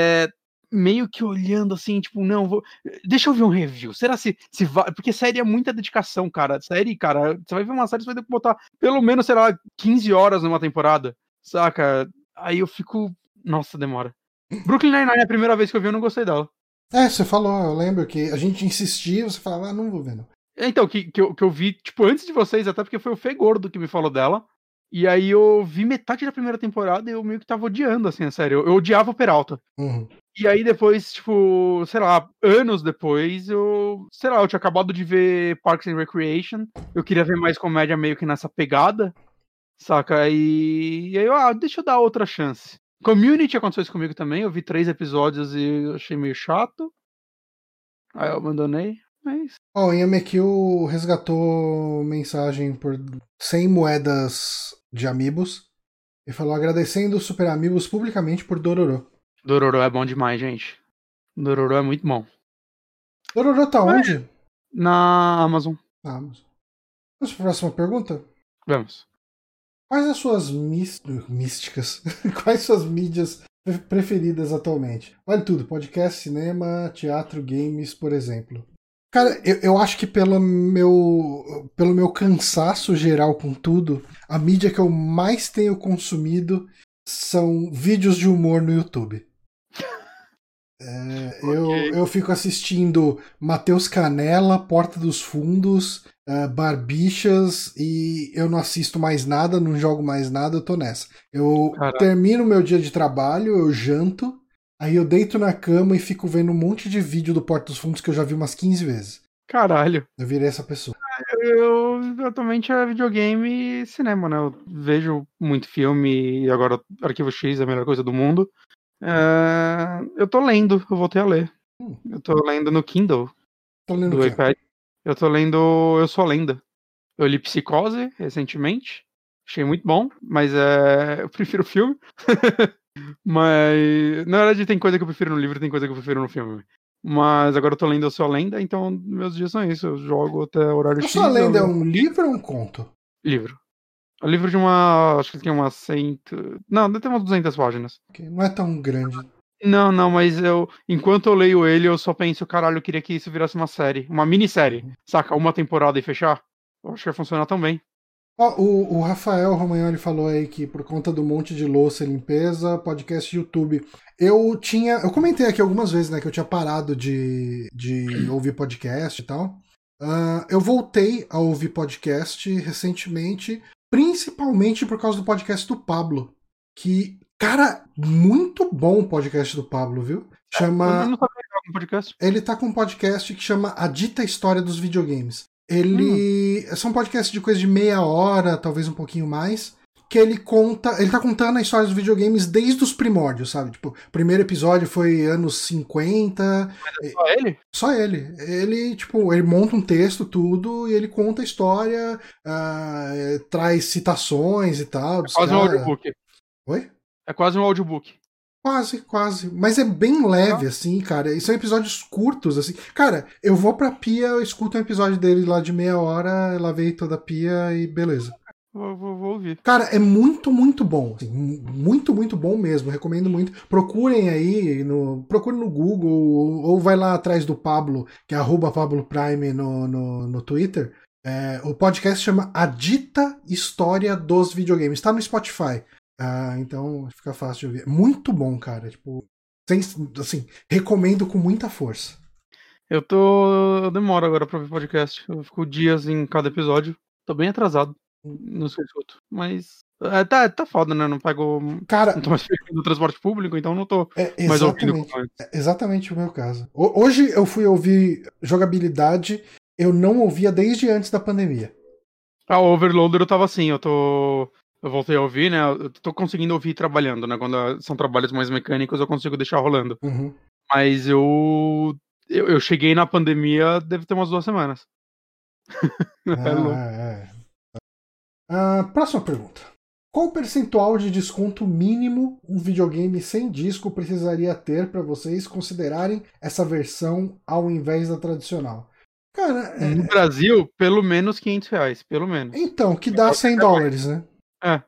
Meio que olhando assim, tipo, não, deixa eu ver um review. Será se vai? Porque série é muita dedicação, cara. Série, cara, você vai ver uma série, você vai ter que botar pelo menos, sei lá, 15 horas numa temporada, saca? Aí eu fico, nossa, demora. Brooklyn Nine-Nine, a primeira vez que eu vi, eu não gostei dela. Você falou, eu lembro que a gente insistia, você falava, não vou ver, não. Então, que eu vi, tipo, antes de vocês, até porque foi o Fê Gordo que me falou dela. E aí eu vi metade da primeira temporada e eu meio que tava odiando, assim, a série. Eu odiava o Peralta. E aí depois, tipo, sei lá, anos depois, eu tinha acabado de ver Parks and Recreation, eu queria ver mais comédia meio que nessa pegada, saca? E aí eu, deixa eu dar outra chance. Community aconteceu isso comigo também, eu vi 3 episódios e eu achei meio chato, aí eu abandonei, mas... O Yamekill resgatou mensagem por 100 moedas de Amiibos e falou agradecendo os Super Amiibos publicamente por Dororo. Dororo é bom demais, gente. Dororo é muito bom. Dororo tá onde? Na Amazon. Na Amazon. Vamos pra próxima pergunta? Vamos. Quais as suas místicas? Quais suas mídias preferidas atualmente? Vale tudo, podcast, cinema, teatro, games, por exemplo. Cara, eu acho que pelo meu cansaço geral com tudo, a mídia que eu mais tenho consumido são vídeos de humor no YouTube. Eu fico assistindo Matheus Canella, Porta dos Fundos, Barbixas, e eu não assisto mais nada, não jogo mais nada, eu tô nessa. Eu termino meu dia de trabalho, eu janto, aí eu deito na cama e fico vendo um monte de vídeo do Porta dos Fundos que eu já vi umas 15 vezes. Caralho. Eu virei essa pessoa. Eu atualmente é videogame e cinema, né? Eu vejo muito filme e agora Arquivo X é a melhor coisa do mundo. Eu tô lendo, eu voltei a ler. Eu tô lendo no Kindle. Tá lendo do o quê? iPad. Eu tô lendo Eu Sou a Lenda. Eu li Psicose recentemente. Achei muito bom, mas eu prefiro o filme. Mas, na verdade, tem coisa que eu prefiro no livro, tem coisa que eu prefiro no filme. Mas agora eu tô lendo Eu Sou a Lenda, então meus dias são isso. Eu jogo até horário Eu Sou a X, eu Lenda é leio um livro ou um conto? livro. É um livro de uma. Acho que tem umas 100. Não, deve ter umas 200 páginas. Que não é tão grande. Não, não, mas enquanto eu leio ele, eu só penso, caralho, eu queria que isso virasse uma série. Uma minissérie. Saca? Uma temporada e fechar. Eu acho que ia funcionar tão bem. Ó, o Rafael Romagnoli falou aí que por conta do monte de louça e limpeza, podcast YouTube. Eu comentei aqui algumas vezes, né, que eu tinha parado de ouvir podcast e tal. Eu voltei a ouvir podcast recentemente, principalmente por causa do podcast do Pablo. Que, cara, muito bom o podcast do Pablo, viu? Eu não Chama. sabia que era um podcast. Ele tá com um podcast que chama A Dita História dos Videogames. Hum. São podcasts de coisa de meia hora, talvez um pouquinho mais, que ele tá contando a história dos videogames desde os primórdios, sabe? Tipo, o primeiro episódio foi anos 50. Mas é só ele? Só ele. Ele monta um texto, tudo, e ele conta a história, traz citações e tal dos Quase um caras. audiobook. Oi? É quase um audiobook. Quase, quase. Mas é bem leve, assim, cara. E são episódios curtos, assim. Cara, eu vou pra pia, eu escuto um episódio dele lá de meia hora, lavei toda a pia e beleza. Vou ouvir. Cara, é muito, muito bom. Assim, muito, muito bom mesmo. Recomendo muito. Procurem aí, procure no Google ou vai lá atrás do Pablo, que é @PabloPrime no Twitter. O podcast chama A Dita História dos Videogames. Tá no Spotify. Então fica fácil de ouvir. Muito bom, cara. Tipo, assim, recomendo com muita força. Eu demoro agora pra ouvir podcast. Eu fico dias em cada episódio. Tô bem atrasado. Não sei escuto. Mas. Tá foda, né? Não pego. Cara, Não tô mais pegando transporte público, então não tô é mais ouvindo exatamente, como antes. é exatamente o meu caso. Hoje eu fui ouvir jogabilidade, eu não ouvia desde antes da pandemia. O Overloader eu tava assim, eu voltei a ouvir, né? Eu tô conseguindo ouvir trabalhando, né? Quando são trabalhos mais mecânicos, eu consigo deixar rolando. Uhum. Mas eu cheguei na pandemia, deve ter umas 2 semanas. É louco. Próxima pergunta. Qual o percentual de desconto mínimo um videogame sem disco precisaria ter para vocês considerarem essa versão ao invés da tradicional? Cara, No Brasil, pelo menos R$500, pelo menos. então, que dá $100, né? É.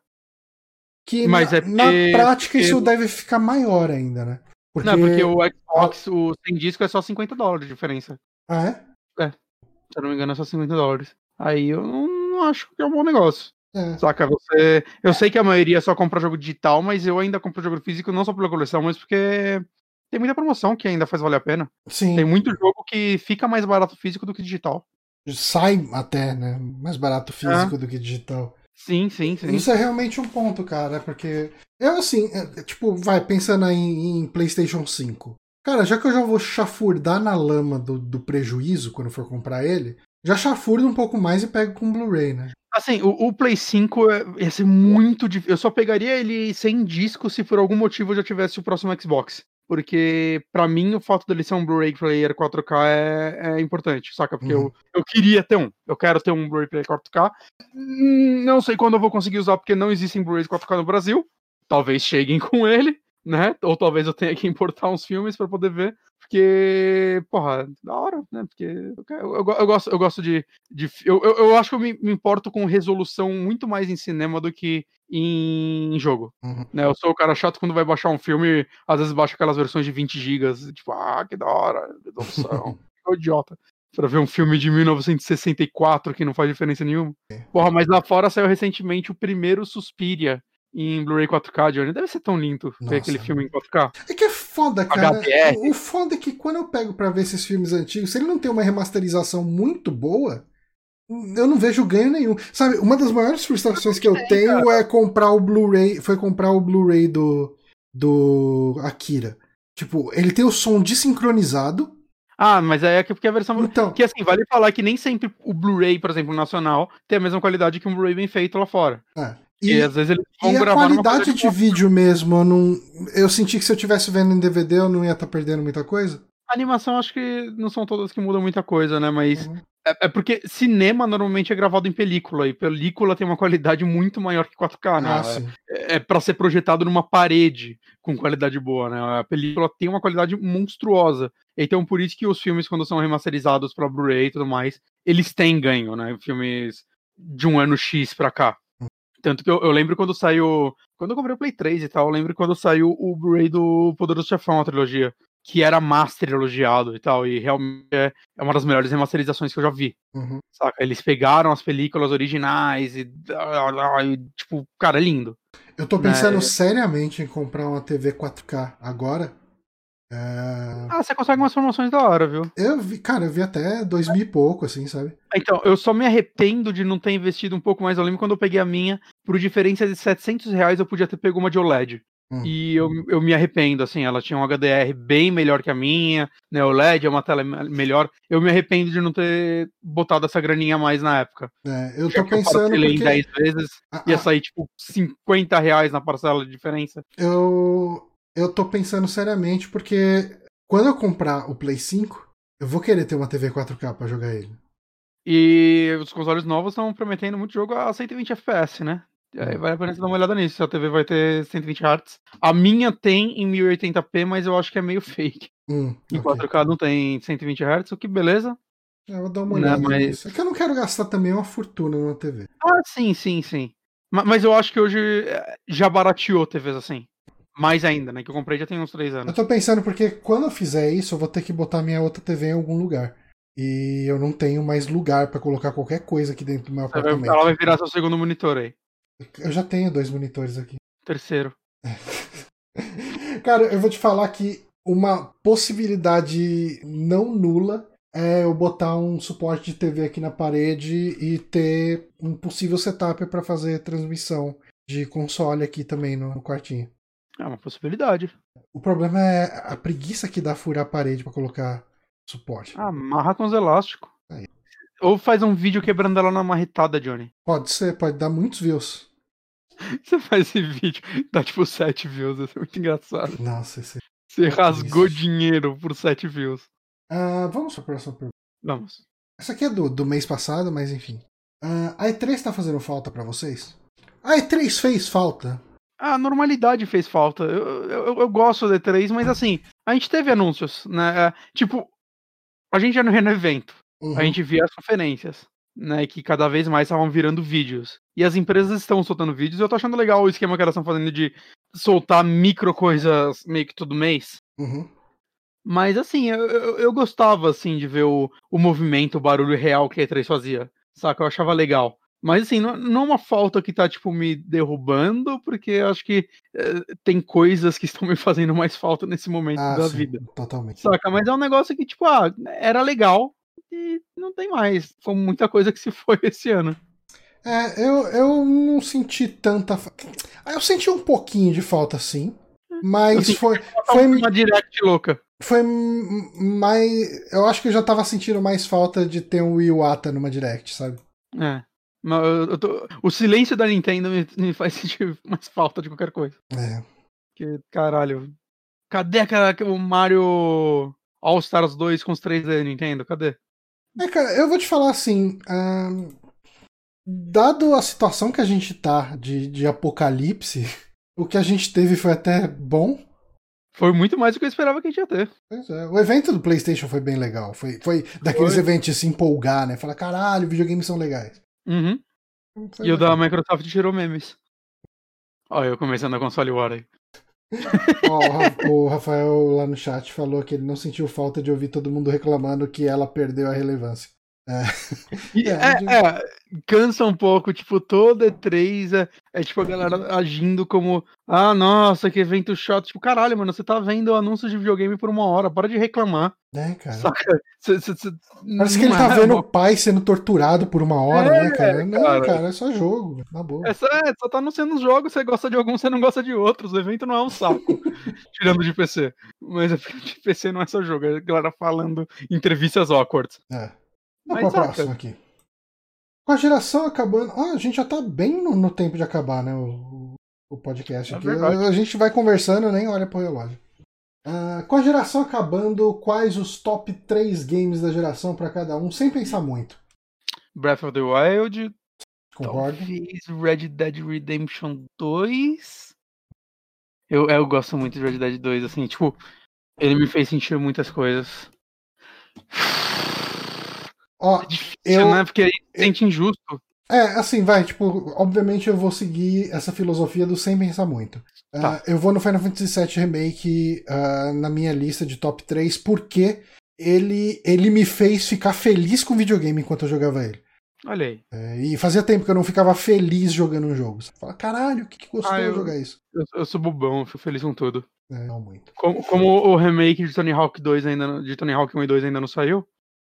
Que Mas na prática isso deve ficar maior ainda, né? Não, porque o Xbox, o sem disco é só $50 de diferença. Ah, é? Se eu não me engano, é só $50. Aí eu não acho que é um bom negócio. É. Saca, eu sei que a maioria só compra jogo digital, mas eu ainda compro jogo físico não só pela coleção, mas porque tem muita promoção que ainda faz valer a pena. Sim. Tem muito jogo que fica mais barato físico do que digital. Sai até, né? Mais barato físico do que digital. Sim. Isso é realmente um ponto, cara, porque eu assim, tipo, vai pensando aí em PlayStation 5. Cara, já que eu já vou chafurdar na lama do prejuízo quando for comprar ele, já chafurdo um pouco mais e pego com Blu-ray, né? Assim, o Play 5 ia ser muito difícil. Eu só pegaria ele sem disco se por algum motivo eu já tivesse o próximo Xbox. Porque, pra mim, o fato dele ser um Blu-ray Player 4K é importante, saca? Porque eu queria ter um. Eu quero ter um Blu-ray Player 4K. Não sei quando eu vou conseguir usar, porque não existem Blu-rays 4K no Brasil. Talvez cheguem com ele, né? Ou talvez eu tenha que importar uns filmes pra poder ver. Porque, porra, da hora, né? Porque eu gosto de. Eu acho que eu me importo com resolução muito mais em cinema do que em jogo. Né? Eu sou o cara chato quando vai baixar um filme, às vezes baixa aquelas versões de 20 GB, tipo, que da hora, resolução. Que idiota. Pra ver um filme de 1964 que não faz diferença nenhuma. Porra, mas lá fora saiu recentemente o primeiro Suspiria em Blu-ray 4K, Johnny. Deve ser tão lindo ver aquele filme em 4K. É que é foda, cara. HDR. O foda é que quando eu pego pra ver esses filmes antigos, se ele não tem uma remasterização muito boa, eu não vejo ganho nenhum. Sabe, uma das maiores frustrações que eu tenho é comprar o Blu-ray. Foi comprar o Blu-ray do Akira. Tipo, ele tem o som desincronizado. Mas é porque a versão. Então, que assim, vale falar que nem sempre o Blu-ray, por exemplo, nacional, tem a mesma qualidade que um Blu-ray bem feito lá fora. E às vezes eles vão gravar a qualidade de vídeo mesmo, eu senti que se eu estivesse vendo em DVD eu não ia estar perdendo muita coisa. A animação acho que não são todas que mudam muita coisa, né? Mas é porque cinema normalmente é gravado em película, e película tem uma qualidade muito maior que 4K, né? Sim. É para ser projetado numa parede com qualidade boa, né? A película tem uma qualidade monstruosa. Então por isso que os filmes, quando são remasterizados para Blu-ray e tudo mais, eles têm ganho, né? Filmes de um ano X pra cá. Tanto que eu lembro quando saiu. Quando eu comprei o Play 3 e tal, eu lembro quando saiu o Blu-ray do Poderoso Chefão, a trilogia. Que era master elogiado e tal. E realmente é uma das melhores remasterizações que eu já vi. Saca? Eles pegaram as películas originais e tipo, cara, é lindo. Eu tô pensando seriamente em comprar uma TV 4K agora. Você consegue umas promoções da hora, viu? Eu vi até 2000 e pouco, assim, sabe? Então, eu só me arrependo de não ter investido um pouco mais. Eu lembro quando eu peguei a minha, por diferença de R$700, eu podia ter pego uma de OLED. E eu me arrependo, assim, ela tinha um HDR bem melhor que a minha, né, OLED é uma tela melhor. Eu me arrependo de não ter botado essa graninha a mais na época. Eu tô pensando porque... em 10 vezes, ia sair, tipo, R$50 na parcela de diferença. Eu tô pensando seriamente porque quando eu comprar o Play 5, eu vou querer ter uma TV 4K pra jogar ele. E os consoles novos estão prometendo muito jogo a 120 FPS, né? Aí vale a pena você dar uma olhada nisso, se a TV vai ter 120 Hz. A minha tem em 1080p, mas eu acho que é meio fake. Em 4K não tem 120 Hz, o que beleza. Eu vou dar uma olhada nisso. É que eu não quero gastar também uma fortuna numa TV. Sim. Mas eu acho que hoje já barateou TVs assim. Mais ainda, né? Que eu comprei já tem uns 3 anos. Eu tô pensando porque quando eu fizer isso, eu vou ter que botar minha outra TV em algum lugar. E eu não tenho mais lugar pra colocar qualquer coisa aqui dentro do meu apartamento. Ela vai virar seu segundo monitor aí. Eu já tenho 2 monitores aqui. Terceiro. Cara, eu vou te falar que uma possibilidade não nula é eu botar um suporte de TV aqui na parede e ter um possível setup para fazer transmissão de console aqui também no quartinho. É uma possibilidade. O problema é a preguiça que dá furar a parede para colocar suporte. Amarra com os elásticos. Aí. Ou faz um vídeo quebrando ela na marretada, Johnny. Pode ser, pode dar muitos views. Você faz esse vídeo, dá tipo 7 views, isso é muito engraçado. Nossa, esse Você rasgou dinheiro por 7 views. Vamos para a próxima pergunta. Vamos. Essa aqui é do mês passado, mas enfim. A E3 tá fazendo falta para vocês? A E3 fez falta? A normalidade fez falta. Eu gosto da E3, mas assim, a gente teve anúncios, né? Tipo, a gente já não ia no evento. A gente via as conferências, né? Que cada vez mais estavam virando vídeos. E as empresas estão soltando vídeos. E eu tô achando legal o esquema que elas estão fazendo de soltar micro coisas meio que todo mês. Mas assim, eu gostava assim de ver o movimento, o barulho real que a E3 fazia. Saca? Eu achava legal. Mas assim, não é uma falta que tá, tipo, me derrubando, porque eu acho que tem coisas que estão me fazendo mais falta nesse momento da vida. Totalmente. Saca? Mas é um negócio que, tipo, era legal e não tem mais. Como muita coisa que se foi esse ano. Eu não senti tanta. Eu senti um pouquinho de falta, sim. Mas foi uma direct louca. Foi mais. Eu acho que eu já tava sentindo mais falta de ter um Iwata numa direct, sabe? O silêncio da Nintendo me faz sentir mais falta de qualquer coisa. Que, caralho. Cadê o Mario All-Stars 2 com os 3D da Nintendo? Cadê? Cara, eu vou te falar assim. Dado a situação que a gente tá de apocalipse, o que a gente teve foi até bom. Foi muito mais do que eu esperava que a gente ia ter. Pois é. O evento do PlayStation foi bem legal. Foi daqueles eventos de se empolgar, né? Falar, caralho, videogames são legais. E o da Microsoft tirou memes. Olha, eu começando a console war aí. O Rafael lá no chat falou que ele não sentiu falta de ouvir todo mundo reclamando que ela perdeu a relevância. Cansa um pouco, tipo, toda E3 é tipo a galera agindo como, nossa, que evento chato. Tipo, caralho, mano, você tá vendo anúncios de videogame por 1 hora, para de reclamar. Cara. Saca? Parece que ele tá vendo o pai sendo torturado por 1 hora, né, cara? Não, cara, é só jogo, na boa. Só tá anunciando os jogos, você gosta de alguns, você não gosta de outros. O evento não é um saco, tirando de PC. Mas de PC não é só jogo, é a galera falando entrevistas awkward. Vamos pra próxima aqui. Com a geração acabando. A gente já tá bem no tempo de acabar, né? O podcast aqui. A gente vai conversando, nem olha pro relógio. Com a geração acabando, quais os top 3 games da geração pra cada um, sem pensar muito? Breath of the Wild. Concordo. Talvez Red Dead Redemption 2. Eu gosto muito de Red Dead 2, assim, tipo, ele me fez sentir muitas coisas. Ó, é difícil, né? Porque aí se sente injusto. Assim, vai, tipo, obviamente eu vou seguir essa filosofia do sem pensar muito. Tá. Eu vou no Final Fantasy VII Remake na minha lista de top 3 porque ele me fez ficar feliz com videogame enquanto eu jogava ele. Olha aí. E fazia tempo que eu não ficava feliz jogando um jogo. Você fala, caralho, que gostoso jogar isso. Eu sou bobão, eu fico feliz com tudo. Não muito. Como o remake de Tony Hawk 2 ainda, de Tony Hawk 1 e 2 ainda não saiu?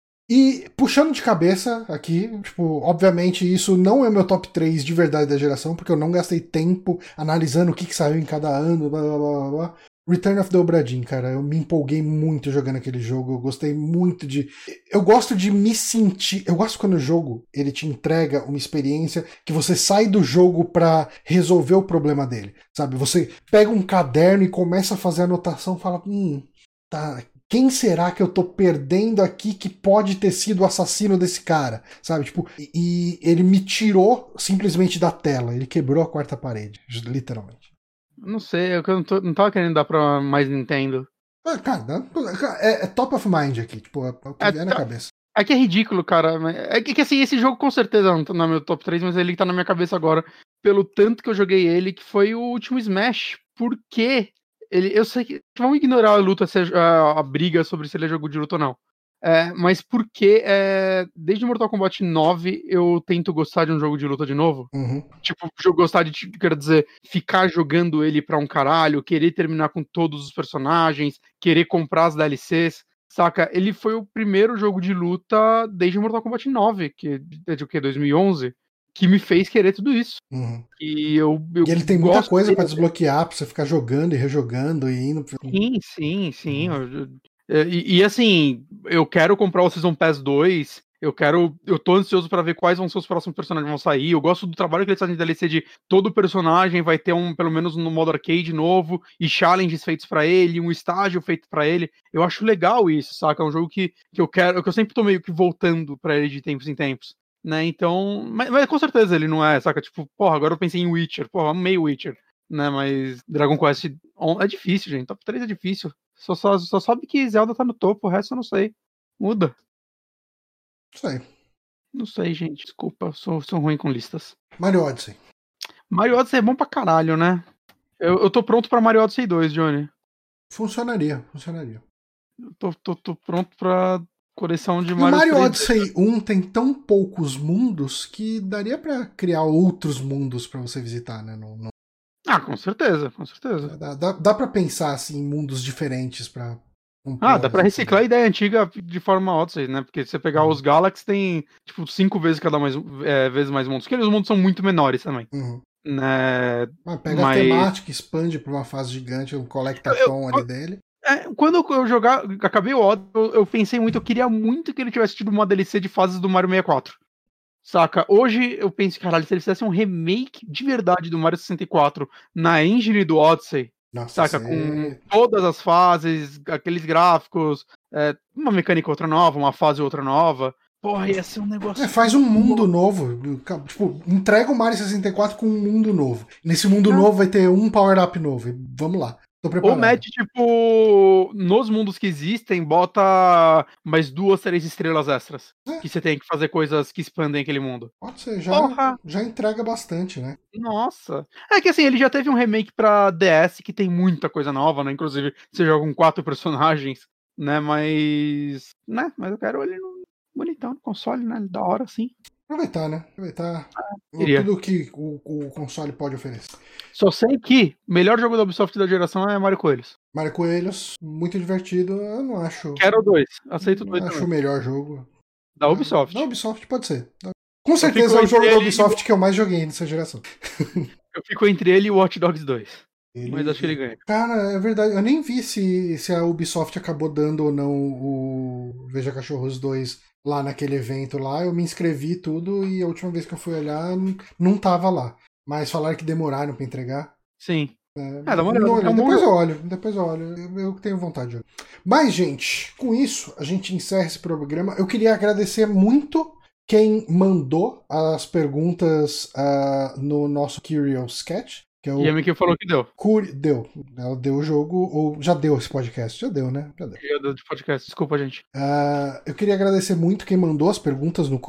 E puxando de cabeça aqui, tipo, obviamente isso não é meu top 3 de verdade da geração, porque eu não gastei tempo analisando o que saiu em cada ano, blá blá blá blá. Return of the Obra Dinn, cara, eu me empolguei muito jogando aquele jogo, eu gostei muito de... Eu gosto de me sentir... Eu gosto quando o jogo, ele te entrega uma experiência que você sai do jogo pra resolver o problema dele, sabe? Você pega um caderno e começa a fazer anotação, fala, tá... Quem será que eu tô perdendo aqui que pode ter sido o assassino desse cara? Sabe? Tipo, e ele me tirou simplesmente da tela. Ele quebrou a quarta parede, literalmente. Não sei, eu não tava querendo dar pra mais Nintendo. Cara, é top of mind aqui. Tipo, é o que vier na cabeça. É que é ridículo, cara. É que assim, esse jogo com certeza não tá no meu top 3, mas ele tá na minha cabeça agora. Pelo tanto que eu joguei ele, que foi o último Smash. Por quê? Eu sei que. Vamos ignorar a luta, a briga sobre se ele é jogo de luta ou não. Mas porque desde Mortal Kombat 9 eu tento gostar de um jogo de luta de novo. Uhum. Tipo, gostar de, quero dizer, ficar jogando ele pra um caralho, querer terminar com todos os personagens, querer comprar as DLCs, saca? Ele foi o primeiro jogo de luta desde Mortal Kombat 9, que é de o quê? 2011? Que me fez querer tudo isso. Uhum. E ele tem muita coisa pra desbloquear, pra você ficar jogando e rejogando e indo. Sim. E assim, eu quero comprar o Season Pass 2. Eu tô ansioso pra ver quais vão ser os próximos personagens que vão sair. Eu gosto do trabalho que eles fazem de DLC de todo personagem vai ter pelo menos no modo arcade novo, e challenges feitos pra ele, um estágio feito pra ele. Eu acho legal isso, saca? É um jogo que eu quero, que eu sempre tô meio que voltando pra ele de tempos em tempos, né? Então, mas com certeza ele não é, saca? Tipo, porra, agora eu pensei em Witcher, porra, amei Witcher, né? Mas Dragon Quest é difícil, gente. Top 3 é difícil. Só sabe que Zelda tá no topo, o resto eu não sei. Muda. Sei. Não sei, gente. Desculpa, sou ruim com listas. Mario Odyssey. Mario Odyssey é bom pra caralho, né? Eu tô pronto pra Mario Odyssey 2, Johnny. Funcionaria. Eu tô pronto pra coleção de E o Mario Mario 3D. Odyssey 1 tem tão poucos mundos que daria pra criar outros mundos pra você visitar, né? Ah, com certeza. Dá pra pensar assim, em mundos diferentes pra... Dá pra reciclar a ideia antiga de forma Odyssey, né? Porque se você pegar os Galaxy, tem, tipo, 5 vezes vezes mais mundos. Porque os mundos são muito menores também. Uhum. Né? Pega a temática, expande pra uma fase gigante, um collectathon ali dele. Quando eu acabei o Odyssey, eu pensei muito, eu queria muito que ele tivesse tido uma DLC de fases do Mario 64. Saca? Hoje eu penso, caralho, se ele fizesse um remake de verdade do Mario 64 na engine do Odyssey, nossa, saca? Com todas as fases, aqueles gráficos, uma mecânica outra nova, uma fase outra nova. Porra, ia ser um negócio. Faz um mundo novo. Tipo, entrega o Mario 64 com um mundo novo. Nesse mundo novo vai ter um power-up novo. Vamos lá. Tô preparado. Ou mete, tipo, nos mundos que existem, bota mais 2, 3 estrelas extras. Que você tem que fazer coisas que expandem aquele mundo. Pode ser, já entrega bastante, né? Nossa. É que assim, ele já teve um remake pra DS que tem muita coisa nova, né? Inclusive, você joga com 4 personagens, né? Mas eu quero ele bonitão no console, né? Da hora, assim. Aproveitar, né? Aproveitar tudo que o console pode oferecer. Só sei que o melhor jogo da Ubisoft da geração é Mario Coelhos. Mario Coelhos, muito divertido, eu não acho. Quero 2, aceito 2 também. Acho o melhor jogo. Da Ubisoft. Da Ubisoft pode ser. Com certeza é o jogo da Ubisoft que eu mais joguei nessa geração. Eu fico entre ele e o Watch Dogs 2. Mas acho que ele ganha. Cara, é verdade. Eu nem vi se a Ubisoft acabou dando ou não o Veja Cachorros 2 lá naquele evento lá. Eu me inscrevi tudo e a última vez que eu fui olhar não tava lá. Mas falaram que demoraram pra entregar. Sim. Dá uma olhada. Olho, depois eu olho. Eu tenho vontade de olhar. Mas, gente, com isso, a gente encerra esse programa. Eu queria agradecer muito quem mandou as perguntas no nosso Curious Sketch. Que é o... E a Miki falou que deu. Deu. Ela deu o jogo, ou já deu esse podcast? Já deu, né? Já deu de podcast, desculpa, gente. Eu queria agradecer muito quem mandou as perguntas no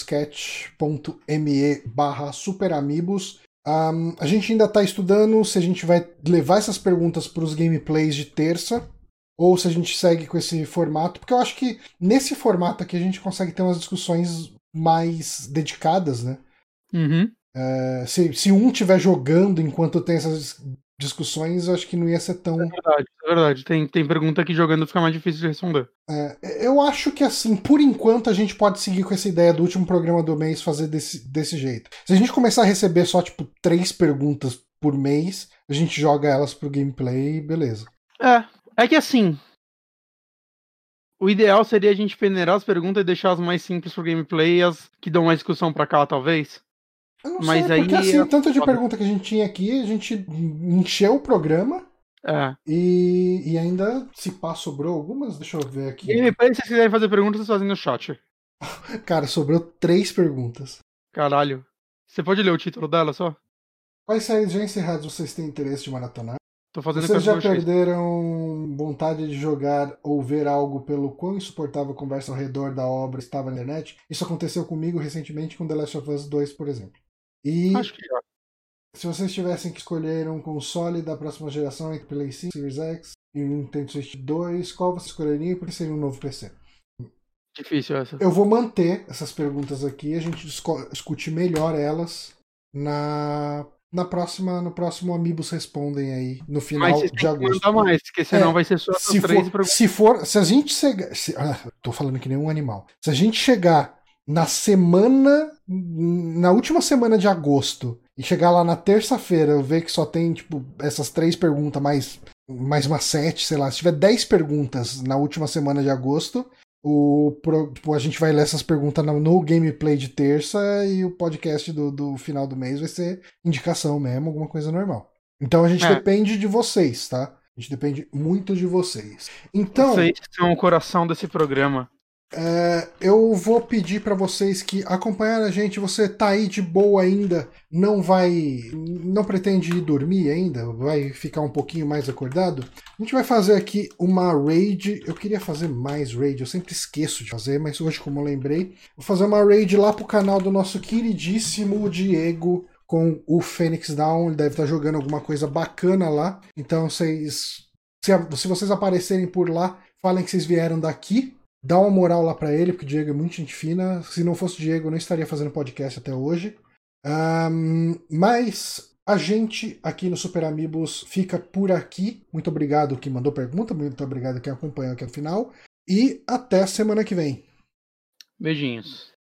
curioussketch.me/superamigos. A gente ainda está estudando se a gente vai levar essas perguntas para os gameplays de terça ou se a gente segue com esse formato, porque eu acho que nesse formato aqui a gente consegue ter umas discussões mais dedicadas, né? Uhum. Se um estiver jogando enquanto tem essas discussões, eu acho que não ia ser tão... É verdade. Tem pergunta que jogando fica mais difícil de responder. Eu acho que, assim, por enquanto a gente pode seguir com essa ideia do último programa do mês fazer desse jeito. Se a gente começar a receber só, 3 perguntas por mês, a gente joga elas pro gameplay e beleza. É que assim... O ideal seria a gente peneirar as perguntas e deixar as mais simples pro gameplay e as que dão mais discussão pra cá, talvez. Eu não sei, porque assim, tanto de pergunta que a gente tinha aqui, a gente encheu o programa. E ainda, se pá, sobrou algumas? Deixa eu ver aqui. E se vocês quiserem fazer perguntas, vocês fazem no chat. Cara, sobrou 3 perguntas. Caralho. Você pode ler o título dela só? Quais séries já encerradas vocês têm interesse de maratonar? Tô fazendo. Vocês já perderam vontade de jogar ou ver algo pelo quão insuportável a conversa ao redor da obra estava na internet? Isso aconteceu comigo recentemente com The Last of Us 2, por exemplo. E acho que já. Se vocês tivessem que escolher um console da próxima geração entre Play 5, Series X e o Nintendo Switch 2, qual você escolheria e por que seria um novo PC? Difícil essa. Eu vou manter essas perguntas aqui, a gente discute melhor elas no próximo Amigos Respondem aí, no final de agosto. Mas mais, porque senão vai ser só essas 3 perguntas. Se a gente chegar... tô falando que nem um animal. Se a gente chegar na última semana de agosto e chegar lá na terça-feira, eu ver que só tem, essas 3 perguntas, mais umas 7, sei lá. Se tiver 10 perguntas na última semana de agosto, a gente vai ler essas perguntas no gameplay de terça e o podcast do final do mês vai ser indicação mesmo, alguma coisa normal. Então a gente depende de vocês, tá? A gente depende muito de vocês. Então, vocês são o coração desse programa. Eu vou pedir para vocês que acompanharam a gente. Você tá aí de boa ainda, não pretende ir dormir ainda, vai ficar um pouquinho mais acordado? A gente vai fazer aqui uma raid. Eu queria fazer mais raid, eu sempre esqueço de fazer, mas hoje, como eu lembrei, vou fazer uma raid lá pro canal do nosso queridíssimo Diego com o Phoenix Down. Ele deve estar jogando alguma coisa bacana lá. Então, se vocês aparecerem por lá, falem que vocês vieram daqui. Dá uma moral lá pra ele, porque o Diego é muito gente fina. Se não fosse o Diego, eu não estaria fazendo podcast até hoje. Mas a gente aqui no Super Amigos fica por aqui. Muito obrigado quem mandou pergunta, muito obrigado quem acompanhou aqui no final. E até semana que vem. Beijinhos.